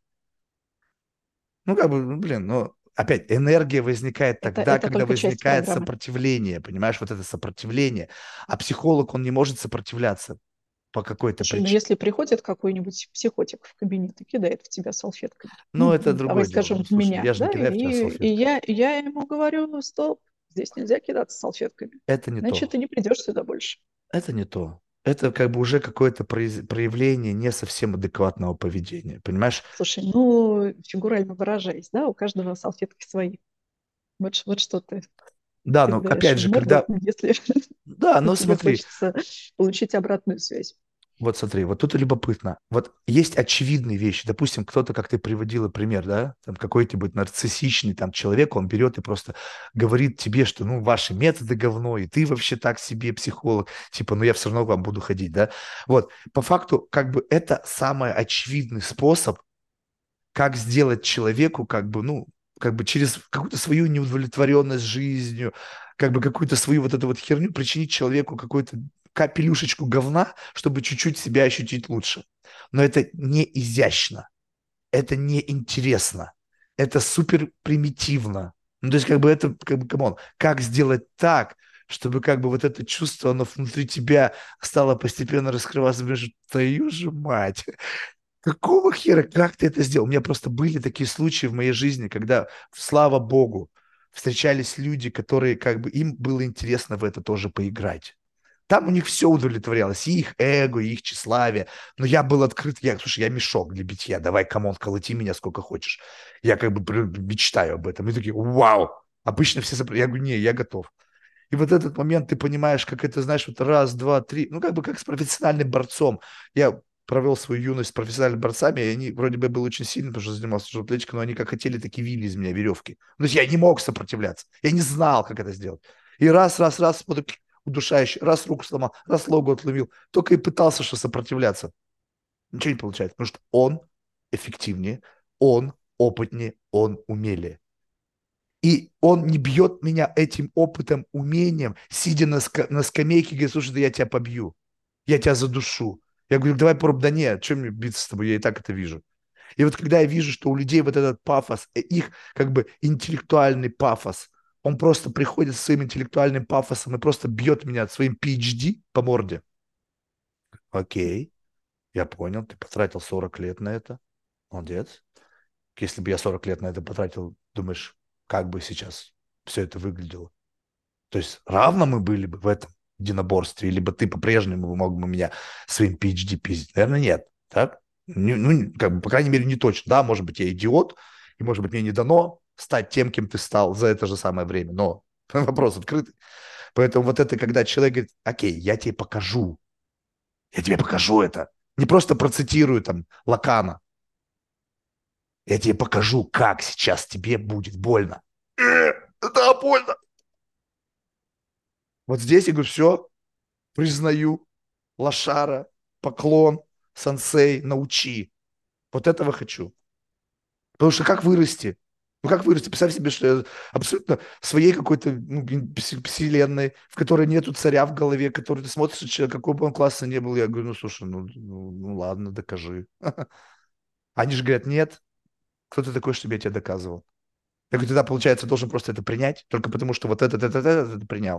Ну, как бы, ну, блин, ну, опять, энергия возникает это, тогда, это когда только часть возникает программы. сопротивление, понимаешь, вот это сопротивление. А психолог, он не может сопротивляться по какой-то Слушай, ну причине. если приходит какой-нибудь психотик в кабинет и кидает в тебя салфетками, Но ну, это давай другое дело. скажем, Ну, в слушай, меня, я же не да, кидаю в тебя и, и салфеткой. я, и я ему говорю, стоп, здесь нельзя кидаться салфетками, Это не иначе то. ты не придешь сюда больше. Это не то. Это как бы уже какое-то произ- проявление не совсем адекватного поведения. Понимаешь? Слушай, ну, фигурально выражаясь, да, у каждого салфетки свои. Вот, ш- вот что ты Да, но кидаешь опять в же, морду, когда... если Да, но тебе смотри, хочется получить обратную связь. вот смотри, вот тут и любопытно. Вот есть очевидные вещи. Допустим, кто-то, как ты приводила пример, да, там какой-нибудь нарциссичный там человек, он берет и просто говорит тебе, что, ну, ваши методы говно, и ты вообще так себе психолог, типа, ну, я все равно к вам буду ходить, да. Вот, по факту, как бы это самый очевидный способ, как сделать человеку, как бы, ну, как бы через какую-то свою неудовлетворенность жизнью, как бы какую-то свою вот эту вот херню причинить человеку какую-то капелюшечку говна, чтобы чуть-чуть себя ощутить лучше. Но это не изящно, это не интересно, это супер примитивно. Ну, то есть, как бы это, как бы, камон, как сделать так, чтобы как бы вот это чувство, оно внутри тебя стало постепенно раскрываться, между твою же мать. Какого хера, как ты это сделал? У меня просто были такие случаи в моей жизни, когда, слава богу, встречались люди, которые как бы им было интересно в это тоже поиграть. Там у них все удовлетворялось, и их эго, и их тщеславие. Но я был открыт, я, слушай, я мешок для битья, давай, камон, колоти меня сколько хочешь. Я как бы мечтаю об этом. И такие, вау! Обычно все сопротивляются. Я говорю, не, я готов. И вот этот момент ты понимаешь, как это, знаешь, вот раз, два, три, ну, как бы как с профессиональным борцом. Я провел свою юность с профессиональными борцами, и они, вроде бы, я был очень сильный, потому что занимался тяжелой атлетикой, но они как хотели, так и вили из меня веревки. Ну, то есть я не мог сопротивляться. Я не знал, как это сделать. И раз, раз, раз, вот так удушающий, раз руку сломал, раз ногу отломил. Только и пытался что сопротивляться. Ничего не получается, потому что он эффективнее, он опытнее, он умелее. И он не бьет меня этим опытом, умением, сидя на, ска- на скамейке, говорит, слушай, да я тебя побью, я тебя задушу. Я говорю, давай попробуй, да нет, что мне биться с тобой, я и так это вижу. И вот когда я вижу, что у людей вот этот пафос, э, их как бы интеллектуальный пафос, он просто приходит с своим интеллектуальным пафосом и просто бьет меня своим пи эйч ди по морде. Окей, я понял, ты потратил сорок лет на это, молодец. Если бы я сорок лет на это потратил, думаешь, как бы сейчас все это выглядело? То есть равно мы были бы в этом единоборстве, либо ты по-прежнему мог бы меня своим пи эйч ди пиздить? Наверное, нет. Так? Не- ну, как бы, по крайней мере, не точно. Да, может быть, я идиот, и, может быть, мне не дано стать тем, кем ты стал за это же самое время. Но вопрос открытый. Поэтому вот это, когда человек говорит, окей, я тебе покажу, я тебе покажу это. Не просто процитирую там Лакана. Я тебе покажу, как сейчас тебе будет больно. Э, Да, больно. Вот здесь я говорю, все, признаю, лошара, поклон, сенсей, научи. Вот этого хочу. Потому что как вырасти? Ну как вырасти? Представь себе, что я абсолютно в своей какой-то ну, вселенной, в которой нету царя в голове, который ты смотришь, человек, какой бы он классный не был. Я говорю, ну слушай, ну, ну, ну ладно, докажи. Они же говорят, нет, кто ты такой, чтобы я тебе доказывал? Я говорю, тогда, получается, должен просто это принять, только потому что вот этот, этот, этот, этот принял.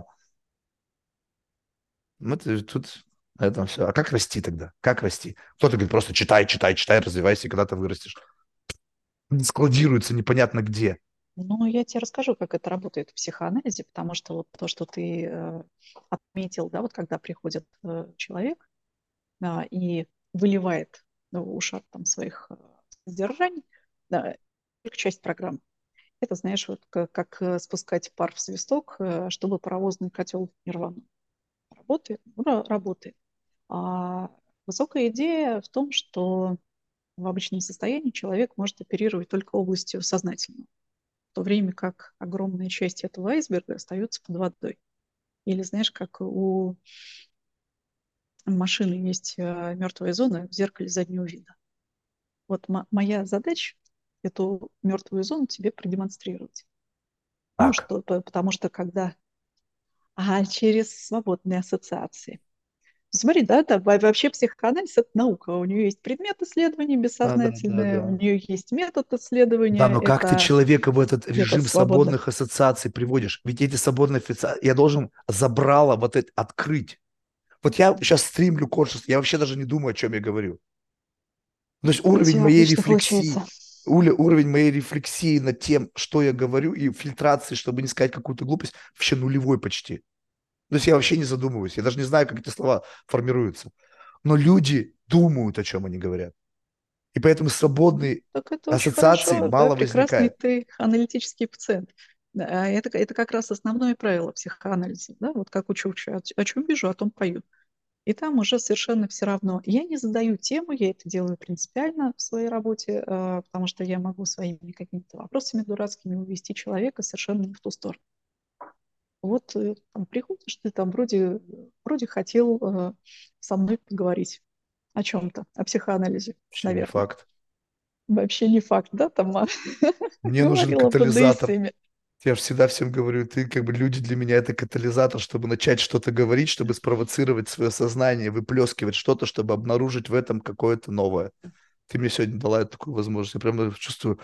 Ну, это тут на этом все. А как расти тогда? Как расти? Кто-то говорит, просто читай, читай, читай, развивайся, и когда ты вырастешь. Складируется непонятно где. Ну, я тебе расскажу, как это работает в психоанализе, потому что вот то, что ты э, отметил, да, вот когда приходит э, человек а, и выливает ну, ушат там своих э, содержаний, да, только часть программы. Это, знаешь, вот как, как э, спускать пар в свисток, э, чтобы паровозный котел не рванул. Работает? Ну, ра- работает. А высокая идея в том, что в обычном состоянии человек может оперировать только областью сознательного, в то время как огромная часть этого айсберга остается под водой. Или знаешь, как у машины есть э, мертвая зона в зеркале заднего вида. Вот мо- моя задача эту мертвую зону тебе продемонстрировать. Ну Так. что, п- потому что когда а, через свободные ассоциации. Смотри, да, да, во- вообще психоанализ– это наука. У нее есть предмет исследования Да, да, да, бессознательное, у да. нее есть метод Да, исследования, но как ты это человека в этот метод режим свободных. свободных ассоциаций приводишь? Ведь эти свободные ассоциации, я должен забрало вот это открыть. Вот я сейчас стримлю conscious, я вообще даже не думаю, о чем я говорю. То есть У уровень тебя моей отлично рефлексии, получается. уля- уровень моей рефлексии над тем, что я говорю, и фильтрации, чтобы не сказать какую-то глупость, вообще нулевой почти. То есть я вообще не задумываюсь, я даже не знаю, как эти слова формируются. Но люди думают, о чем они говорят. И поэтому свободные Так это очень ассоциации хорошо, да, мало прекрасный возникает. ты аналитический пациент. Да, а это, это как раз основное правило психоанализа, да, вот как учу, учу, о, о чем вижу, о том пою. И там уже совершенно все равно. Я не задаю тему, я это делаю принципиально в своей работе, э, потому что я могу своими какими-то вопросами дурацкими увести человека совершенно не в ту сторону. Вот э, там приходишь, ты там вроде, вроде хотел э, со мной поговорить о чем-то, о психоанализе, Вообще не наверное. факт. Вообще не факт, да, там а, Мне нужен говорила об катализатор. БДСМе. Я же всегда всем говорю, ты как бы люди для меня это катализатор, чтобы начать что-то говорить, чтобы спровоцировать свое сознание, выплескивать что-то, чтобы обнаружить в этом какое-то новое. Ты мне сегодня дала такую возможность. Я прямо чувствую,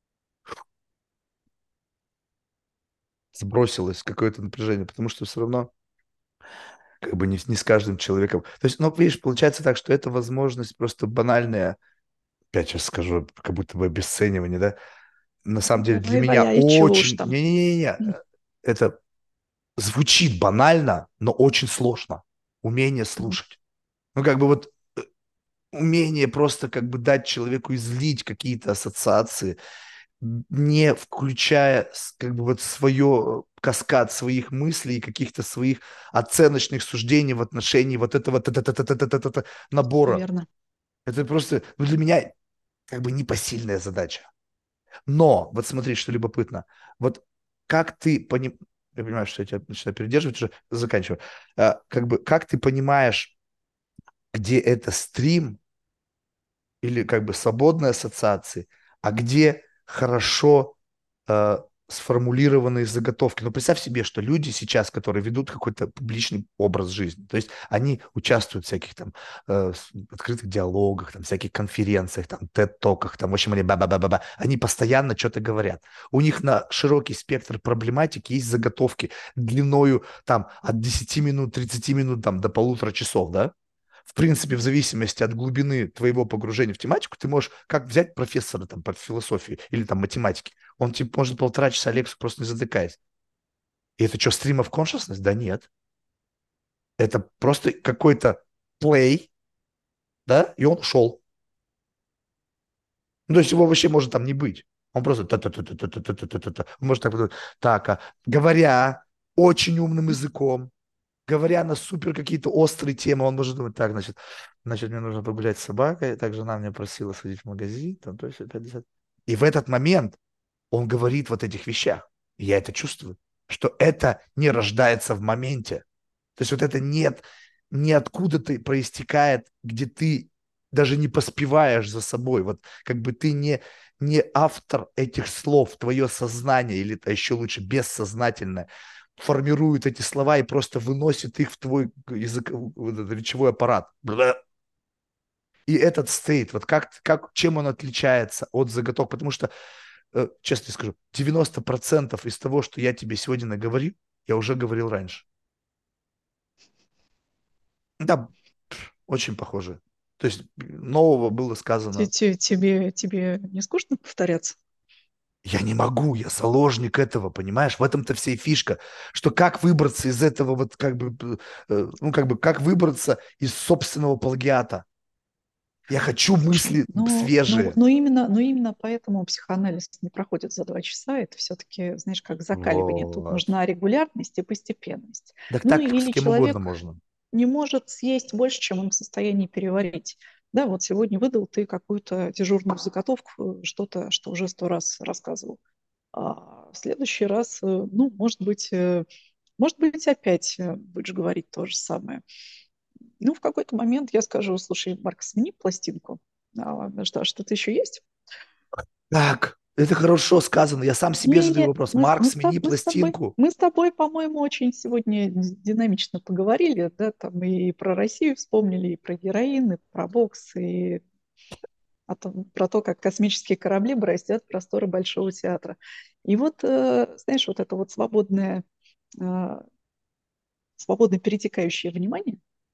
сбросилось какое-то напряжение, потому что все равно как бы не, не с каждым человеком. То есть, ну, видишь, получается так, что это возможность просто банальная, опять сейчас скажу, как будто бы обесценивание, да, на самом деле для Ой, меня валяй, чего уж очень... там. Не-не-не, М, это звучит банально, но очень сложно. Умение м. слушать. Ну, как бы вот умение просто как бы дать человеку излить какие-то ассоциации, не включая с- как бы вот свое каскад своих мыслей и каких-то своих оценочных суждений в отношении вот этого та-та-та-та-та-та-та Все набора. верно. Это просто, ну, для меня как бы непосильная задача. Но, вот смотри, что любопытно. Вот как ты поним... Я понимаю, что я тебя начинаю передерживать, уже заканчиваю. А, как бы, как ты понимаешь, где это стрим или как бы свободной ассоциации, а где хорошо э, сформулированные заготовки. Но представь себе, что люди сейчас, которые ведут какой-то публичный образ жизни, то есть они участвуют в всяких там э, с- открытых диалогах, там, всяких конференциях, там, тед-токах, там, в общем, они ба-ба-ба-ба-ба, они постоянно что-то говорят. У них на широкий спектр проблематики есть заготовки длиною там от десяти минут, тридцати минут там, до полутора часов, да? В принципе, в зависимости от глубины твоего погружения в тематику, ты можешь как взять профессора там по философии или там математики. Он тебе может полтора часа лекцию просто не затыкаясь. И это что, stream of consciousness? Да нет. Это просто какой-то плей, да, и он ушел. Ну, то есть его вообще может там не быть. Он просто та-та-та-та-та-та-та-та-та. Он может так вот, так, а, говоря очень умным языком, говоря на супер какие-то острые темы, он может думать, так, значит, значит, мне нужно погулять с собакой, так жена меня просила сходить в магазин, там, то есть, пятьдесят. И в этот момент он говорит вот этих вещах. И я это чувствую, что это не рождается в моменте. То есть вот это нет, ниоткуда-то проистекает, где ты даже не поспеваешь за собой. Вот как бы ты не, не автор этих слов, твое сознание, или а еще лучше бессознательное, формирует эти слова и просто выносит их в твой язык, вот этот речевой аппарат. Бля. И этот стейт, вот как, как, чем он отличается от заготовок? Потому что, э, честно тебе скажу, девяносто процентов из того, что я тебе сегодня наговорил, я уже говорил раньше. Да, очень похоже. То есть нового было Те- сказано. те- Тебе, тебе не скучно повторяться? Я не могу, я заложник этого, понимаешь? В этом-то вся и фишка, что как выбраться из этого вот как бы, э, ну как бы, как выбраться из собственного плагиата. Я хочу Слушай, мысли ну, ну, свежие. ну, именно, ну именно поэтому психоанализ не проходит за два часа. Это все-таки, знаешь, как закаливание. Тут Вот. нужна регулярность и постепенность. Так Ну так с или кем угодно человек можно. не может съесть больше, чем он в состоянии переварить. Да, вот сегодня выдал ты какую-то дежурную заготовку, э, что-то, что уже сто раз рассказывал. А в следующий раз, э, ну, может быть, э, может быть, опять э, будешь говорить то же самое. Ну, в какой-то момент я скажу, слушай, Марк, смени пластинку. А, что, что-то еще есть? Так, это хорошо сказано. Я сам себе задаю Не-не-не, вопрос. мы, с- Марк, мы, с тоб- смени мы с тобой, пластинку. мы с тобой, по-моему, очень сегодня динамично поговорили, да, там и про Россию вспомнили, и про героин, и про бокс, и о том- про то, как космические корабли бороздят просторы Большого театра. И вот, э, знаешь, вот это вот свободное, э, свободно перетекающее внимание,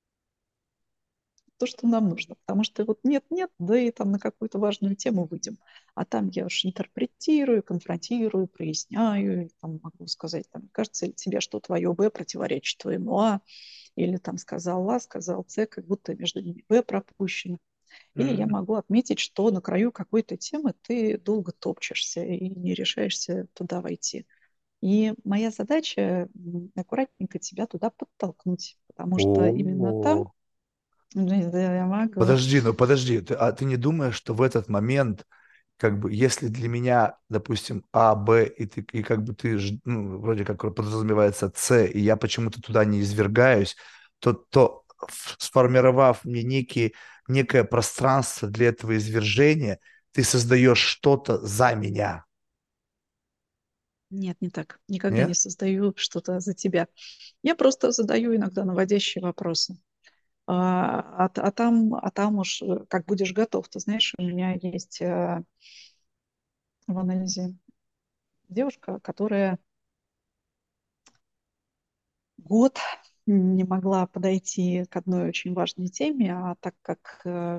то, что нам нужно. Потому что вот нет-нет, да и там на какую-то важную тему выйдем. А там я уж интерпретирую, конфронтирую, проясняю, и там могу сказать, там, кажется ли тебе, что твое Б противоречит твоему А, или там сказал А, сказал С, как будто между ними Б пропущено. Или я М. могу отметить, что на краю какой-то темы ты долго топчешься и не решаешься туда войти. И моя задача м, аккуратненько тебя туда подтолкнуть, потому что именно там О, да, я могу. подожди, ну подожди, ты- а ты не думаешь, что в этот момент, как бы, если для меня, допустим, А, Б, и ты, и как бы ты, ж- ну, вроде как подразумевается С, и я почему-то туда не извергаюсь, то, то ф- сформировав мне некие, некое пространство для этого извержения, ты создаешь что-то за меня, Нет, не так. Никогда не не? создаю что-то за тебя. Я просто задаю иногда наводящие вопросы. А, а, т- а там, а там уж э, как будешь готов. Ты знаешь, у меня есть э, в анализе девушка, которая год не могла подойти к одной очень важной теме, а так как э,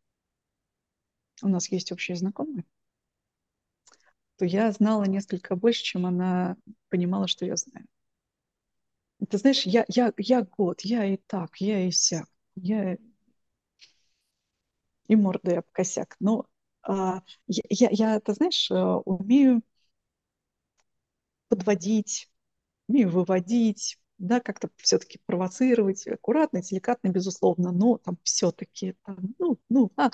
у нас есть общие знакомые, то я знала несколько больше, чем она понимала, что я знаю. И ты знаешь, я, я, я год, я и так, я и сяк, я и мордой об косяк. Но А, я, я, я, ты знаешь, э, умею подводить, умею выводить, да, как-то все-таки провоцировать, аккуратно, деликатно, безусловно, но там все-таки, там, ну, ну, а,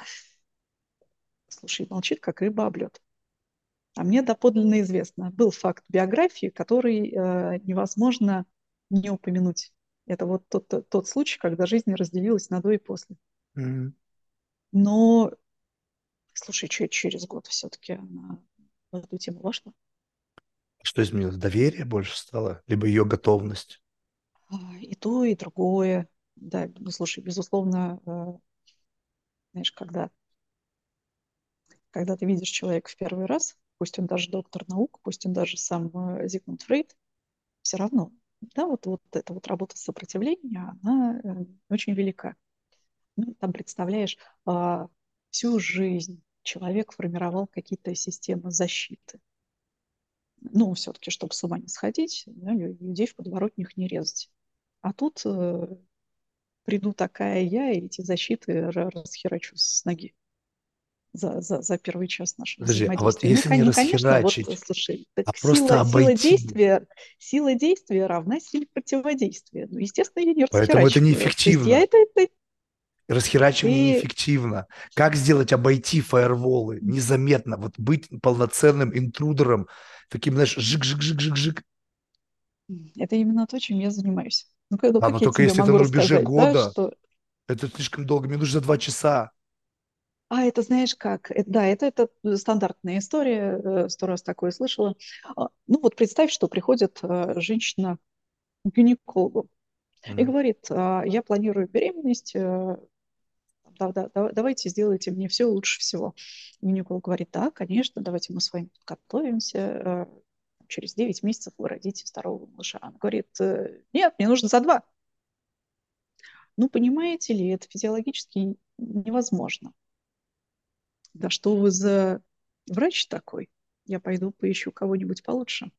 слушай, молчит, как рыба об лед. А мне доподлинно известно, был факт биографии, который э, невозможно не упомянуть. Это вот тот, тот, тот случай, когда жизнь разделилась на до и после. Мгм. Но, слушай, че- через год все-таки она в эту тему вошла. Что изменилось? Доверие больше стало? Либо ее готовность? А, И то, и другое. Да, ну, слушай, безусловно, э, знаешь, когда, когда ты видишь человека в первый раз, пусть он даже доктор наук, пусть он даже сам э, Зигмунд Фрейд, все равно, да, вот, вот эта вот работа сопротивления, она э, очень велика. Ну, там, представляешь, а, всю жизнь человек формировал какие-то системы защиты. Ну, все-таки, чтобы с ума не сходить, да, людей в подворотнях не резать. А тут э, приду такая я, и эти защиты расхерачу с ноги за, за, за первый час нашего Подожди, а вот взаимодействия. Ну, если не ну, конечно, вот, расхерачить, слушай, а просто сила, сила обойти, действия, сила действия равна силе противодействия. Ну, естественно, я не поэтому это расхерачиваю. То есть я неэффективно. это, это Расхерачивание ты неэффективно. Как сделать обойти фаерволы незаметно? Вот быть полноценным интрудером, таким, знаешь, жик-жик-жик-жик-жик. Это именно то, чем я занимаюсь. Ну, как, ну, Да, как но я только тебе если это могу на рубеже рассказать, да, года, что... это слишком долго. Мне нужно два часа. А, это знаешь как? Э, Да, это, это стандартная история, э, сто раз такое слышала. А, Ну, вот представь, что приходит э, женщина к гинекологу и Мгм. говорит, «А, я планирую беременность, э, да, да, да, давайте сделайте мне все лучше всего. Гинеколог говорит, да, конечно, давайте мы с вами подготовимся, э, через девять месяцев вы родите второго малыша. Она говорит, «Э, нет, мне нужно за два. Ну, понимаете ли, это физиологически невозможно. Да что вы за врач такой? Я пойду поищу кого-нибудь получше.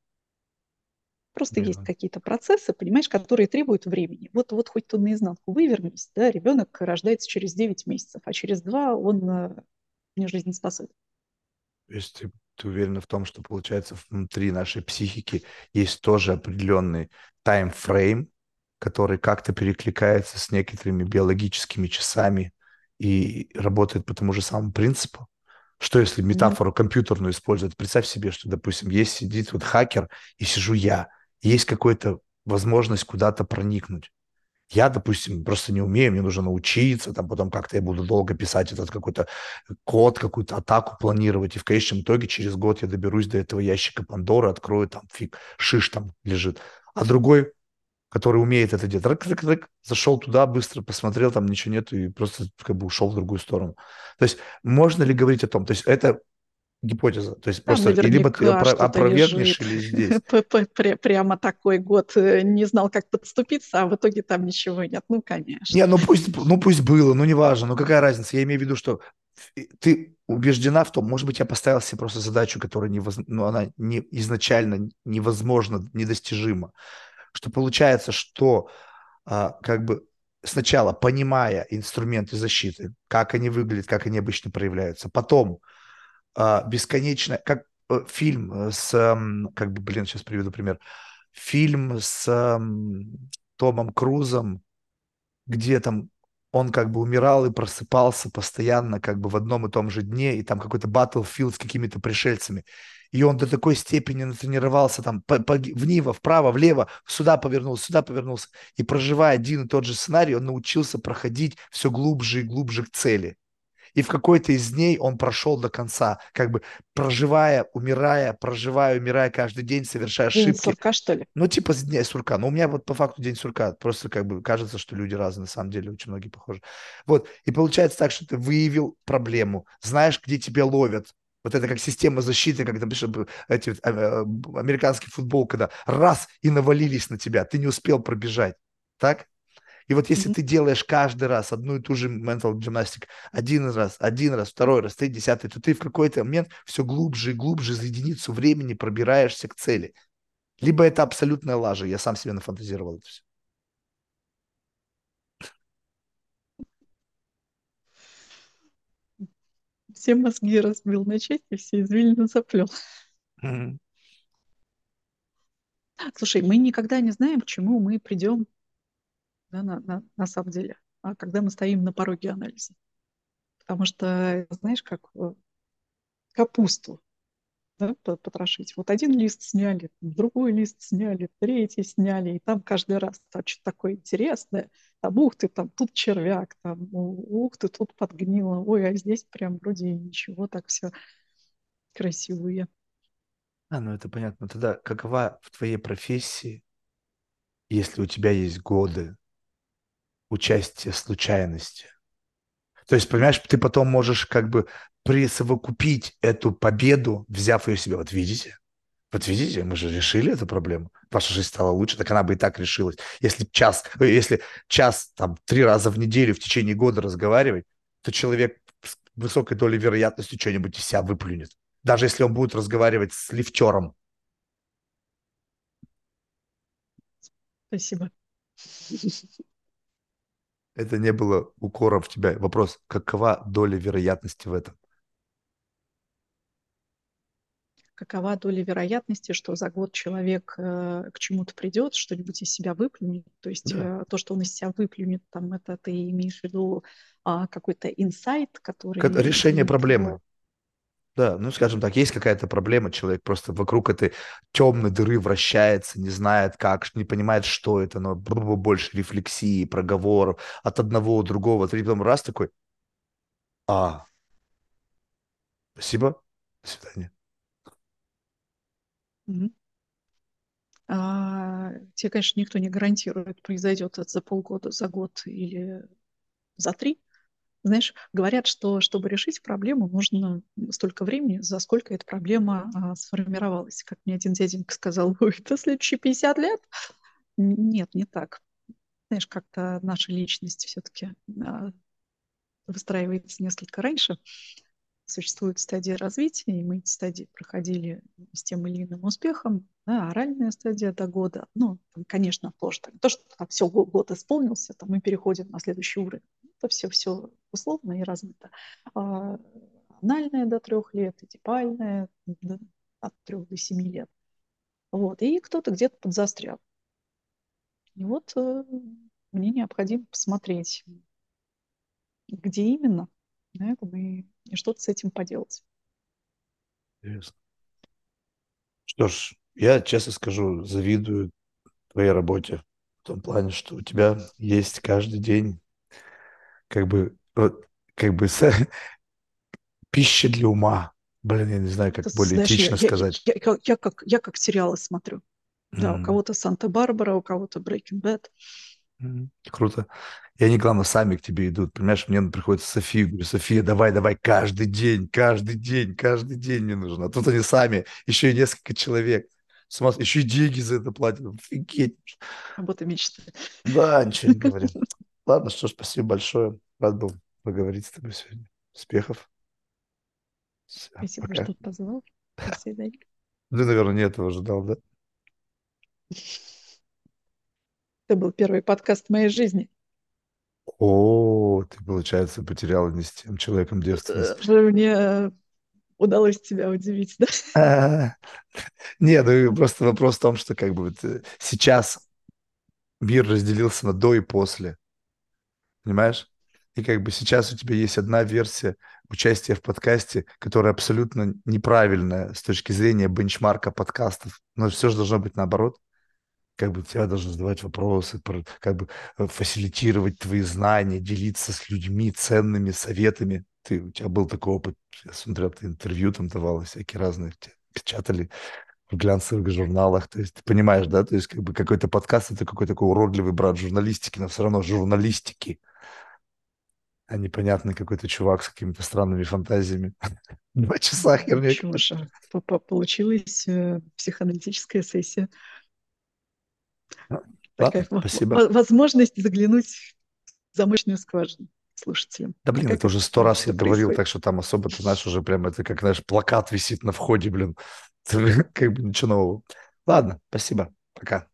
Просто есть Понимаю. какие-то процессы, понимаешь, которые требуют времени. Вот, вот хоть ты наизнанку вывернись, да, ребенок рождается через девять месяцев, а через два он э, не жизнеспособен. То есть ты, ты уверена в том, что, получается, внутри нашей психики есть тоже определенный таймфрейм, который как-то перекликается с некоторыми биологическими часами и работает по тому же самому принципу? Что если Не, метафору компьютерную использовать? Представь себе, что, допустим, есть сидит вот хакер, и сижу я, и есть какая-то возможность куда-то проникнуть. Я, допустим, просто не умею, мне нужно научиться, там потом как-то я буду долго писать этот какой-то код, какую-то атаку планировать, и в конечном итоге через год я доберусь до этого ящика Пандоры, открою, там фиг, шиш там лежит. А другой, который умеет это делать, рык-рык-рык, зашел туда, быстро посмотрел, там ничего нет, и просто как бы ушел в другую сторону. То есть можно ли говорить о том, то есть это гипотеза, то есть там просто и либо ты наверняка опро- что-то опровергнешь лежит. или здесь. П- п- пре- Прямо такой год э, не знал, как подступиться, а в итоге там ничего нет. Ну, конечно. Не, ну пусть, ну пусть было, ну неважно, ну какая разница, я имею в виду, что ты убеждена в том, может быть, я поставил себе просто задачу, которая невоз... ну, она не, изначально невозможна, недостижима, что получается, что а, как бы сначала понимая инструменты защиты, как они выглядят, как они обычно проявляются, потом а, бесконечно, как э, фильм э, с, м, как бы, блин, сейчас приведу пример, фильм с м, Томом Крузом, где там он как бы умирал и просыпался постоянно как бы в одном и том же дне, и там какой-то battlefield с какими-то пришельцами. И он до такой степени натренировался там по, по, вниво, вправо, влево, сюда повернулся, сюда повернулся. И проживая один и тот же сценарий, он научился проходить все глубже и глубже к цели. И в какой-то из дней он прошел до конца, как бы проживая, умирая, проживая, умирая каждый день, совершая День ошибки, сурка, что ли? ну, типа с дня сурка. Но у меня вот по факту день сурка. Просто как бы кажется, что люди разные. На самом деле очень многие похожи. Вот. И получается так, что ты выявил проблему. Знаешь, где тебя ловят. Вот это как система защиты, как там пишут эти вот, э, э, американский футбол, когда раз и навалились на тебя, ты не успел пробежать. Так? И вот если Мгм. ты делаешь каждый раз одну и ту же mental gymnastic, один раз, один раз, второй раз, третий, десятый, то ты в какой-то момент все глубже и глубже за единицу времени пробираешься к цели. Либо это абсолютная лажа, я сам себе нафантазировал это все. Все мозги разбил на части, все извилины заплел. Мгм. Слушай, мы никогда не знаем, к чему мы придем, да, на, на, на самом деле, а когда мы стоим на пороге анализа. Потому что, знаешь, как э, капусту, да, по- потрошить. Вот один лист сняли, другой лист сняли, третий сняли, и там каждый раз там что-то такое интересное. Там, ух ты, там тут червяк, там, у- ух ты, тут подгнило. Ой, а здесь прям вроде и ничего, так все красивые. А, ну это понятно. Тогда какова в твоей профессии, если у тебя есть годы участия случайности? То есть, понимаешь, ты потом можешь как бы присовокупить эту победу, взяв ее себе. Вот видите? Вот видите, мы же решили эту проблему. Ваша жизнь стала лучше, так она бы и так решилась. Если час, э, если час, там, три раза в неделю в течение года разговаривать, то человек с высокой долей вероятности что-нибудь из себя выплюнет. Даже если он будет разговаривать с лифтером. Спасибо. Это не было укором в тебя. Вопрос, какова доля вероятности в этом? Какова доля вероятности, что за год человек э, к чему-то придет, что-нибудь из себя выплюнет? То есть Да. э, то, что он из себя выплюнет, там это ты имеешь в виду а, какой-то инсайт, Как который решение изменит проблемы. его. Да, ну, скажем так, есть какая-то проблема, человек просто вокруг этой темной дыры вращается, не знает как, не понимает, что это, но бр- больше рефлексии, проговоров от одного, другого, три, потом раз такой, а, спасибо, до свидания. Мгм. А, тебе, конечно, никто не гарантирует, произойдет это за полгода, за год или за три. Знаешь, говорят, что чтобы решить проблему, нужно столько времени, за сколько эта проблема а, сформировалась. Как мне один дяденька сказал, ой, это следующие пятьдесят лет? Н- Нет, не так. Знаешь, как-то наша личность все-таки выстраивается несколько раньше. Существуют стадии развития, и мы эти стадии проходили с тем или иным успехом. Да, оральная стадия до года. Ну, там, конечно, тоже так. То, что там все, год исполнился, там мы переходим на следующий уровень. Это все, все условно и размыто. А, анальная до трех лет, эдипальная до- от трех до семи лет. Вот. И кто-то где-то подзастрял. И вот э, мне необходимо посмотреть, где именно, на этом и, и что-то с этим поделать. Интересно. Что ж, я честно скажу, завидую твоей работе в том плане, что у тебя есть каждый день как бы, вот, как бы с- пища для ума. Блин, я не знаю, как Это, более знаешь, я, этично я, сказать. я, я, я как, я как сериалы смотрю. Да, у кого-то Санта-Барбара, у кого-то Breaking Bad. Мгм. Круто. И они, главное, сами к тебе идут. Понимаешь, мне приходится София, говорю, София, давай, давай, каждый день, каждый день, каждый день мне нужно. А тут они сами, еще и несколько человек. С ума с- Еще и деньги за это платят. Офигеть. Работа мечты. Да, ничего не говори. Ладно, что ж, спасибо большое. Рад был поговорить с тобой сегодня. Успехов. Все, Спасибо, пока. что позвал. До свидания. Ну, наверное, не этого ожидал, да? Это был первый подкаст в моей жизни. О, ты, получается, потеряла не с тем человеком девственность. Э, Мне удалось тебя удивить, да? А, нет, ну просто вопрос в том, что как бы вот, э, сейчас мир разделился на до и после, понимаешь? И как бы сейчас у тебя есть одна версия участия в подкасте, которая абсолютно неправильная с точки зрения бенчмарка подкастов. Но все же должно быть наоборот. Как бы тебя должны задавать вопросы, про- как бы э, фасилитировать твои знания, делиться с людьми ценными советами. Ты, у тебя был такой опыт, я смотрел, ты интервью там давала, всякие разные, тебе печатали в глянцевых журналах. То есть ты понимаешь, да, то есть как бы какой-то подкаст это какой-то такой уродливый брат журналистики, но все равно журналистики, а непонятный какой-то чувак с какими-то странными фантазиями. Два часа Ну херня чего какая-то. же, по- по- получилась э, психоаналитическая сессия. Ну, Такая ладно, во- спасибо. во- возможность заглянуть в замочную скважину слушателям. Да А блин, как это это уже сто там раз я все говорил, происходит? так что там особо, ты знаешь, уже прям это как, знаешь, плакат висит на входе, блин. Как бы ничего нового. Ладно, спасибо. Пока.